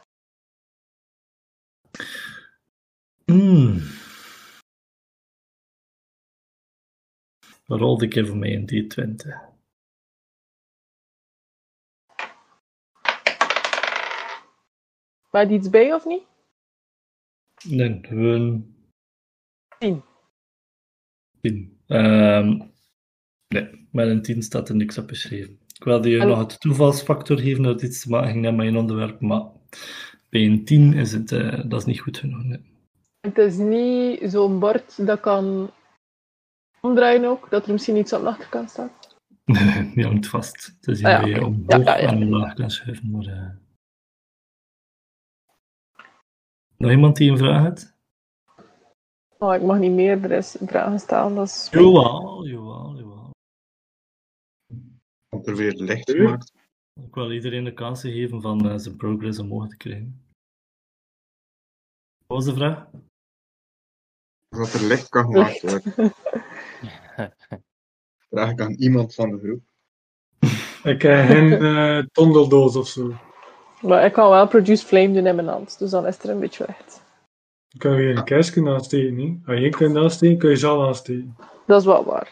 Rol een keer voor mij een D20. Maakt iets bij of niet? Nee, gewoon 10. 10. Nee, met een 10 staat er niks op beschreven. Ik wilde je En- nog het toevalsfactor geven dat het iets te maken heeft met een onderwerp, maar bij een 10 is het dat is niet goed genoeg. Nee. Het is niet zo'n bord dat kan omdraaien ook, dat er misschien iets op de achterkant staat. Die hangt vast. Het is Ah ja, hier je oké. omhoog Ja. en omlaag kan schuiven. Maar, Nog iemand die een vraag heeft? Oh, ik mag niet meer de rest vragen stellen, dat is... Jawel. Komt er weer licht gemaakt? Ik wil iedereen de kans geven van zijn progress omhoog te krijgen. Wat was de vraag? Dat er licht kan gemaakt worden. Vraag ik aan iemand van de groep. Ik heb geen tondeldoos of zo. Maar ik kan wel Produce Flame doen in mijn hand, dus dan is er een beetje licht. Ik kan weer een kerstje aansteken. Hè. Als je één kunt aansteken, kun je ze al aansteken. Dat is wel waar.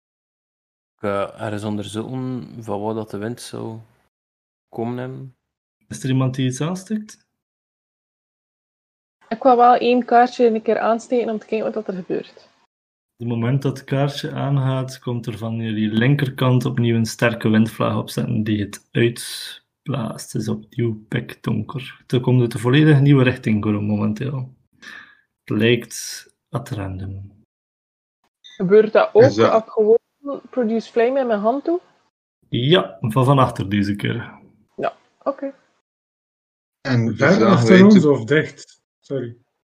Er is onderzoeken van waar dat de wind zou komen hebben. Is er iemand die iets aanstikt? Ik wil wel 1 kaartje een keer aansteken om te kijken wat er gebeurt. het moment dat het kaartje aangaat, komt er van jullie linkerkant opnieuw een sterke windvlaag opzetten die het uitblaast. Het is opnieuw pikdonker. Er komt uit een volledig nieuwe richting, Gorum, momenteel. Het lijkt at random. Gebeurt dat ook Is dat- als ik gewoon Produce Flame in mijn hand doe? Ja, van achter deze keer. Oké. En dus Ver zagen achter wij ons te- of dicht? Sorry.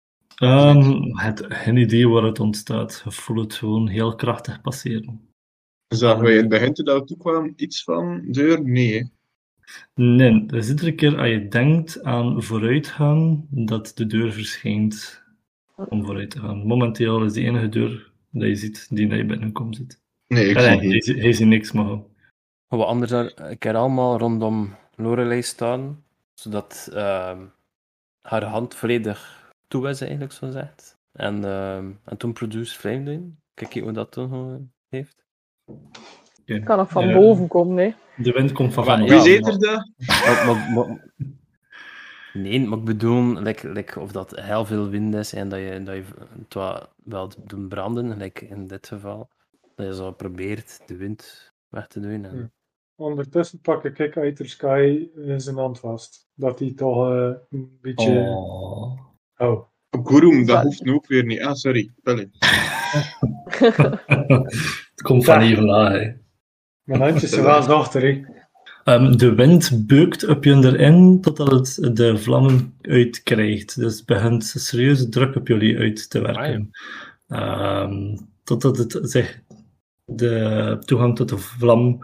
Geen idee waar het ontstaat. Je voelt het gewoon heel krachtig passeren. zagen wij in het begin toen we toekwamen iets van deur? Nee, hè. Nee, dus iedere keer als je denkt aan vooruitgaan, dat de deur verschijnt om vooruit te gaan. Momenteel is de enige deur dat je ziet die naar je binnenkomt zit. Nee, ik Nee, zie geen. hij ziet niks, maar Gaan we anders een keer allemaal rondom Lorelei staan, zodat haar hand volledig toe is, eigenlijk, zo zegt. En toen Produce Flame doen. Kijk hoe dat toen heeft. Ik kan nog van Ja. boven komen, hè. de wind komt van Maar van ja, Wie ons. zit er daar? Nee, maar ik bedoel, like, of dat heel veel wind is en dat je het wel doet branden, like in dit geval. Dat je zo probeert de wind weg te doen. En... Ja. Ondertussen pak ik uit de Sky zijn hand vast. Dat hij toch een beetje... Oh. Oh. Gurum, dat hoeft nu ook weer niet. Ah, sorry. Pelle. Het komt van even laag, hè. Mijn handjes zijn wel zachter, hè. De wind beukt op je erin totdat het de vlammen uitkrijgt. Dus het begint serieus druk op jullie uit te werken. Totdat het zich de toegang tot de vlam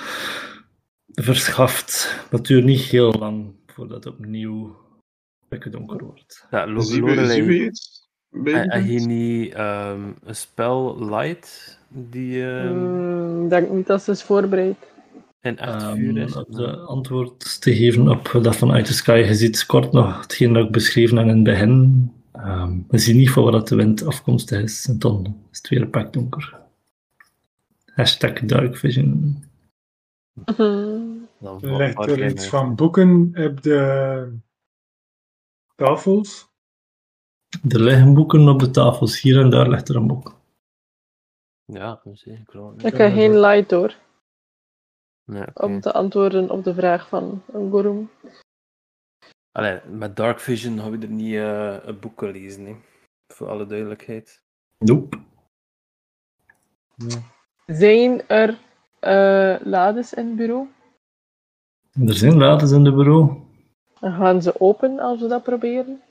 verschaft. Dat duurt niet heel lang voordat het opnieuw donker wordt. Ja, Zien we Lorelei, iets? Bij heb je de niet een spel Light die Ik denk niet dat ze is voorbereid. in echt vuur is? Om de antwoord te geven op dat vanuit de sky. Je ziet kort nog hetgeen dat ik beschreven heb in het begin. Je ziet niet van waar dat de wind afkomstig is. En dan is het weer pakdonker. Hashtag Dark Vision. Dan Ligt val er ik iets in, van boeken op de tafels? Er liggen boeken op de tafels. Hier en daar ligt er een boek. Ja, dat zie ik wel. Ik heb geen light door Nee, oké. om te antwoorden op de vraag van Gorum. Allee, met Dark Vision gaan we er niet een boek lezen, hè. Voor alle duidelijkheid. Nope. Zijn er lades in het bureau? Er zijn lades in de bureau. En gaan ze open als we dat proberen?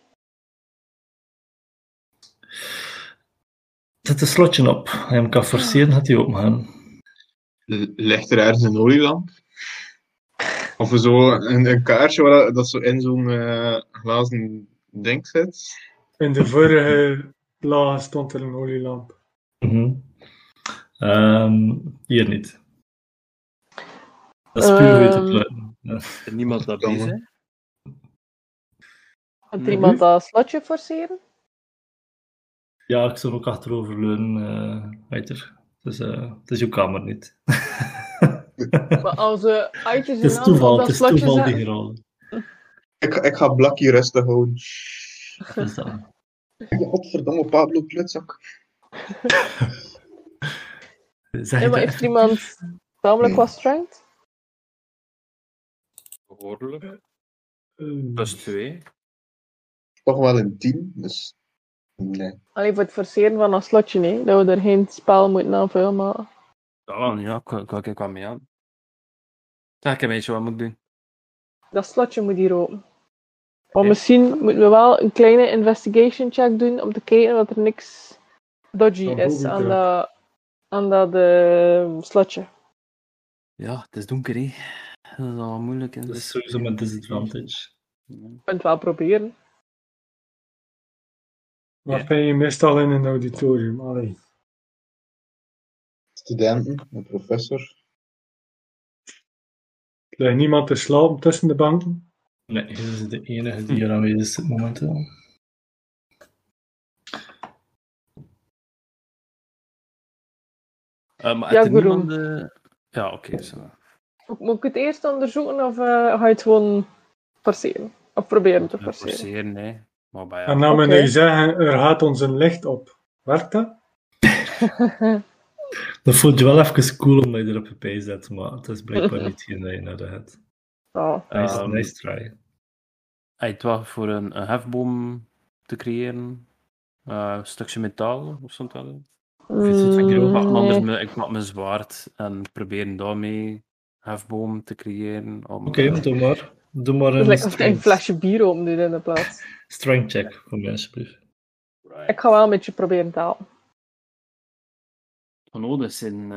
Er zit een slotje op. Als je hem kan forceren, gaat hij open gaan. Ligt er ergens een olielamp? Of zo een kaartje waar dat zo in zo'n glazen ding zit? In de vorige laag stond er een olielamp. Mhm. Hier niet. Dat is puur uit te plukken. Ja. Is er niemand dat Kan, bezig? Gaat er iemand dat slotje forceren? Ja, ik zou ook achteroverleunen, Heiter. Dus het is uw kamer niet. Maar als we uitjes Het is in op toeval, dat het is slotje toeval die zetten... gerollen. Ik ga Blakkie rustig houden. Dus dat. Godverdomme Pablo Klutzak. Zeg Ja, je maar dat heeft echt? iemand tamelijk wat strength? Behoorlijk. Plus 2. Toch wel een 10, dus nee. Alleen voor het forceren van dat slotje, nee. Dat we er geen spel moeten aanvullen, maar... Ja, ik kwam mee aan. Zeg een beetje, wat moet ik doen? Dat slotje moet hier open. Maar misschien moeten we wel een kleine investigation check doen om te kijken dat er niks dodgy Dat is hoop ik aan dat slotje. Ja, het is donker, hè. Dat is al moeilijk. Dat is sowieso met disadvantage. Je kunt het wel proberen. Waar ben je meestal in een auditorium? Allee. Studenten, een professor. Er ligt niemand te slapen tussen de banken. Nee, dit is de enige die hier aanwezig is momenteel. Maar Ja, heeft er Goeroen. niemand... Ja, oké. Zo. Moet ik het eerst onderzoeken of ga je het gewoon forceren? Of proberen te forceren? Forceren, nee. Maar bij En ja. dan moet Oké. je zeggen, er gaat ons een licht op. Werkt dat? Dat voelt je wel even cool om je erop bij te zetten, maar het is blijkbaar niet geen dat je naar de hebt. Oh. Nice try. Hij was voor een hefboom te creëren. Een stukje metaal of zo. Of iets van Nee. ik pak mijn zwaard en probeer daarmee hefboom te creëren. Oké, doe maar. Doe maar Het een lijkt alsof je een strength, flesje bier open doet in de plaats. strength check voor mij, alsjeblieft. Ik ga wel een beetje proberen te halen. Oh, dat zijn...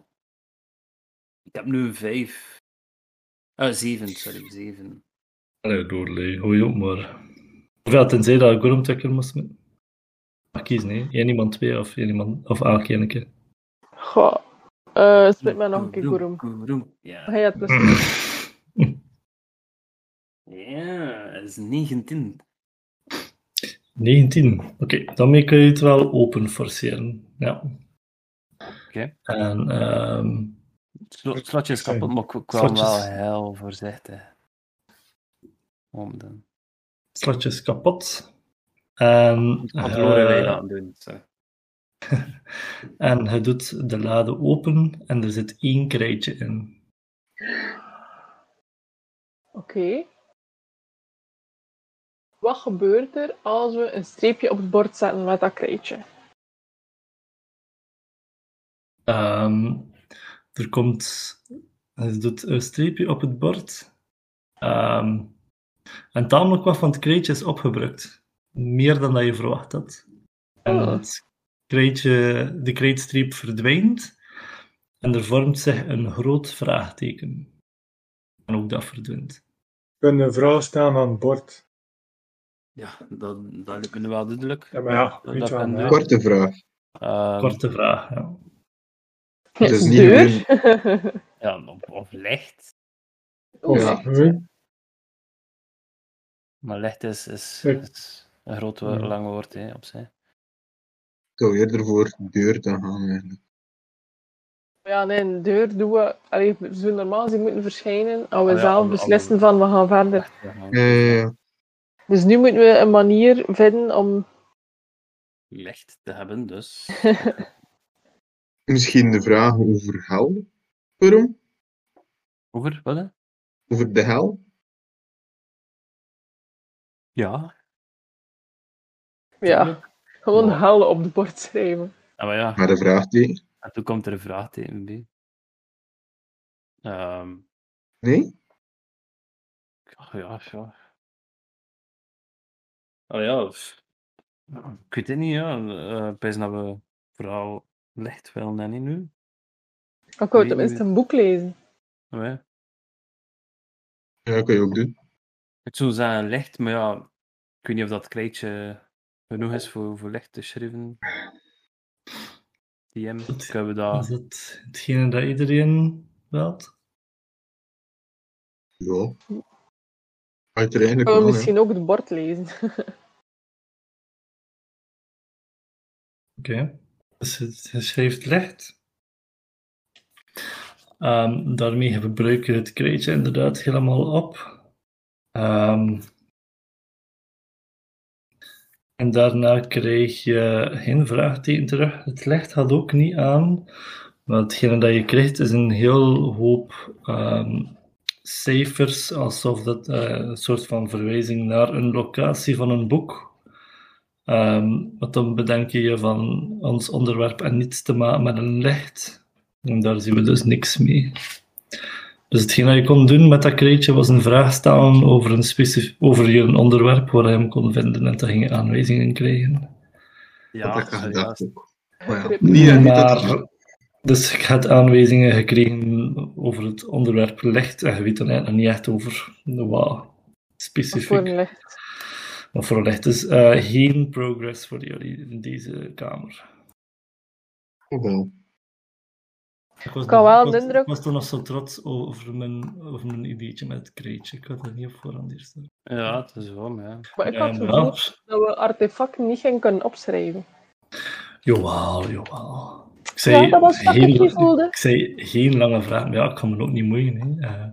Ik heb nu 5. 7, sorry, 7. Allee, doorlee. Hoi op maar. Of ja, tenzij dat ik Gormtrekker moest met. Maar kiezen, hè. Eén iemand 2 of één iemand... Of één keer. Goh. Split mij nog een keer Goeroem. Ja. Hij had dus... Ja, dat is 19. 19. Oké, daarmee kun je het wel open forceren. Ja. Oké. En Slotje is kapot, maar ik kwam wel heel voorzichtig. Om dan. slotje is kapot. En Wat Lorelei aan doen. Zo. en hij doet de lade open en er zit 1 krijtje in. Oké. Wat gebeurt er als we een streepje op het bord zetten met dat krijtje? Er komt... Hij doet een streepje op het bord. En tamelijk wat van het krijtje is opgebruikt. Meer dan dat je verwacht had. En het krijtje, de krijtstreep verdwijnt. En er vormt zich een groot vraagteken. En ook dat verdwijnt. Kunnen een vrouw staan aan het bord? Ja, dat lukt me wel duidelijk. Ja, maar ja, Dat weet je wel. kan hè. doen. Korte vraag. Korte vraag, ja. Het is niet Deur? Ja, of licht. Oeh, Ja. echt. Hoi. Maar licht is een groot Ja. lang woord hè, op zich. Ik zou eerder voor deur te gaan eigenlijk. Ja, nee, een deur doen we... Allee, we zullen normaal gezien moeten verschijnen als we Oh ja, zelf alle- beslissen van we gaan verder. Ja. Dus nu moeten we een manier vinden om... Licht te hebben, dus. Misschien de vraag over hel. Waarom? Over, wat hè? Over de hel? Ja. Ja, gewoon Ja. hel op het bord schrijven. Maar ja, Maar de vraag die... en toen komt er een vraagteken bij. Nee? Ja. Oh ja, ik weet het niet, ja. Ik denk dat we vooral licht willen en niet nu. Ik wou tenminste een boek lezen. Oh, ja. Ja, dat kun je ook doen. Ik zou zeggen licht, maar ja, ik weet niet of dat krijtje genoeg is voor licht te schrijven. DM, kunnen we Is dat... het hetgene dat iedereen wilt? Ja. Uiteindelijk Ik wou wel, misschien ook het bord lezen. Oké. Dus het schrijft licht. Daarmee gebruiken we het krijtje inderdaad helemaal op. En daarna krijg je geen vraagteken terug. Het licht gaat ook niet aan. Maar hetgene dat je krijgt is een heel hoop cijfers, alsof dat een soort van verwijzing naar een locatie van een boek. Want dan bedenk je je van ons onderwerp en niets te maken met een licht. En daar zien we dus niks mee. Dus hetgeen dat je kon doen met dat krijtje was een vraag stellen over je onderwerp waar je hem kon vinden en dan ging je aanwijzingen krijgen. Ja, dat ik sorry, gedacht ja. ook. Maar ja. Nee, Niet dat... Maar, dus ik had aanwijzingen gekregen over het onderwerp licht en je weet dan eigenlijk niet echt over wat Wat specifiek. voor een licht. Wat voor licht. Dus geen progress voor jullie in deze kamer. Oh, wel. Ik was, kan wel ik de was, indruk- ik was toen nog zo trots over mijn ideetje met het krijtje. Ik had dat niet op voorhand eerst. Ja, het is wel, maar ja. Maar ik Ja, had het maar gevoel dat we artefacten niet gingen kunnen opschrijven. Jawel. Ik zei, Ja, dat was wat ik voelde. ik zei geen lange vraag, maar ja, ik kan me ook niet moeien. Hè.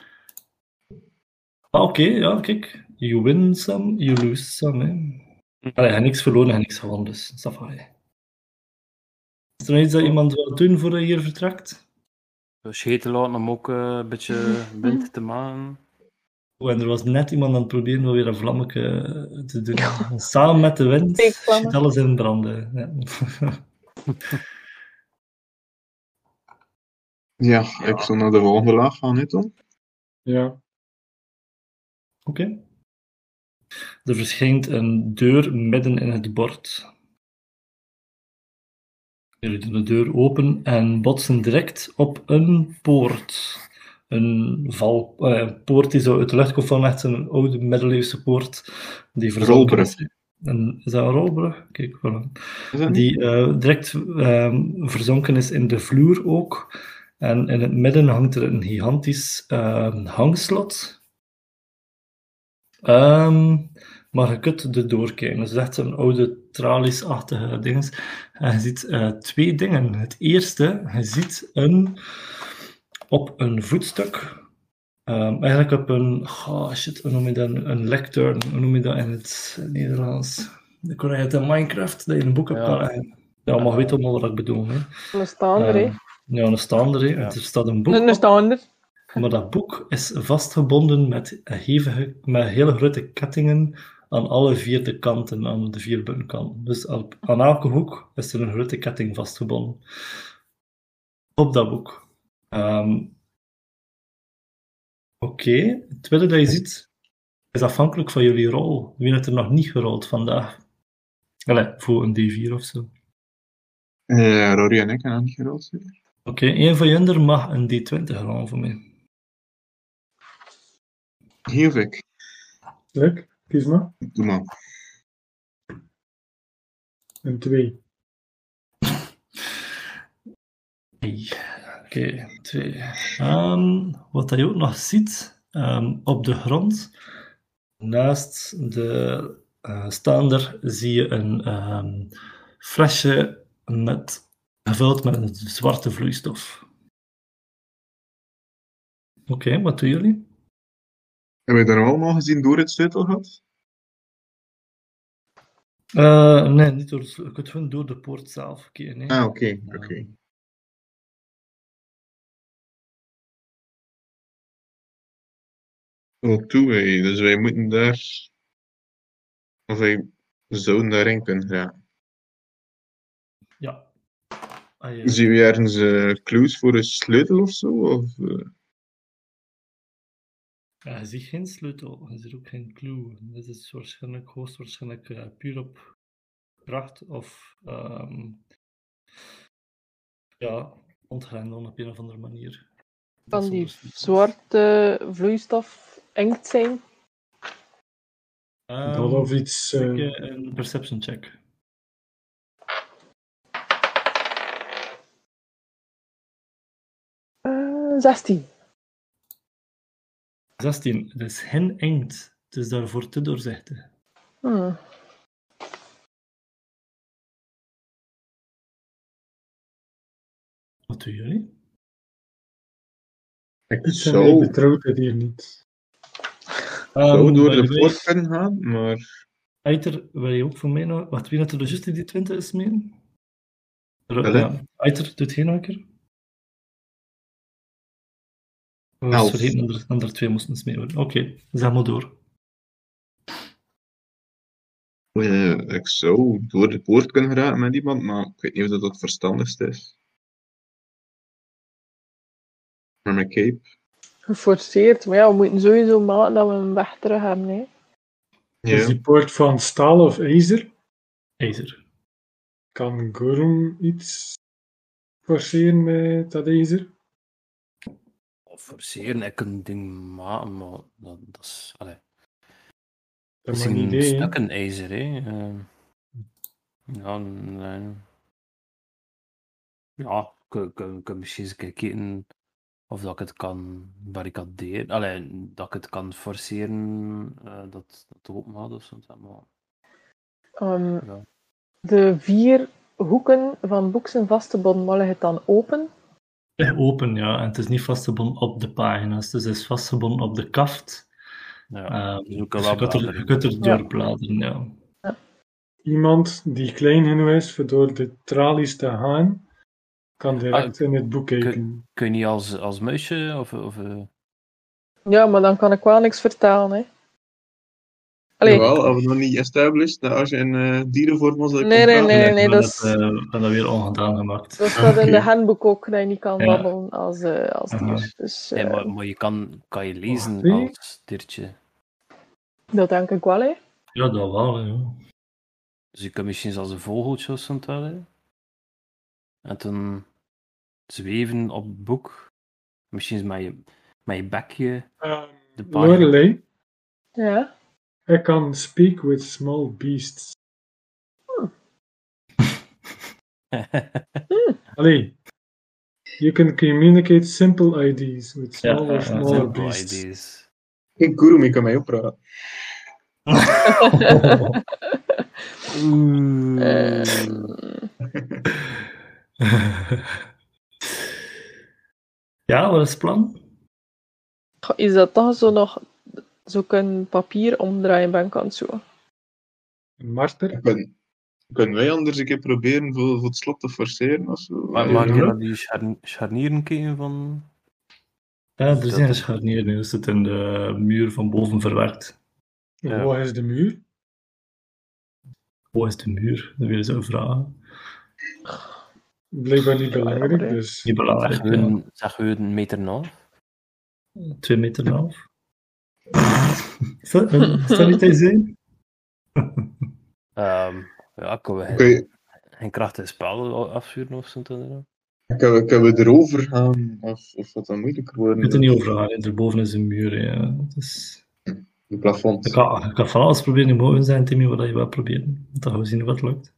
Oké, ja, kijk. You win some, you lose some. Hè. Allee, je hebt niks verloren en niks gewonnen, dus ça va. Hè. Ça er nog iets dat iemand wil doen voor hij hier vertrekt? Scheten laten om ook een beetje wind te maken. Oh, en er was net iemand aan het proberen om weer een vlammetje te doen. Samen met de wind Steekvlammen. schiet alles in branden. Ja. Ja, ik zal naar de volgende laag gaan, hè, Tom? Ja. Oké. Er verschijnt een deur midden in het bord. Jullie doen de deur open en botsen direct op een poort. Een poort die zo uit de lucht komt van echt een oude middeleeuwse poort. Die verzonken Rolbrug. is. Is dat een rolbrug? Kijk, voilà. Is dat niet? Die direct verzonken is in de vloer ook. En in het midden hangt er een gigantisch hangslot. Maar je kunt er doorkijken. Het is echt een oude tralies-achtige ding. En je ziet twee dingen. Het eerste, je ziet op een voetstuk, eigenlijk op een, hoe noem je dat? Een lectern, hoe noem je dat in het Nederlands? Ik kon het in Minecraft, dat je een boek hebt kan leggen. Ja, maar je weet allemaal wat ik bedoel. Hè. Een staander, hè. Ja, een staander. Hè. Ja. Er staat een boek Een op. staander. Maar dat boek is vastgebonden met hele grote kettingen aan alle vier de kanten, aan de vier buitenkanten. Dus aan elke hoek is er een grote ketting vastgebonden. Op dat boek. Oké. Het tweede dat je ziet, is afhankelijk van jullie rol. Wie heeft er nog niet gerold vandaag? Allee, voor een D4 of zo. Rory en ik hebben niet gerold, zeker? Oké, één van jullie mag een D20 rollen voor mij. Heel ik. Leuk. Kies maar. Doe maar. Een 2. Oké, 2. Wat je ook nog ziet, op de grond, naast de staander, zie je een flesje gevuld met een zwarte vloeistof. Oké, wat doen jullie? Hebben we daar allemaal gezien door het sleutelgat? Nee, niet door je kunt gewoon door de poort zelf kijken. Nee. Ah, oké. Oh, toe, hé. Dus wij moeten daar... Of wij zouden daarin kunnen gaan. Ja. Zien we ergens clues voor een sleutel of zo? Of, Ja, je ziet geen sleutel, je ziet ook geen clue. Dit is hoogstwaarschijnlijk puur op kracht of ontgrendelen op een of andere manier. Kan die zwarte vloeistof inkt zijn? Dat of iets... Een perception check. Uh, 16. 16. Het is geen inkt. Het is daarvoor te doorzichtig. Wat doen jullie? ik Iets en zou, mij betrouwt het hier niet. zou door by de the way, poort kunnen gaan, maar... Eiter, wil je ook voor mij nog... Wat, wie had er dus juist die 20 is mee? Wel, Ja. Eiter, doet geen nog een keer? Ik was 11. vergeten dat er andere twee moesten mee worden. Oké, zeg maar door. Ik zou door de poort kunnen geraken met iemand, maar ik weet niet of dat het verstandigst is. Maar mijn cape... Geforceerd, maar ja, we moeten sowieso maken dat we hem weg terug hebben. Hè. Is Ja. die poort van staal of ijzer? IJzer. Kan Gorum iets forceren met dat ijzer? Of forceren, ik een ding maken, maar dat is... Allee. Dat is Misschien een idee, hè. stukken ijzer, hè. Ja, nee. Ja, ik kan misschien eens kijken of dat ik het kan barricaderen. Allee, dat ik het kan forceren dat het open gaat of zo. Maar, ja. De 4 hoeken van boek zijn vastgebonden, maar ligt het dan open? Open, ja. En het is niet vastgebonden op de pagina's. Dus het is vastgebonden op de kaft. Ja, dus ik kan Dus wel je kunt er doorbladeren, ja. Iemand die klein genoeg is voor door de tralies te gaan, kan direct in het boek kijken. Kun je niet als muisje of Ja, maar dan kan ik wel niks vertellen, hè. Allee, Jawel, hebben we nog niet established dat als je in dierenvorm was, dat je Nee, kon nee, praten? nee. Ik dat ben is- ben dat weer ongedaan gemaakt. dat staat in Oké. de handboek ook, dat je niet kan Ja. babbelen als Aha. dier. Dus nee, maar je kan je lezen nee. als diertje. dat denk ik wel, hè. Ja, dat wel, ja. Dus je kan misschien als een vogeltje of zo tellen. En dan zweven op het boek. Misschien met je bekje de pagina. Lorelei, Ja. I can speak with small beasts. Allee. You can communicate simple ideas with smaller, ja, smaller Simple beasts. ideas. Geen Kurumi, ik kan mij oppraten. Ja, wat is het plan? Is dat toch zo nog zo'n papier omdraaien ben kan zo? Een marter. Kunnen wij anders een keer proberen voor het slot te forceren of zo? Mag ja. je naar die scharnieren kijken van... Ja, er zijn scharnieren, nu is het in de muur van boven verwerkt. Ja. Waar is de muur? Hoe is de muur? Dat wil je zo vragen. Blijkbaar niet belangrijk, Ja, dus... Niet belangrijk, ja. Zeg je een meter en een half? 2,5 meter. Is dat niet te zien? Ja, kunnen we Oké, geen krachtig spel afvuren of zo? kunnen we erover gaan? Of wat dan moeilijker Je worden? kunt er niet over gaan, hè. Erboven is een muur. Ja. Dus... De plafond. Ik kan van alles proberen boven zijn, Timmy, wat je wil proberen. Dan gaan we zien wat lukt.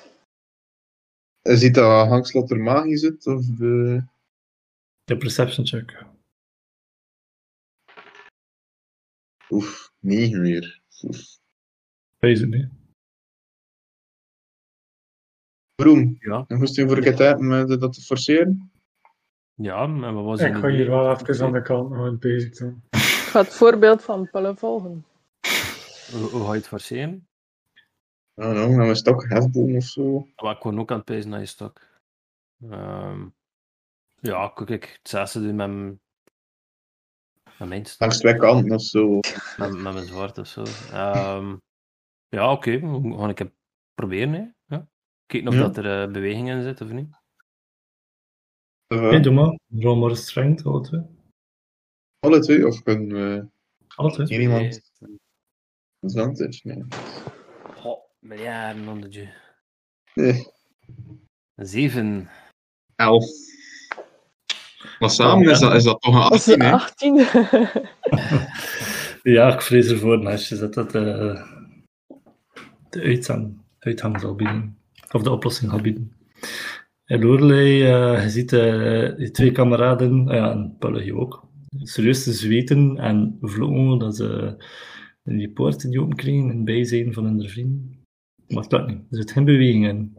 Ziet dat hangslot er magisch uit? Of, De perception check. Oef, 9 weer. Oef. Wees het niet. Waarom? Ja. En moest je voor het tijd met dat te forceren? Ja, en wat was Ik ga hier wel even aan de kant nog een bezig zijn. Ik ga het voorbeeld van Pullen volgen. Hoe ga je het forceren? Nou, nou, met een stok, hefboom of zo. Maar ik kon ook aan het pezen naar je stok. Ja, kijk, het zesde doen met mijn stok. Langs twee kanten of zo. Met mijn zwart of zo. Ja, oké. We gaan een keer proberen, hè. Ja. Kijken of Ja. dat er beweging in zit of niet. Nee, doe maar. Rol maar strength, alle twee. Alle twee, of kunnen we... Alle twee. Hier iemand advantage? Nee. Goh, miljarden onder je. Nee. 7. 11. Maar samen is dat toch een Dat is 18, hè? 18. Ja, ik vrees ervoor, Nasje, dat dat de uitgang zal bieden. Of de oplossing zal bieden. En Lorelei, je ziet die twee kameraden, ja, en Pullig ook, serieus te zweten en vlogen dat ze die poort niet open kregen in bijzijn van hun vrienden. Maar dat niet, er zit geen beweging in.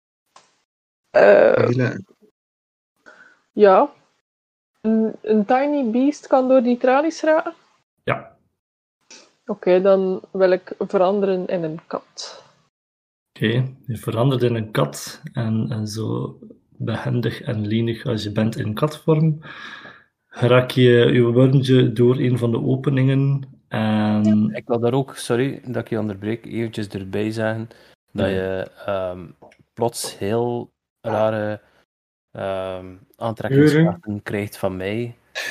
Ja. Een tiny beast kan door die tralies raken? Ja, Oké, dan wil ik veranderen in een kat. oké. Je verandert in een kat en zo behendig en lenig als je bent in katvorm, raak je je wormpje door een van de openingen en... Ik wil daar ook, sorry dat ik je onderbreek, eventjes erbij zeggen dat je plots heel rare aantrekkingskrachten krijgt van mij.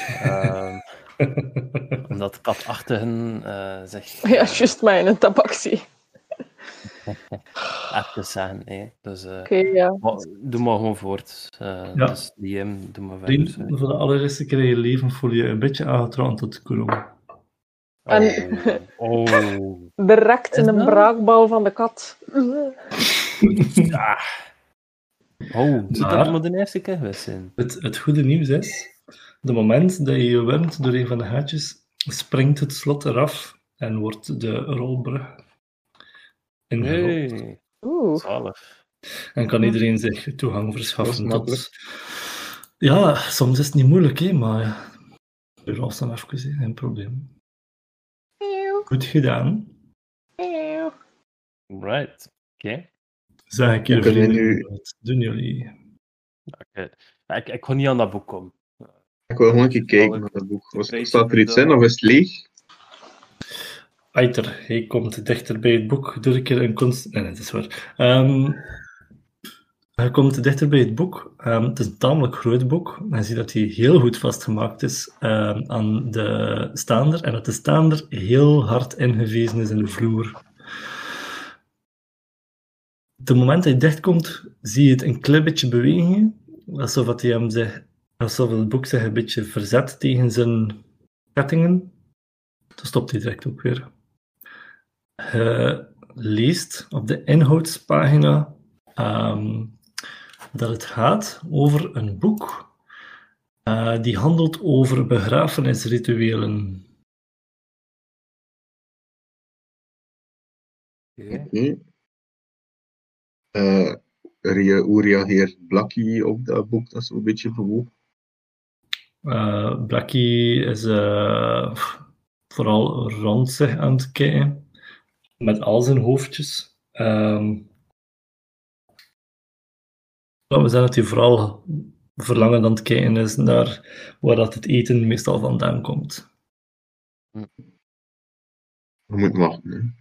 Omdat katachtigen zich Ja, juist mij in een tabaksie. even zeggen. Hè. Dus Oké, ja. doe maar gewoon voort. Dus DM, doe maar verder. Denk, Sorry. voor de allereerste keer in je leven voel je een beetje aangetrokken tot de kroon. Oh. Direct in Is een dat? braakbal van de kat. Ja. Oh, zit Maar- dat maar de eerste keer geweest zijn? Het goede nieuws is, de moment dat je je wurmt door een van de gaatjes, springt het slot eraf en wordt de rolbrug ingerold. Nee, Oeh. zalig. En kan iedereen zich toegang verschaffen Dat is tot... Ja, soms is het niet moeilijk, hè, maar ja. Doe als dan even, hè, geen probleem. Goed gedaan. Right. Oké. Zeg ik je We kunnen vrienden, nu- wat doen jullie? Ik kon niet aan dat boek komen. Ik wil gewoon een keer kijken naar dat boek. Staat er iets in of is het leeg? Aiter, hij komt dichter bij het boek door een keer een kunst... Nee, dat is waar. Hij komt dichter bij het boek. Het is een tamelijk groot boek. Je ziet dat hij heel goed vastgemaakt is aan de staander. En dat de staander heel hard ingevezen is in de vloer. Op het moment dat hij dichtkomt, zie je het een klein beetje bewegen. Alsof het boek zich een beetje verzet tegen zijn kettingen. Dan stopt hij direct ook weer. Je leest op de inhoudspagina dat het gaat over een boek die handelt over begrafenisrituelen. Oké. Hoe reageert Blackie op dat boek dat zo'n beetje bewoog? Blackie is vooral rond zich aan het kijken, met al zijn hoofdjes. We zijn dat hij vooral verlangend aan het kijken is naar waar dat het eten meestal vandaan komt. We moeten wachten.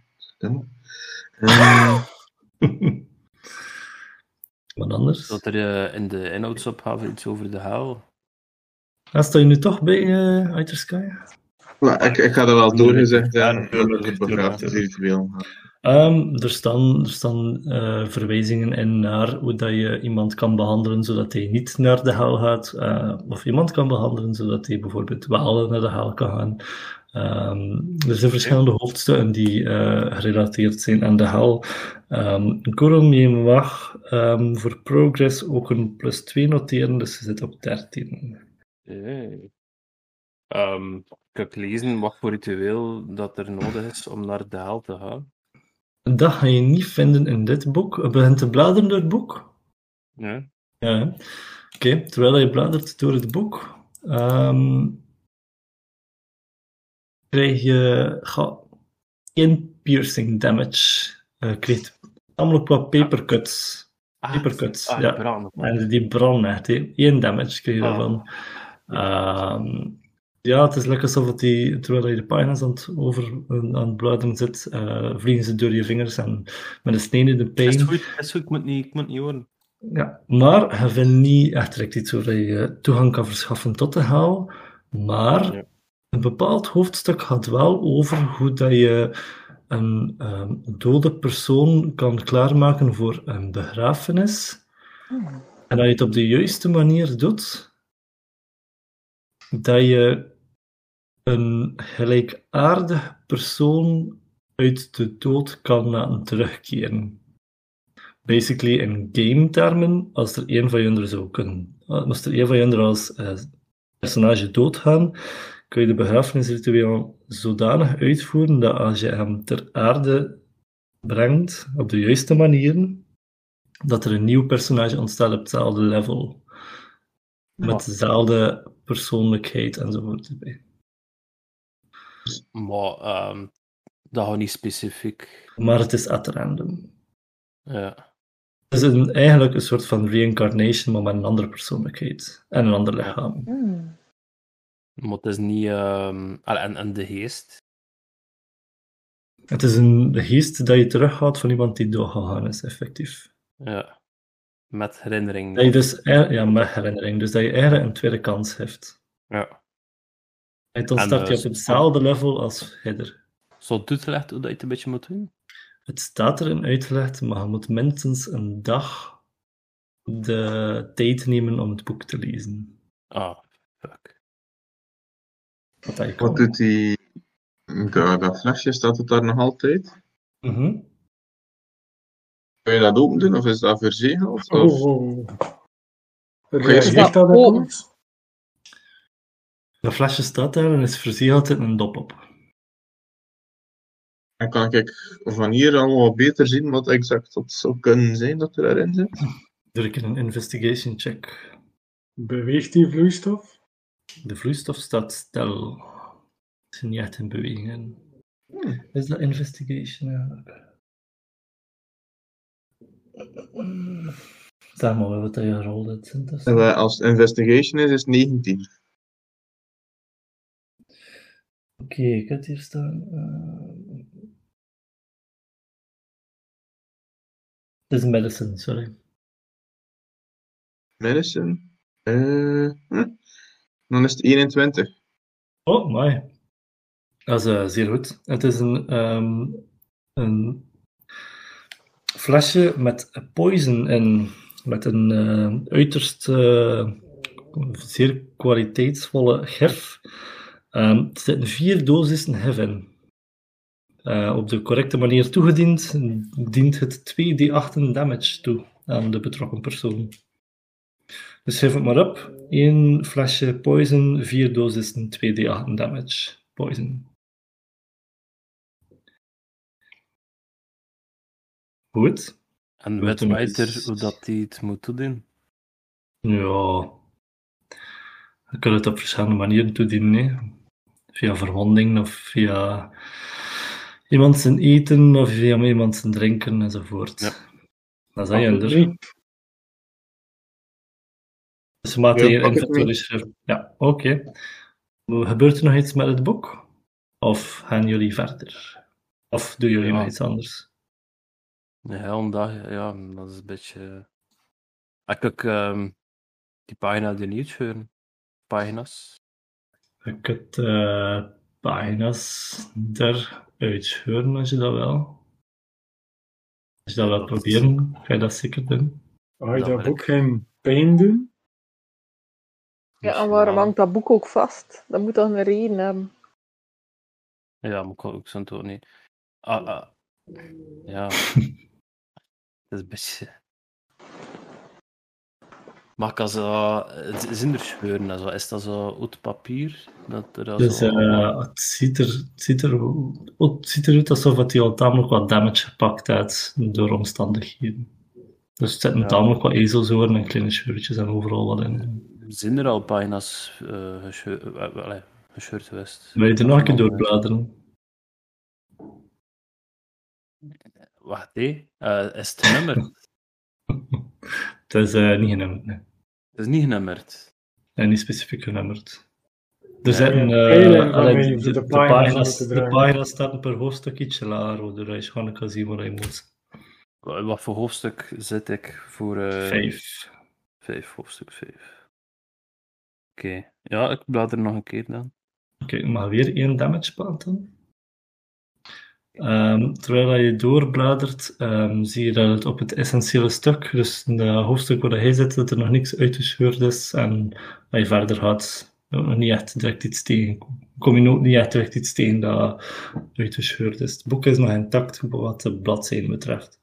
Wat anders? Dat er in de inhoudsopgave iets over de hel. Sta je nu toch bij Outer Sky? Ik ga er wel doorgezegd Ja, zijn over het begrafenisritueel. Er staan verwijzingen in naar hoe dat je iemand kan behandelen zodat hij niet naar de hel gaat, of iemand kan behandelen zodat hij bijvoorbeeld wel naar de hel kan gaan. Er zijn verschillende hoofdstukken die gerelateerd zijn aan de hel. Coromie mag voor progress ook een +2 noteren, dus ze zit op 13. Ik heb gelezen wat voor ritueel dat er nodig is om naar de hel te gaan. Dat ga je niet vinden in dit boek. Je begint te bladeren door het boek. Ja. Ja. Oké, terwijl je bladert door het boek, krijg je 1 piercing damage. Je krijgt namelijk wat papercuts. Ja. En die branden echt. 1 damage krijg je daarvan. Ja, het is lekker alsof terwijl je de pagina's aan het bladeren zit, vliegen ze door je vingers en met een snee in de pijn. Is goed, ik moet niet horen. Ja, maar je vindt niet echt direct iets waar je toegang kan verschaffen tot de hel. Maar een bepaald hoofdstuk gaat wel over hoe dat je een dode persoon kan klaarmaken voor een begrafenis. En dat je het op de juiste manier doet, dat je een gelijkaardig persoon uit de dood kan laten terugkeren. Basically, in game-termen, als er een van jullie zou kunnen, als er een van jullie als personage doodgaan, kun je de begrafenisritueel zodanig uitvoeren dat als je hem ter aarde brengt, op de juiste manier, dat er een nieuw personage ontstaat op hetzelfde level. Met dezelfde persoonlijkheid enzovoort erbij. Maar dat gaat niet specifiek. Maar het is at random. Ja. Het is eigenlijk een soort van reincarnation, maar met een andere persoonlijkheid. En een ander lichaam. Maar het is niet... en de geest? Het is een geest dat je terughaalt van iemand die doodgegaan is, effectief. Ja. Met herinnering. Dat je dus, met herinnering. Dus dat je eigenlijk een tweede kans hebt. Ja. En dan start je op hetzelfde level als Heather. Zo uitgelegd hoe dat je het een beetje moet doen? Het staat erin uitgelegd, maar je moet minstens een dag de tijd nemen om het boek te lezen. Fuck. Wat doet die... Dat flesje, staat het daar nog altijd? Mm-hmm. Kun je dat open doen, of is dat verzegeld? Reageert dat ook? Dat flesje staat daar en is verzegeld in een dop op. En kan ik van hier al wat beter zien wat exact dat zou kunnen zijn dat er erin zit? Doe ik een investigation check. Beweegt die vloeistof? De vloeistof staat stil. Het is niet echt in beweging. Is dat investigation eigenlijk? Zeg maar wat je gerold hebt. En als het investigation is 19. Oké, ik heb het hier staan. Het is medicine, sorry. Medicine. Dan is het 21. Oh, mooi. Dat is zeer goed. Het is een flesje met poison in. Met een uiterst zeer kwaliteitsvolle gif. Er zitten 4 dosissen gif in. Op de correcte manier toegediend, dient het 2d8 damage toe aan de betrokken persoon. Dus geef het maar op. 1 flesje poison, 4 dosissen, 2d8 damage. Poison. Goed. En Weet weet je nog Weiter iets? hoe dat hij het moet toedoen? Ja. Je kunt het op verschillende manieren toedienen. Hè. Via verwonding of via iemand zijn eten of via iemand zijn drinken enzovoort. Ja. Dat is Pak het eender. niet. Dus je maakt Ja, hier pak het inventory schrift. Ja, oké. Gebeurt er nog iets met het boek? Of gaan jullie verder? Of doen jullie Ja. nog iets anders? Ja, omdat, ja, dat is een beetje... Ik die pagina die niet scheuren. Pagina's. Je kunt pagina's eruit scheuren als je dat wil. Als je dat wilt proberen, ga je dat zeker doen. Ga je Dat dat wil boek ik. geen pijn doen? Ja, en waarom hangt dat boek ook vast? Dat moet toch een reden hebben. Ja, maar ik zou het ook niet. Ja. Dat is een beetje... Mag ik als zinderscheuren? Also, is dat zo oud papier? Dat er Dus zo... het ziet eruit alsof hij al tamelijk wat damage gepakt heeft door omstandigheden. Dus het zitten Ja. tamelijk wat ezelsoren en kleine scheurtjes en overal wat in. Zijn er al pagina's gescheurd geweest? Wil je er nog een keer doorbladeren? Wacht, hé. Is het genummerd? Het is niet genummerd, nee. Het is niet genummerd. En niet specifiek genummerd. Er Ja, zitten, pijlen waarmee je de, de de pagina's pagina's, moet de dragen. pagina's staan per hoofdstuk ietsje lager, waardoor je gewoon kan zien waar je moet. Wat voor hoofdstuk zit ik voor... 5. 5, hoofdstuk 5. Oké. Ja, ik blader nog een keer dan. Oké, ik mag weer 1 damage paten. Terwijl je doorbladert, zie je dat het op het essentiële stuk, dus het hoofdstuk waar hij zit, dat er nog niks uitgescheurd is. En als je verder gaat, nog niet echt direct iets tegen. Kom je ook niet echt direct iets tegen dat uitgescheurd is. Het boek is nog intact wat de bladzijden betreft.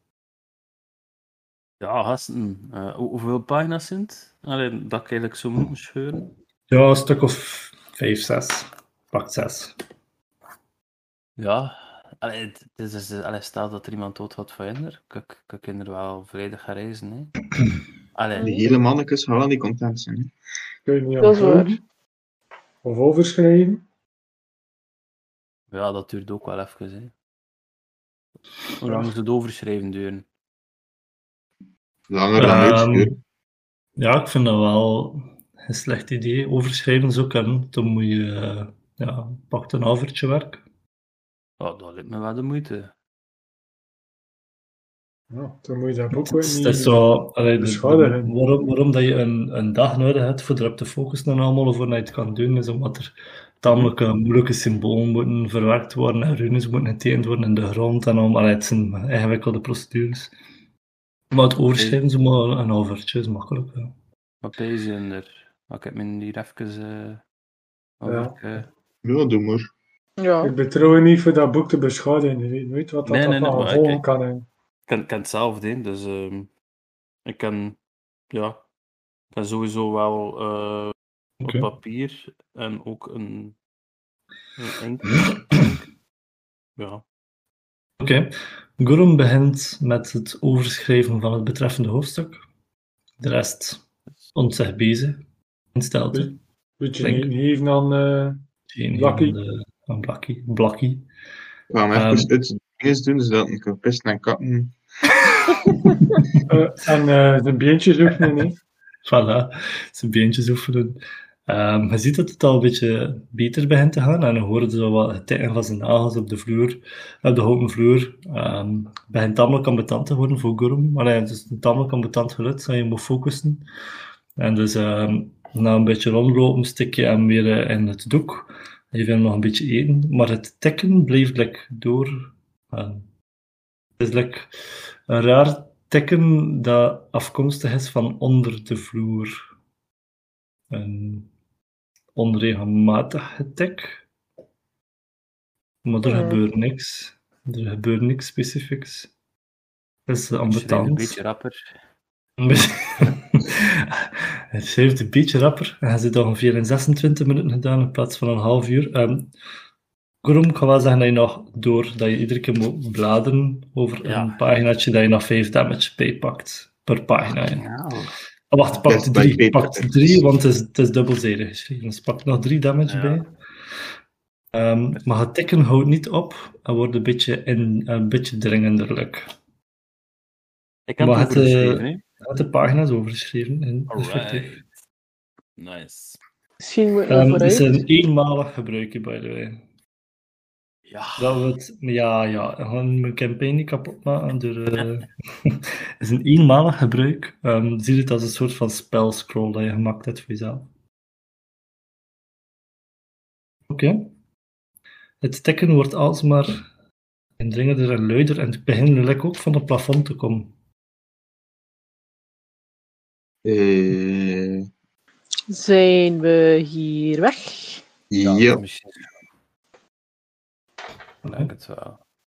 Ja, gasten. Hoeveel pagina's zijn het? Allee, dat ik eigenlijk zo moet scheuren. Ja, een stuk of 5, 6. Pakt 6. Ja. Allee, het is dus, stel dat er iemand dood gaat van hinder. Kan ik er wel volledig gaan reizen, hè. Allee. Die hele mannetjes gaan wel niet content zijn. Hè. Kun je niet Dat is waar. onthouden? Of overschrijven? Ja, dat duurt ook wel even, hè. Hoe lang is het overschrijven duren? Langer dan uitsturen. Ja, ik vind dat wel een slecht idee. Overschrijven zo kan, dan moet je pakt een halvertje werk. Ja, dat lijkt me wel de moeite. Ja, dan moet je dat boek ook Het niet... is zo, beschadigen. waarom dat je een dag nodig hebt voor erop te focussen en allemaal voor je het kan doen, is omdat er tamelijk moeilijke symbolen moeten verwerkt worden en runes moeten getekend worden in de grond en allemaal. Het zijn ingewikkelde procedures. Maar het overschrijven is maar een halvertje, is makkelijk. Ja. Wat pees je er? Ik heb me hier even... Ja, doe maar. Ja. Ik betrouw je niet voor dat boek te beschadigen. Je weet nooit wat dat Nee, allemaal maar volgen ik- kan hebben. Ik ken hetzelfde, hè. Dus ik kan... Ja... Ik kan sowieso wel Oké. op papier en ook een inkt. Ja. Oké. Gurren begint met het overschrijven van het betreffende hoofdstuk. De rest houdt zich bezig. In stilte. Moet je Denk. niet geven aan... Geen Blakkie. aan Blakkie. Ik ga hem even uit de dinges doen, zodat ik kan pissen en katten. En zijn beentjes oefenen, hè. Voilà, zijn beentjes oefenen. Je ziet dat het al een beetje beter begint te gaan. En je hoort zo wat het tikken van zijn nagels op de vloer, op de houten vloer. Het begint tamelijk ambetant te worden voor Gurum. Maar het is een tamelijk ambetant geluid, dat je moet focussen. En dus na een beetje rondlopen, stik je hem weer in het doek. Je wil nog een beetje eten. Maar het tikken blijft door. Het is een raar tikken dat afkomstig is van onder de vloer. Een onregelmatig getik. Maar er gebeurt niks. Er gebeurt niks specifieks. Het is Schrijf ambetant. een beetje rapper. Het schrijft een beetje rapper. En hij zit ongeveer in 26 minuten gedaan in plaats van een half uur. Gurum, ik kan wel zeggen dat je nog door dat je iedere keer moet bladeren over een paginaatje, dat je nog 5 damage bijpakt per pagina. Ja. Oh, wacht, pak 3, want het is dubbelzijdig geschreven. Dus pak nog 3 damage bij. Maar het tikken houdt niet op en wordt een beetje dringenderlijk. Ik heb het overgeschreven, hè? Had de pagina's overgeschreven. Alright. Nice. Misschien moet je Het vooruit. is een eenmalig gebruikje, by the way. Ja. Dat we het, ja, gewoon mijn campaign niet kapot maken door... Het is een eenmalig gebruik. Zie het als een soort van spelscroll dat je gemaakt hebt voor jezelf. Oké. Het tikken wordt alsmaar indringender en luider en het begint nu ook van het plafond te komen. Zijn we hier weg? Ja. Misschien. Ik denk het wel.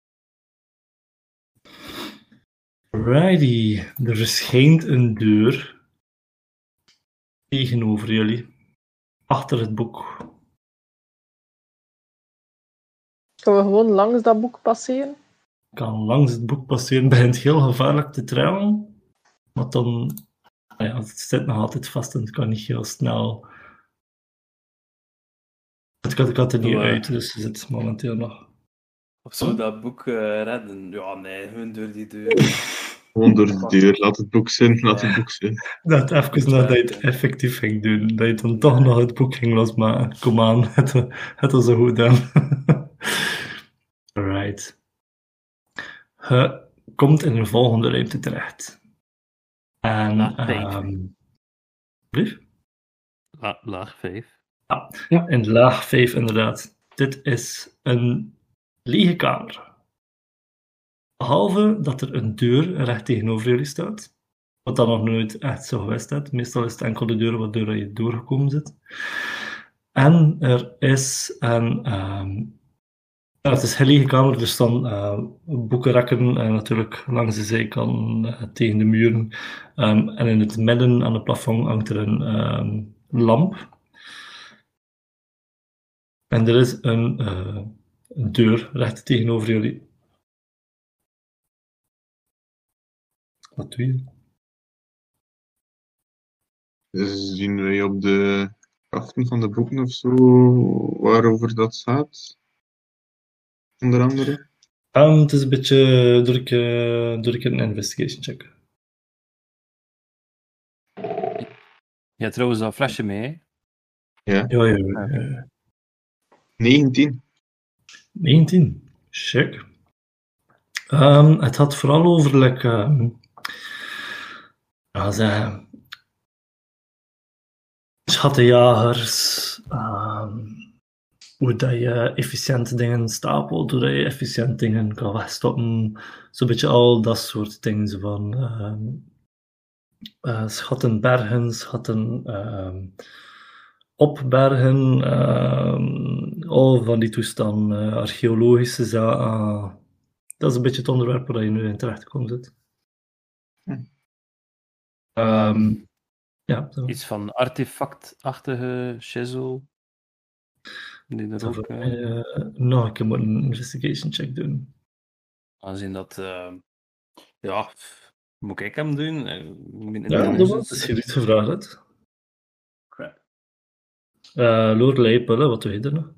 Righty. Er verschijnt een deur tegenover jullie. Achter het boek. Kunnen we gewoon langs dat boek passeren? Kan langs het boek passeren, begint heel gevaarlijk te trillen. Maar dan... Ja, het zit nog altijd vast en het kan niet heel snel... Het gaat er niet uit, dus het zit momenteel nog... Of zo dat boek redden? Ja, nee, gewoon door die deur. Gewoon door de deur. Laat het boek zijn, laat het boek zijn. Dat even nadat je het effectief ging doen. Dat je dan toch nog het boek ging losmaken. Kom aan, het was zo goed dan. Alright. Je komt in de volgende ruimte terecht. En... Brief? Laag 5. Ja, in laag 5 inderdaad. Dit is een lege kamer. Behalve dat er een deur recht tegenover jullie staat. Wat dan nog nooit echt zo geweest is. Meestal is het enkel de deur waardoor je doorgekomen zit. En er is een... ja, het is een lege kamer, er staan boekenrekken natuurlijk langs de zijkant tegen de muren. En in het midden aan het plafond hangt er een lamp. En er is een deur recht tegenover jullie. Wat doe je? Dus zien wij op de kaften van de boeken of zo waarover dat staat? Onder andere? Het is een beetje... Doe ik een investigation check. Ja, trouwens, dat flesje mee, hè? Ja. Ja. 19. 19. Check. Het had vooral over schattenjagers, hoe dat je efficiënt dingen stapelt, hoe dat je efficiënt dingen kan wegstoppen, zo'n beetje al dat soort dingen zo van schatten bergen, schatten opbergen, al van die toestanden, archeologische zaken. Dat is een beetje het onderwerp waar je nu in terecht komt zit. Ja, zo. Iets van artefactachtige shizzle. Die er ook... nog een keer moet een investigation check doen. Aangezien dat... ja, moet ik hem doen? Ja, dat was je niet gevraagd hebt. Crap. Lorelei Pullen, wat doe je er nog?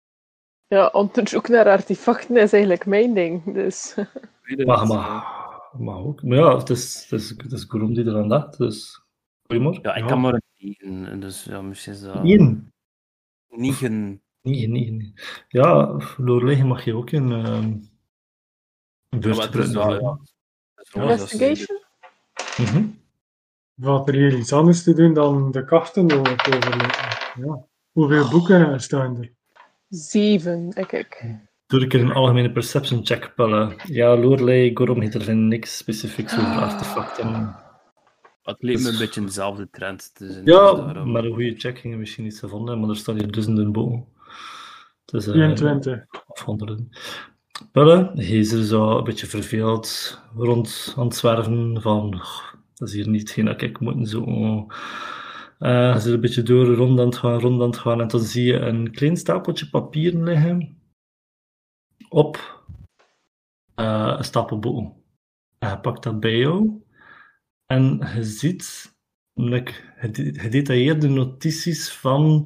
Ja, onderzoek naar artefacten is eigenlijk mijn ding. Dus. Wacht maar. mag ook. Maar ja, het is Goerom die eraan dacht, dus goeiemorgen. Ja, ik kan maar een 9, dus ja, misschien is dat... 1. 9. 9. Ja, Lorelei mag je ook een beurt Ja, maar het is gebruiken. wel, ja. Het is wel dat ze- Investigation? Mhm. Valt er hier iets anders te doen dan de kasten overlopen? Ja. Hoeveel boeken staan er? 7, denk ik. Doe ik een algemene perception check, Pelle. Ja, Lorelei, Gorom heeft er niks specifieks over artefacten. Het leek me een beetje dezelfde trend. Dus Ja, daarom... maar een goede check ging misschien iets gevonden, maar er staan hier duizenden boven. Dus, 23. of honderden. Pelle, hij is er zo een beetje verveeld rond aan het zwerven van... dat is hier niet hetgeen dat ik moet zoeken. Hij zit een beetje door, rond aan het gaan. En dan zie je een klein stapeltje papieren liggen op een stapel boeken. Je pakt dat bij jou en je ziet gedetailleerde notities van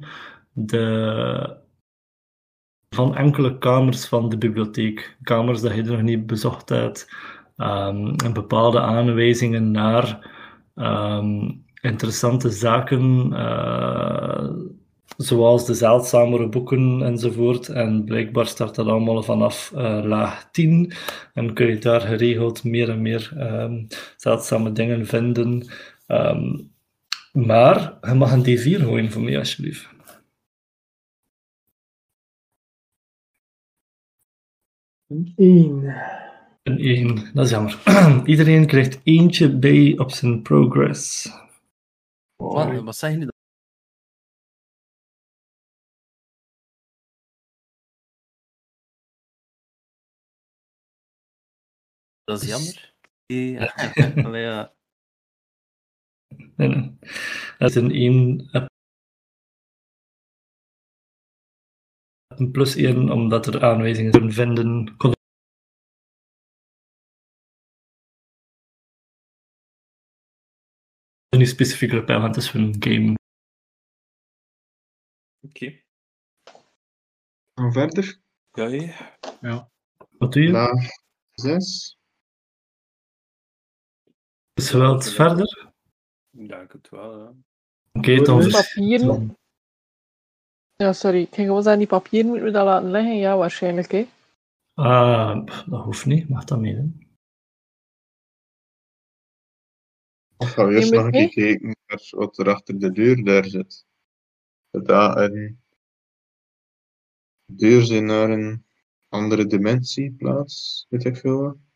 enkele kamers van de bibliotheek. Kamers dat je nog niet bezocht hebt. En bepaalde aanwijzingen naar interessante zaken, zoals de zeldzamere boeken enzovoort. En blijkbaar start dat allemaal vanaf laag 10. En kun je daar geregeld meer en meer zeldzame dingen vinden. Maar je mag een D4 gooien voor mij, alsjeblieft. Een 1. Een 1, dat is jammer. Iedereen krijgt eentje bij op zijn progress. Wat zeg je nu? Dat is jammer. Allee, ja. Nee. Dat is een 1. Een plus 1, omdat er aanwijzingen kunnen vinden. Kon er niet specifiek op, want het is een game. Oké. Gaan verder. Ja. Wat doe je? Laag 6. Is geweld verder? Ik denk het wel, ja. Oké, dan Die papieren. Ja, sorry. Ik ging gewoon zeggen, die papieren moeten we dat laten liggen. Ja, waarschijnlijk, hè. Dat hoeft niet, mag dat mee. Hè? Of gaan we eerst Je nog moet een keer kijken naar wat er achter de deur daar zit. Dat daar een deur zijn naar een andere dimensie plaats, weet ik veel wat.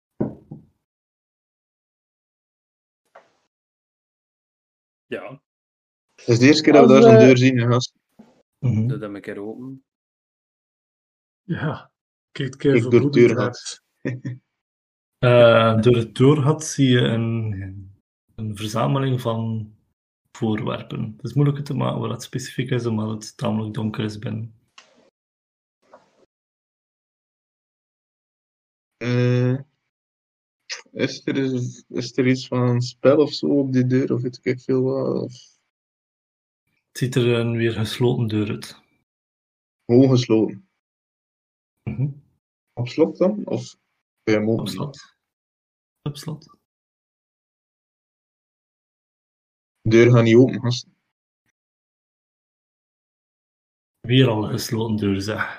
Ja, Het is de eerste keer dat we Als, daar zo'n deur zien, gast. Mhm. doe dat een keer open. Ja. Kijk, een keer Kijk door het vermoedend deurgat. werd. Door het doorgat zie je een verzameling van voorwerpen. Het is moeilijk te maken wat het specifiek is, omdat het tamelijk donker is binnen. Is er iets van een spel of zo op die deur, of weet ik veel wat? Of Het ziet er een weer gesloten deur uit. gewoon gesloten? Mhm. Op slot dan? Of bij hem Op open? slot. Op slot. De deur gaat niet open, gast. Weer al een gesloten deur, zeg.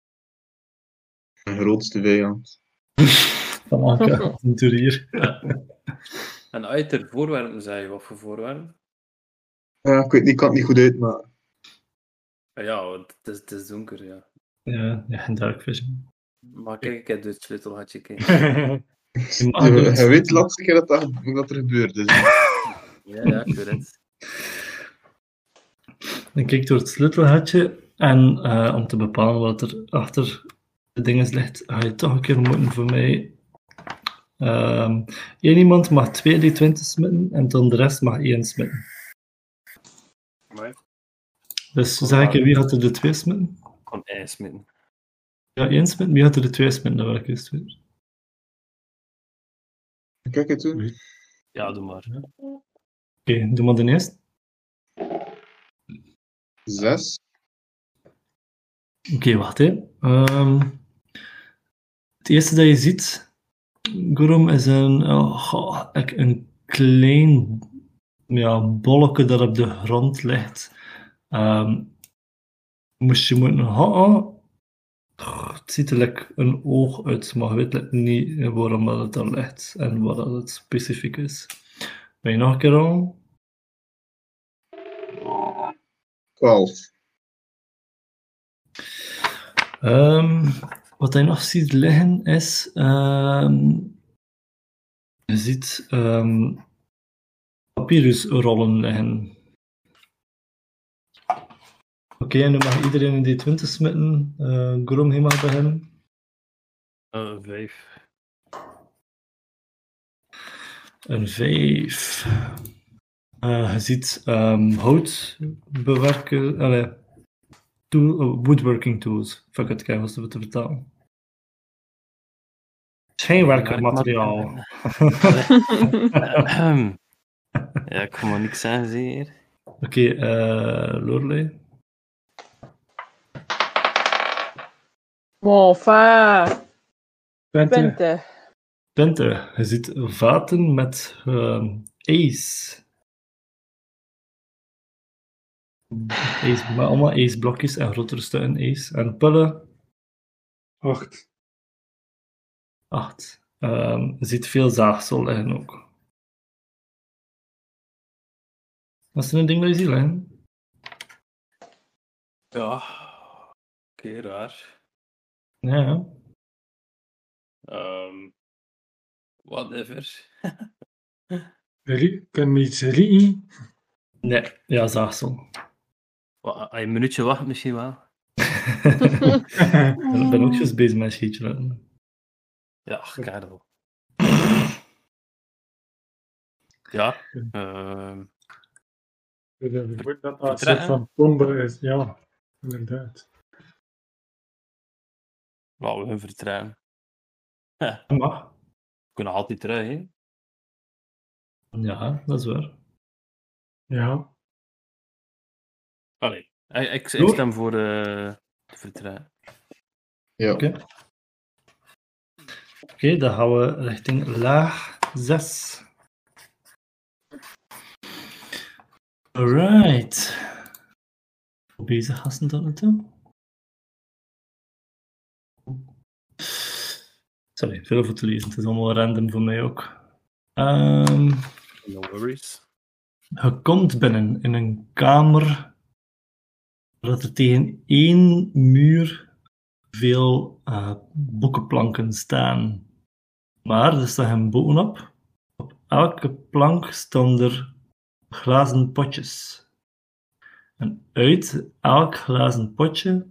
Mijn grootste vijand. Van elke avonturier. En uit er voorwerpen, zei je, wat voor voorwerpen? Ja, ik weet niet, ik kan het niet goed uitmaken. Ja, want het is donker, ja. Ja, geen dark vision. Maar kijk, ik heb het sleutelgatje kijken. Je weet de laatste keer dat er gebeurd is. Ja, ik weet het. Dan kijk door het sleutelgatje en om te bepalen wat er achter de dingen ligt, ga je toch een keer moeten voor mij. Eén iemand mag 2d20 smitten en dan de rest mag 1 smitten. Maar Dus zeg ik je, wie gaat er de 2 smitten? ik kon ijs smitten. Ja, 1 smitten. Wie gaat er de 2 smitten? Dan welke is het weer? Kijk het toe. Ja, doe maar. Oké, doe maar de eerste. 6. Oké, wacht hè. Het eerste dat je ziet Gorom is een klein bolletje dat op de grond ligt. Moest je moeten hakken, het ziet er like een oog uit, maar je weet niet waarom dat het er ligt en wat dat het specifiek is. Ben je nog een keer aan? 12. Wat je nog ziet liggen is, je ziet papyrusrollen liggen. Oké, en nu mag iedereen in die 20 smitten. Gorom, je mag beginnen. 5. Een 5. Je ziet hout bewerken, woodworking tools. Fuck it, kijk, wat ze te vertalen. Scheenwerkermateriaal. Ja, ik ga maar niks zeggen, zeker. Oké, Lorelei. Bon, enfin. 20. 20. 20. Je ziet vaten met ijs. Ijs, maar allemaal ijsblokjes en grotere stukken ijs. En pullen, 8. 8. Je ziet veel zaagsel liggen ook. Wat is er een ding dat je ziet liggen? Ja. Oké, raar. Ja. Whatever. Kan me iets rieten? Nee, ja, zaagsel. Als je een minuutje wacht, misschien wel. Ik ben ook juist bezig met een sheetje laten. Ja, Karel. Ja. Ik denk dat dat een soort Vertrekken? van bombe is. Ja, inderdaad. Wel, we gaan vertrouwen. Dat mag. We kunnen altijd terug, hè. Ja, dat is waar. Ja. Allee, ik Door. stem voor te vertrouwen. Ja. Oké, dan gaan we richting laag 6. Alright. Hoe bezig gasten tot nu toe? Sorry, veel voor te lezen. Het is allemaal random voor mij ook. No worries. Je komt binnen in een kamer waar er tegen één muur veel boekenplanken staan. Maar er staat geen boeken op. Op elke plank staan er glazen potjes. En uit elk glazen potje...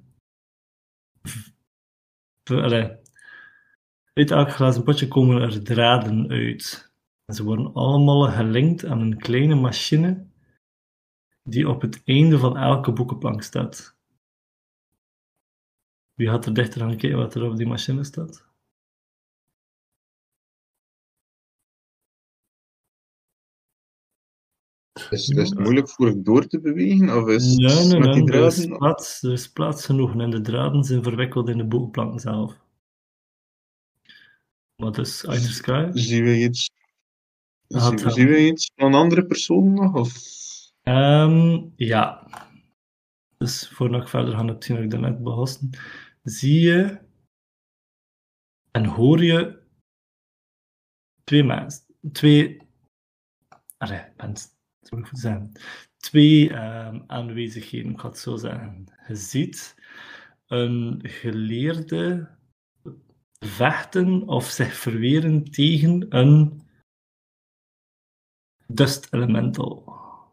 Uit elk glazen potje komen er draden uit. En ze worden allemaal gelinkt aan een kleine machine die op het einde van elke boekenplank staat. Wie gaat er dichter gaan kijken wat er op die machine staat? Is het moeilijk voor het door te bewegen? Of is het Nee, met die er is draden? er is plaats genoeg en de draden zijn verwikkeld in de boekenplank zelf. Wat is Either Sky? Zien we iets? Had Zien we iets van andere personen nog? Of? Ja. Dus voordat ik verder ga, heb ik dat net begonnen. Zie je en hoor je twee mensen. Twee aanwezigheden, ik ga het zo zeggen. Je ziet een geleerde vechten of zich verweren tegen een dust elemental.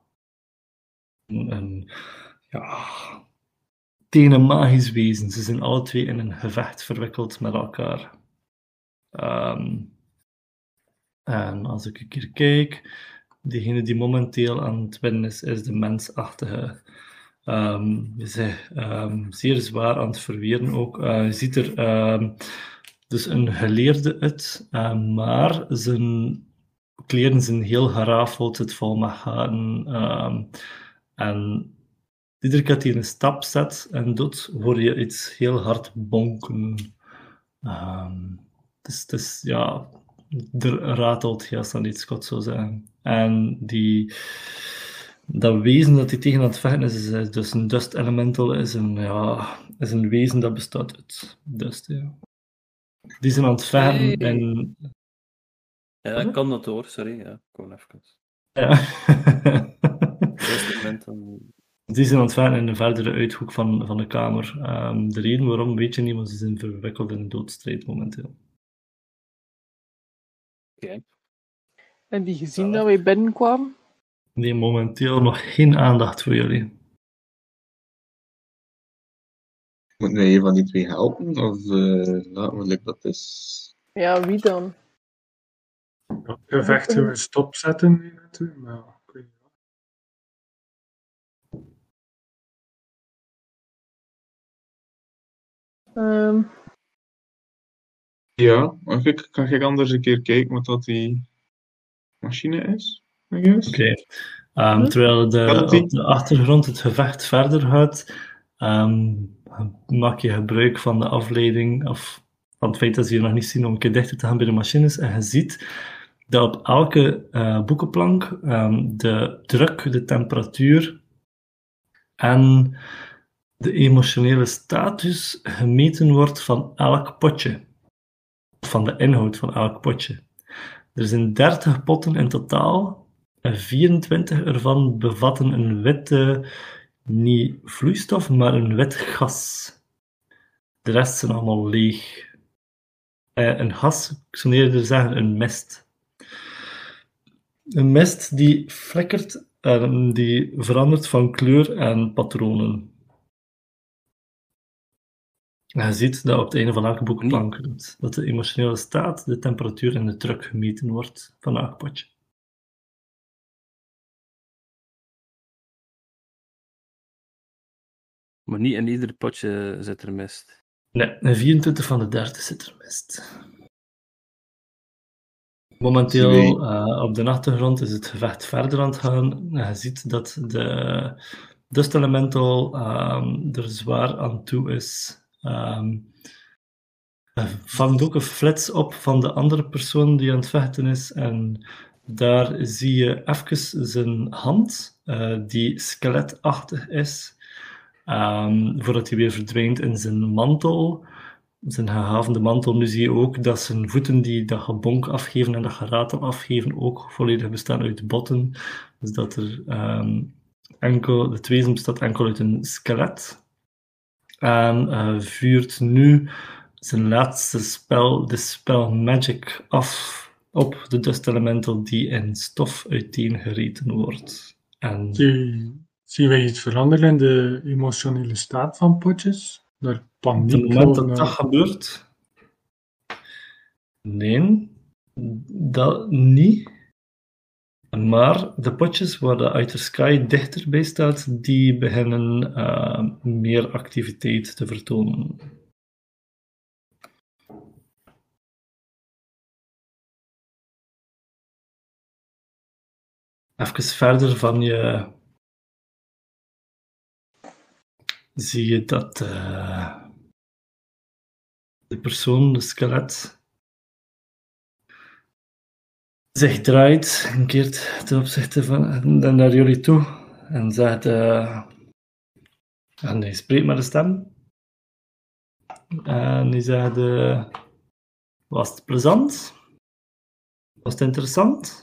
Tegen een magisch wezen. Ze zijn alle twee in een gevecht verwikkeld met elkaar. En als ik een keer kijk, degene die momenteel aan het winnen is de mensachtige. Is zeer zwaar aan het verweren ook. Je ziet er dus een geleerde uit, maar zijn kleren zijn heel gerafeld, het vol met gaten. En iedere keer dat hij een stap zet en doet, hoor je iets heel hard bonken. Dus ja, er ratelt, ja, dan iets Scott zou zeggen. En dat wezen dat hij tegen aan het vechten is dus een dust elemental, is een wezen dat bestaat uit dust. Ja. Die zijn aan het vechten Hey. en... Ja, ik kan dat hoor, sorry. Ja, kom even. Ja. Eerste moment dan... Die zijn aan het vechten in een verdere uithoek van de kamer. De reden waarom weet je niet, want ze zijn verwikkeld in een doodstrijd momenteel. Oké. En die gezien dat wij binnenkwamen? Nee, momenteel nog geen aandacht voor jullie. Moeten wij een van die twee helpen? Of laten we dat is... Ja, wie dan? Ja, gevecht zullen we stopzetten nu natuurlijk, maar ja, ik weet niet. Ja, maar kan ik anders een keer kijken wat dat die machine is? I guess? Oké. Terwijl op de achtergrond het gevecht verder gaat, maak je gebruik van de afleiding, of van het feit dat ze je nog niet zien, om een keer dichter te gaan bij de machines. En je ziet dat op elke boekenplank de druk, de temperatuur en de emotionele status gemeten wordt van elk potje. Van de inhoud van elk potje. Er zijn 30 potten in totaal en 24 ervan bevatten een witte, niet vloeistof, maar een wit gas. De rest zijn allemaal leeg. Een gas, ik zou eerder zeggen een mist. Een mist die flikkert en die verandert van kleur en patronen. En je ziet dat op het einde van elke boekplank dat de emotionele staat, de temperatuur en de druk gemeten wordt van elk potje. Maar niet in ieder potje zit er mist. Nee, in 24 van de 30 zit er mist. Momenteel op de achtergrond is het gevecht verder aan het gaan. Je ziet dat de Dust Elemental er zwaar aan toe is. Vangt ook een flits op van de andere persoon die aan het vechten is. En daar zie je even zijn hand, die skeletachtig is, voordat hij weer verdwijnt in zijn mantel. Zijn gehavende mantel. Nu zie je ook dat zijn voeten die dat gebonk afgeven en dat geratel afgeven ook volledig bestaan uit botten. Dus dat er het wezen bestaat enkel uit een skelet. En vuurt nu zijn laatste spel, de spel Magic, af op de Dust Elemental die in stof uiteengereten wordt. En... Zien wij iets veranderen in de emotionele staat van potjes? Naar paniek? Op het moment dat dat gebeurt... Nee, dat niet. Maar de potjes waar de Outer Sky dichterbij staat, die beginnen meer activiteit te vertonen. Even verder van je zie je dat de persoon, de skelet, zich draait en keert ten opzichte van naar jullie toe en zegt en hij spreekt met de stem en hij zegt was het plezant? Was het interessant?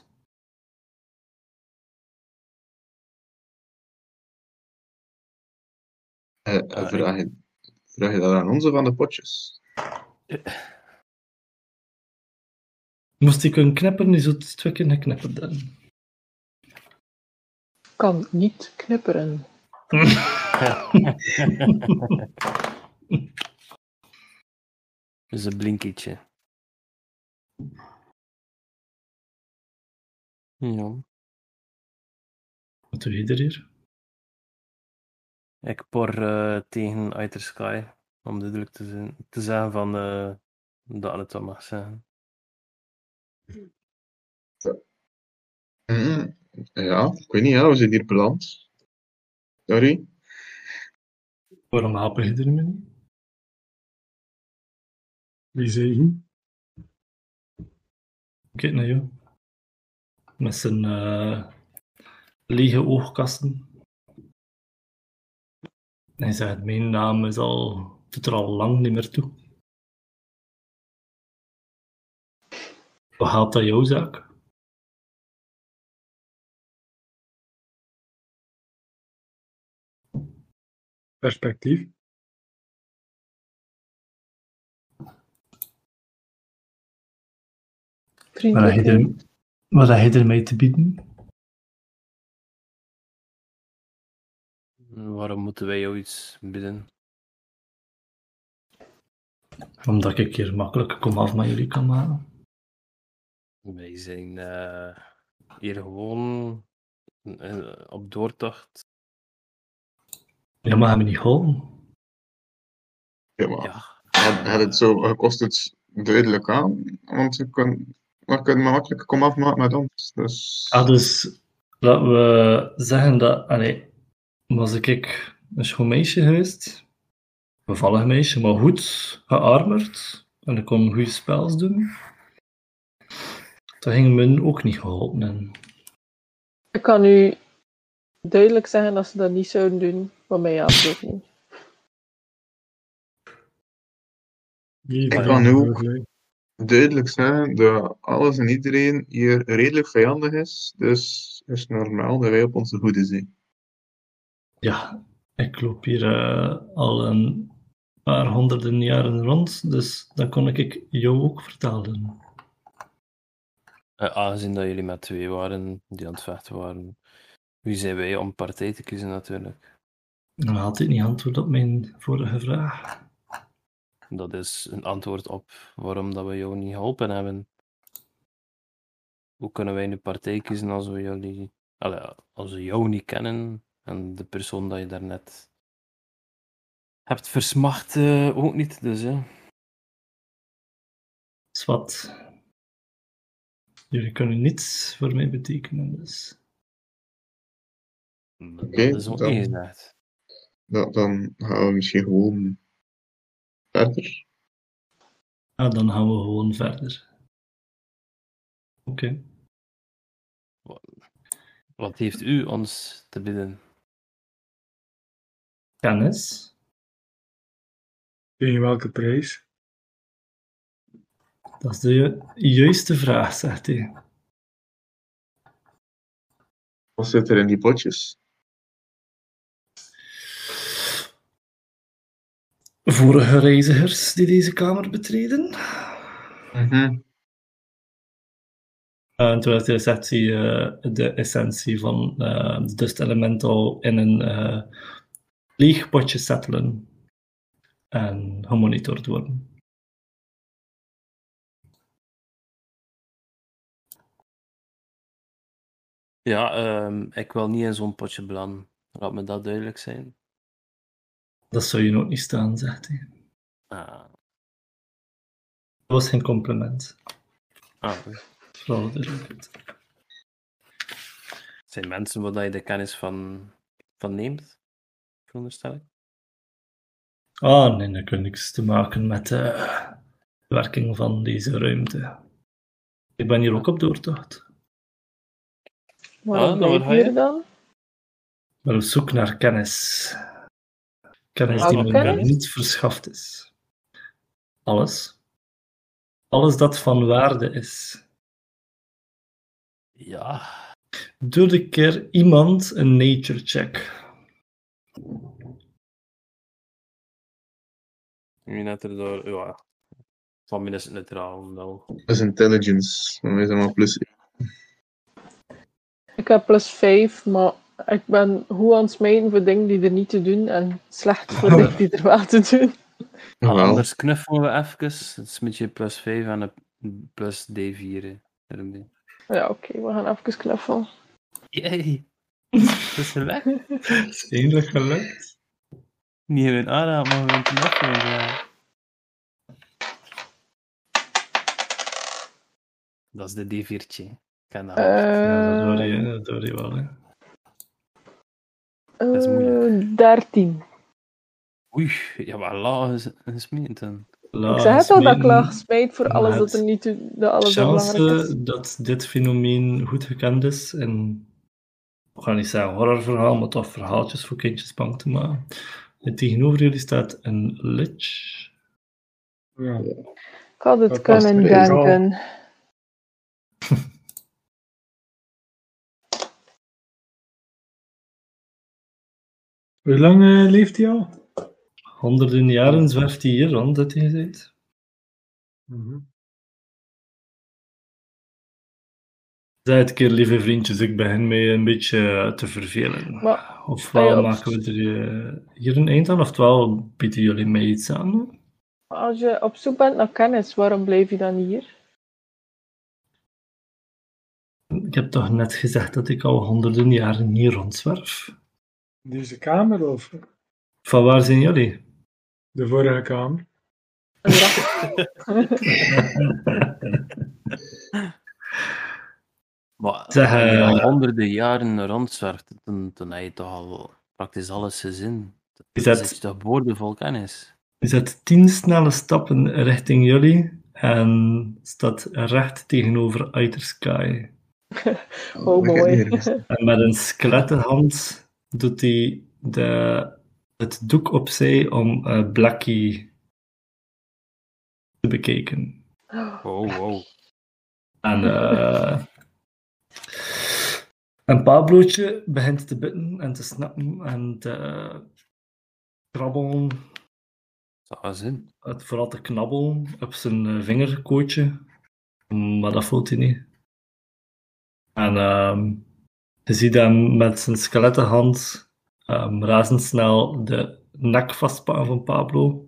Vraag je dat aan onze van de potjes? Moest ik kunnen knipperen, is het 2 keer geknipperd dan. Kan niet knipperen. Dus een blinkertje. Ja. Wat doe je er hier? Ik por tegen Outer Sky, om duidelijk te zeggen van dat het wat mag zeggen. Ja, ik weet niet, we zijn hier beland. Sorry. Waarom help je er niet? Wie zei je? Kijk naar jou. Met zijn lege oogkasten. En hij zegt, mijn naam is doet er al lang niet meer toe. Wat gaat dat jouw zaak? Perspectief. Vriendelijk. Wat heb je ermee te bieden? Waarom moeten wij jou iets bieden? Omdat ik hier makkelijk komaf met jullie kan maken. Wij zijn hier gewoon op doortocht. Ja, maar hebben we niet geholpen? Ja, maar Ja, had het zo gekost het duidelijk aan? Want we kunnen makkelijk komaf maken met ons. Dus... Dus laten we zeggen dat... was ik een schoon meisje geweest. Bevallig meisje, maar goed gearmerd. En ik kon goede spels doen. Dat ging me ook niet geholpen. En... Ik kan u duidelijk zeggen dat ze dat niet zouden doen, maar mij absoluut niet. Ik kan ook duidelijk zeggen dat alles en iedereen hier redelijk vijandig is. Dus het is normaal dat wij op onze hoede zijn. Ja, ik loop hier al een paar honderden jaren rond, dus dan kon ik jou ook vertellen. aangezien dat jullie met 2 waren, die aan het vechten waren, wie zijn wij om partij te kiezen natuurlijk? Dan had ik niet antwoord op mijn vorige vraag. Dat is een antwoord op waarom dat we jou niet geholpen hebben. Hoe kunnen wij nu partij kiezen als we jou niet kennen en de persoon dat je daarnet hebt versmacht ook niet, dus hè. Zwat. Jullie kunnen niets voor mij betekenen, dus... Oké, Dat is ook dan- niet gezegd. Dan gaan we misschien gewoon verder. Dan gaan we gewoon verder. Oké. Wat heeft u ons te bieden? Kennis? Tegen welke prijs? Dat is de juiste vraag, zegt hij. Wat zit er in die potjes? Vorige reizigers die deze kamer betreden. Terwijl zegt hij de essentie van de Dust Elemental in een leeg potje settelen en gemonitord worden. Ja, ik wil niet in zo'n potje belanden. Laat me dat duidelijk zijn. Dat zou je nog niet staan, zegt hij. Ah, Dat was geen compliment. oké. Vooral duidelijkheid. Het zijn mensen waar je de kennis van neemt, veronderstel ik. Nee, dat heeft niks te maken met de werking van deze ruimte. Ik ben hier ook op doortocht. Waarom dan blijf ga je je? hier dan? Ik ben op zoek naar kennis. Kennis die Welke me kennis? niet verschaft is. Alles. Alles dat van waarde is. Ja, Doe een keer iemand een nature check. nu net erdoor, ja. Van min is het neutraal, wel. Dat is intelligence. Dan is het maar plus. Ik heb +5, maar ik ben goed aan het smijten voor dingen die er niet te doen en slecht voor dingen die er wel te doen. Jawel. Anders knuffelen we even. Het is met je +5 en een plus D4 erbij. Ja, oké, we gaan even knuffelen. Jee, dat is gelukt. Dat is eindelijk gelukt. Niet even aanraad, maar gewoon knuffelen. Ja. Dat is de D4'tje. Ik ken dat. Ja, dat hoor je wel, hè. is moeilijk. 13. Oei, ja, maar laag is smeten. Ik zeg het al dat ik lag smeden, smijt voor alles dat er niet dat alles dat belangrijk is. chance dat dit fenomeen goed gekend is in, ik ga niet zeggen horrorverhaal, maar toch verhaaltjes voor kindjes bang te maken. En tegenover jullie staat een lich. Ja. Ik had het Dat past kunnen erin. denken. Hoe lang leeft hij al? Honderden jaren zwerft hij hier rond, had hij gezegd. Mhm. Zeg het keer, lieve vriendjes, ik begin mij een beetje te vervelen. Maar, Ofwel ah ja, maken we er hier een eind aan, oftewel bieden jullie mij iets aan. als je op zoek bent naar kennis, waarom blijf je dan hier? Ik heb toch net gezegd dat ik al honderden jaren hier rondzwerf. Deze kamer of Van waar zijn jullie? de vorige kamer? Ja. Maar Zeg, als je al honderden jaren rondzwerft, dan heb je toch al praktisch alles gezien. Is Dan dat- zit je toch boordevol kennis. Je zet 10 snelle stappen richting jullie en staat recht tegenover Outer Sky. Oh, Ik heb mooi. niet gerust. En met een skelettenhand doet hij het doek opzij om Blackie te bekijken. Wow. En Pablootje begint te bidden en te snappen en te krabbelen, Zou zin. vooral te knabbelen op zijn vingerkootje, maar dat voelt hij niet. En je ziet hem met zijn skelettenhand razendsnel de nek vastpakken van Pablo.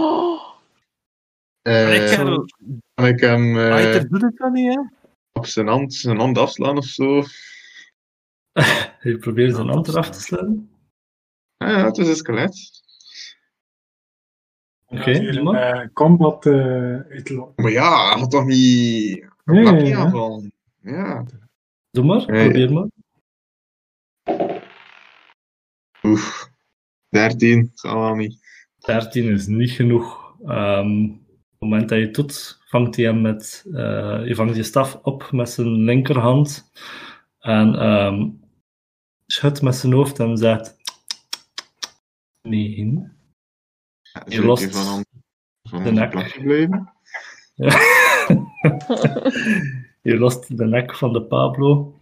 Kan ik hem Aiter doet het dan niet, hè? op zijn hand afslaan of zo? Hij probeert zijn Ja, hand dat eraf is, te slaan. Ah, ja, het is een skelet. Oké, Hier iemand? een combat uitlopen. Maar ja, hij had toch niet op Nee, Blackie hè? aanvallen? Ja. Doe maar, Nee. probeer maar. Oef. 13, zal wel niet. 13 is niet genoeg. Op het moment dat je het doet, vangt hij hem je vangt je staf op met zijn linkerhand en schudt met zijn hoofd en zegt: nee. Ja, Je zou lost ik van de onze nek. Blackie blijven? Ja. Je lost de nek van de Pablo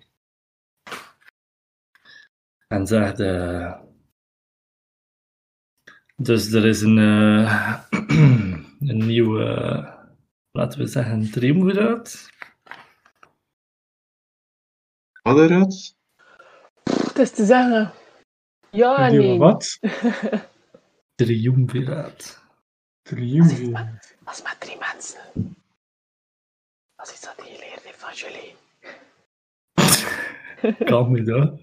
en zegt: dus er is een nieuwe, laten we zeggen, triumviraat uit. Wat eruit? Het is te zeggen. Ja en Die nee. wat? Triumviraat. Triumviraat. Dat is met 3 mensen. Dat is iets dat hij geleerd heeft van jullie. Kalm je dat?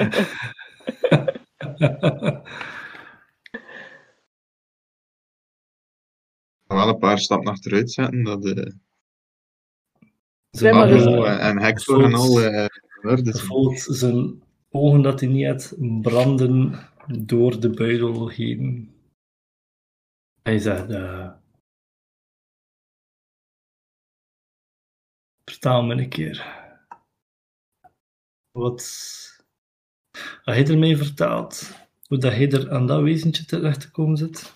Wel een paar stappen achteruit zetten, dat Ja, maar dus- Pablo en Hector en al in orde Je zijn. voelt zijn ogen dat hij niet had branden door de buidel heen. Hij zegt: vertel me een keer. Wat hij ermee vertelt, hoe dat hij er aan dat wezentje terecht gekomen zit,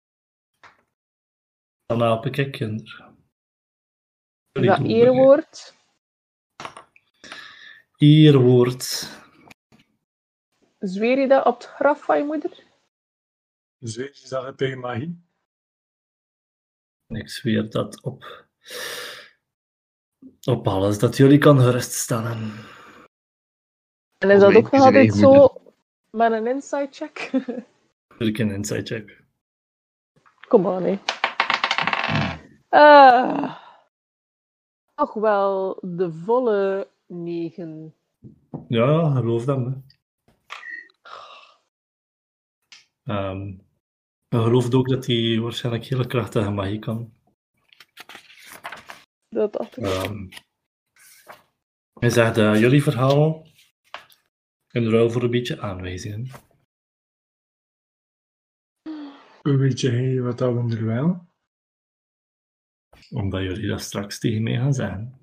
dan help ik kinderen. Is dat eerwoord? Eerwoord. Zweer je dat op het graf van je moeder? Zweer je dat tegen magie? Ik zweer dat op alles dat jullie kan geruststellen. En is dat mij ook is nog er altijd eigen zo met een inside check? Ik een inside check. Kom aan, hè. Toch wel de volle 9. Ja, geloof dat, hè. Je gelooft ook dat hij waarschijnlijk hele krachtige magie kan. Dat dacht ik. Hij zegt: jullie verhaal in ruil voor een beetje aanwijzingen. Hoe weet jij wat dat we er wel? Omdat jullie dat straks tegen mij gaan zeggen.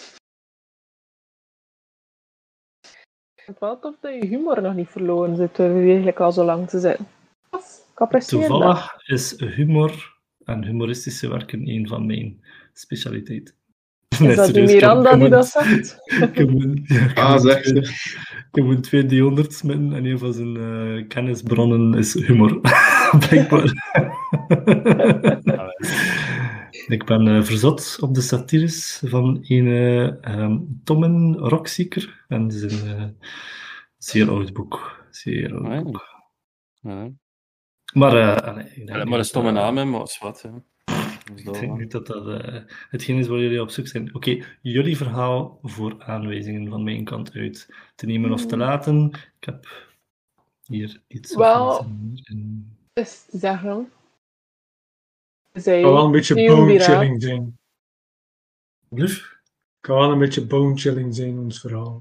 Ik vind het wel tof dat je humor nog niet verloren zit, door eigenlijk al zo lang te zitten. Ik apprecieer dat. Toevallig is humor en humoristische werken een van mijn specialiteiten. Is dat die Miranda die dat zegt? Zegt ze. Ik heb een 2D100 smitten en een van zijn kennisbronnen is humor. Blijkbaar. Ik ben verzot op de satires van een Tommen Rockseeker. En het is een zeer oud boek. Zeer oud boek. Ja. Maar, Ik denk maar een stomme naam, hè, maar is wat. Hè. Ik denk niet dat hetgeen is waar jullie op zoek zijn. Oké, jullie verhaal voor aanwijzingen van mijn kant uit te nemen of te laten. Ik heb hier iets. Is te zeggen. Het kan wel een beetje bone-chilling zijn. Bluf? Het kan wel een beetje bone-chilling zijn, ons verhaal.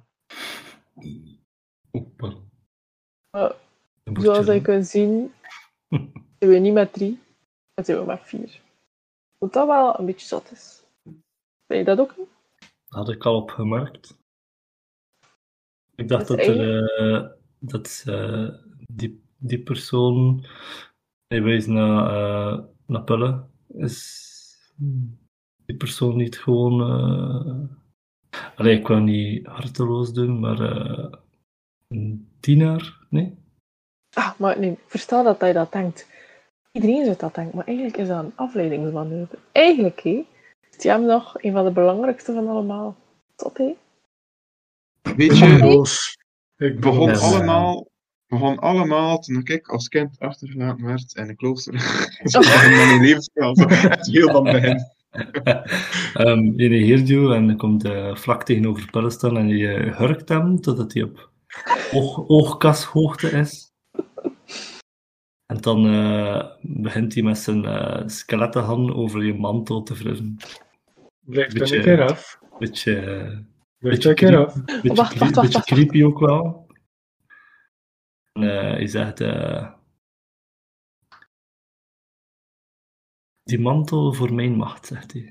Zoals je kunt zien, zijn we niet met 3, maar zijn we met 4. Wat dat wel een beetje zot is. Ben je dat ook niet? Had ik al opgemerkt. Ik dacht dat die persoon, hij wijst naar Pelle, is die persoon niet gewoon... ik wil niet harteloos doen, maar een dienaar, nee? Maar nee, versta dat je dat denkt. Iedereen zou dat denken, maar eigenlijk is dat een afleidingsmanoeuvre. Eigenlijk, is hem nog een van de belangrijkste van allemaal. Tot, hé? Weet je, Ik begon allemaal toen ik als kind achtergelaten werd in een klooster. Zo begin met mijn levensverhaal. Het heel van begin. Je negeert je en je komt vlak tegenover Pelle staan en je hurkt hem totdat hij op oogkashoogte is. En dan begint hij met zijn skelettenhand over je mantel te wrijven. Blijf er een keer af. Beetje Wacht. creepy ook wel. En hij zegt... die mantel voor mijn macht, zegt hij.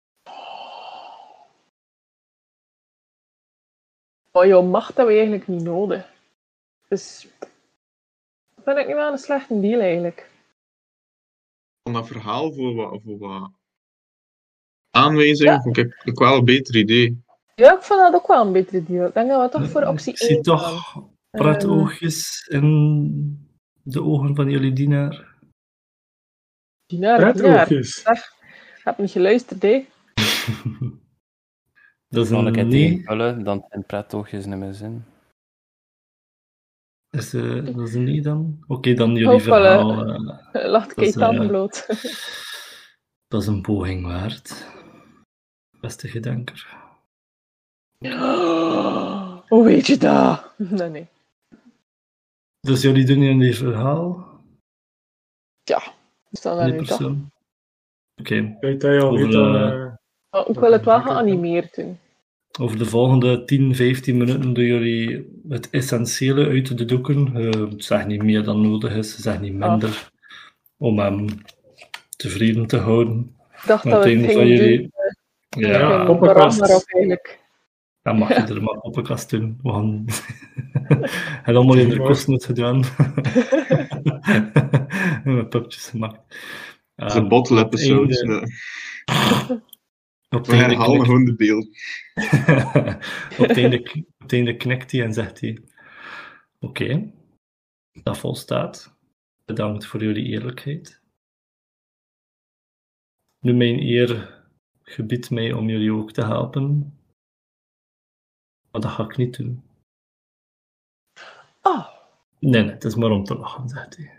Maar jouw macht hebben we eigenlijk niet nodig. Dus... dat vind ik niet wel een slechte deal, eigenlijk. Van dat verhaal voor wat aanwijzingen vond ik wel een beter idee. Ja, ik vond dat ook wel een betere deal. Ik denk dat we toch voor optie 1 Ik zie toch pretoogjes in de ogen van jullie dienaar. Dienaar. Zeg, ik heb niet geluisterd, hè. Dat is Zal ik een het nee. tegenvullen, dan zijn pretoogjes niet meer zin. Dat is een nee dan? Oké, dan jullie verhaal. Lacht Keitan bloot. Dat is een poging waard. Beste gedenker. Hoe weet je dat? Nee. Dus jullie doen jullie verhaal? Ja, dus dan Die nu toch. Oké. Weet hij al niet Ik wil het wel geanimeerd doen. Over de volgende 10, 15 minuten doen jullie het essentiële uit de doeken. Zeg niet meer dan nodig is, zeg niet minder. Om hem tevreden te houden. Ik dacht dat we het gingen doen. Ja, poppenkast. Eigenlijk. Dan mag je er maar poppenkast doen. We gaan... Het allemaal in de kosten gedaan. Met pupjes gemaakt. Het is een bottle episode. We herhalen gewoon de beeld. Op het einde knikt hij en zegt hij... Oké, dat volstaat. Bedankt voor jullie eerlijkheid. Nu mijn eer gebiedt mij om jullie ook te helpen. Maar dat ga ik niet doen. Nee, het is maar om te lachen, zegt hij.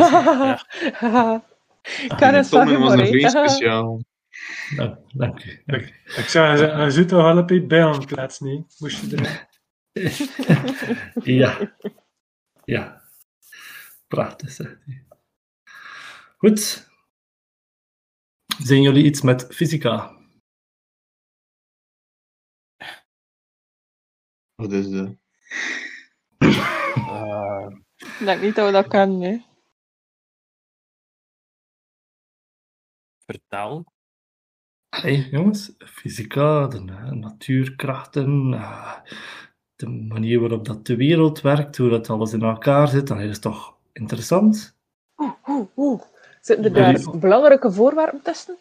Tommen was een vrees speciaal. Dank u. Ik zou een zoete halpje bij aan plaats niet. Moest je erin? Ja. Prachtig, zegt hij. Goed. Zijn jullie iets met fysica? Wat is dat? Ik denk niet dat we dat kunnen, hè. Vertel. Hey, jongens, fysica, de natuurkrachten, de manier waarop dat de wereld werkt, hoe dat alles in elkaar zit, dat is toch interessant? Zitten er daar belangrijke voorwerpen tussen?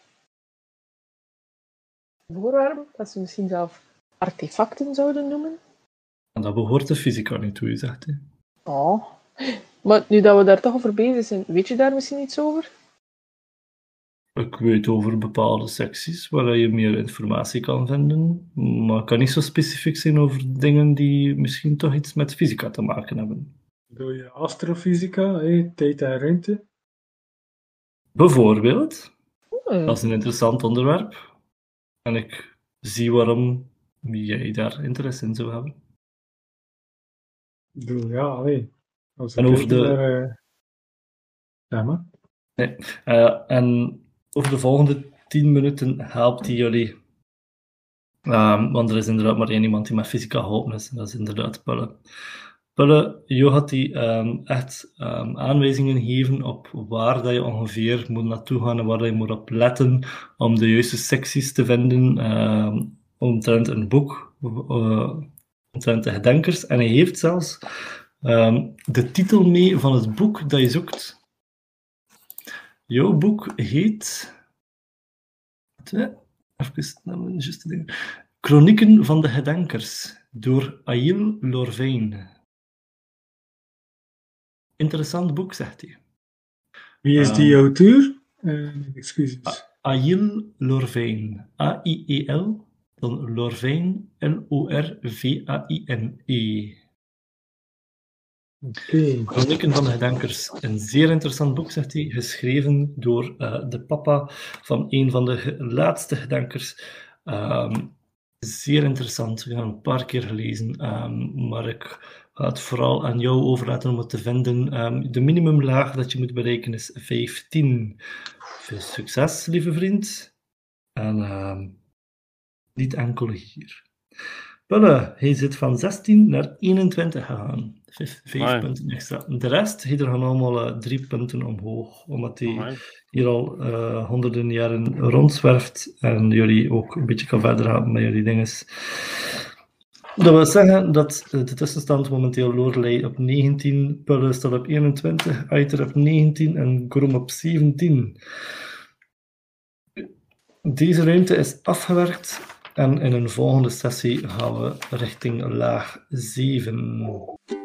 Voorwerpen, dat ze misschien zelf artefacten zouden noemen? En dat behoort de fysica niet toe, je zegt. Hè. Oh. Maar nu dat we daar toch over bezig zijn, weet je daar misschien iets over? Ik weet over bepaalde secties waar je meer informatie kan vinden, maar ik kan niet zo specifiek zijn over dingen die misschien toch iets met fysica te maken hebben. Doe je astrofysica, tijd en ruimte? Bijvoorbeeld, dat is een interessant onderwerp en ik zie waarom jij daar interesse in zou hebben. Als En over de... Ja, maar. Nee. En over de volgende 10 minuten helpt hij jullie. Want er is inderdaad maar één iemand die met fysica geholpen is. En dat is inderdaad Pulle. Pulle, Jo had die echt aanwijzingen geven op waar dat je ongeveer moet naartoe gaan en waar dat je moet op letten om de juiste secties te vinden omtrent een boek, omtrent de gedenkers. En hij heeft zelfs de titel mee van het boek dat je zoekt. Jouw boek heet... Even juiste dingen. Chronieken van de Gedenkers, door Aïl Lorvain. Interessant boek, zegt hij. Wie is die auteur? Excuses. Aïl Lorvain. A-I-E-L, dan Lorvain, L-O-R-V-A-I-N-E. Okay. Chronieken van de Gedenkers. Een zeer interessant boek, zegt hij, geschreven door de papa van een van de laatste gedenkers. Zeer interessant. We gaan een paar keer gelezen, maar ik ga het vooral aan jou overlaten om het te vinden. De minimumlaag dat je moet bereiken is 15. Veel succes, lieve vriend. En niet enkel hier. Pulle, hij zit van 16 naar 21 gegaan. 5 punten extra. De rest, hij er gaan allemaal 3 punten omhoog, omdat hij hier al honderden jaren rondzwerft en jullie ook een beetje kan verder gaan met jullie dinges. Dat wil zeggen dat de tussenstand momenteel Lorelei op 19, Pulle staat op 21, Aiter op 19 en Grom op 17. Deze ruimte is afgewerkt. En in een volgende sessie gaan we richting laag 7.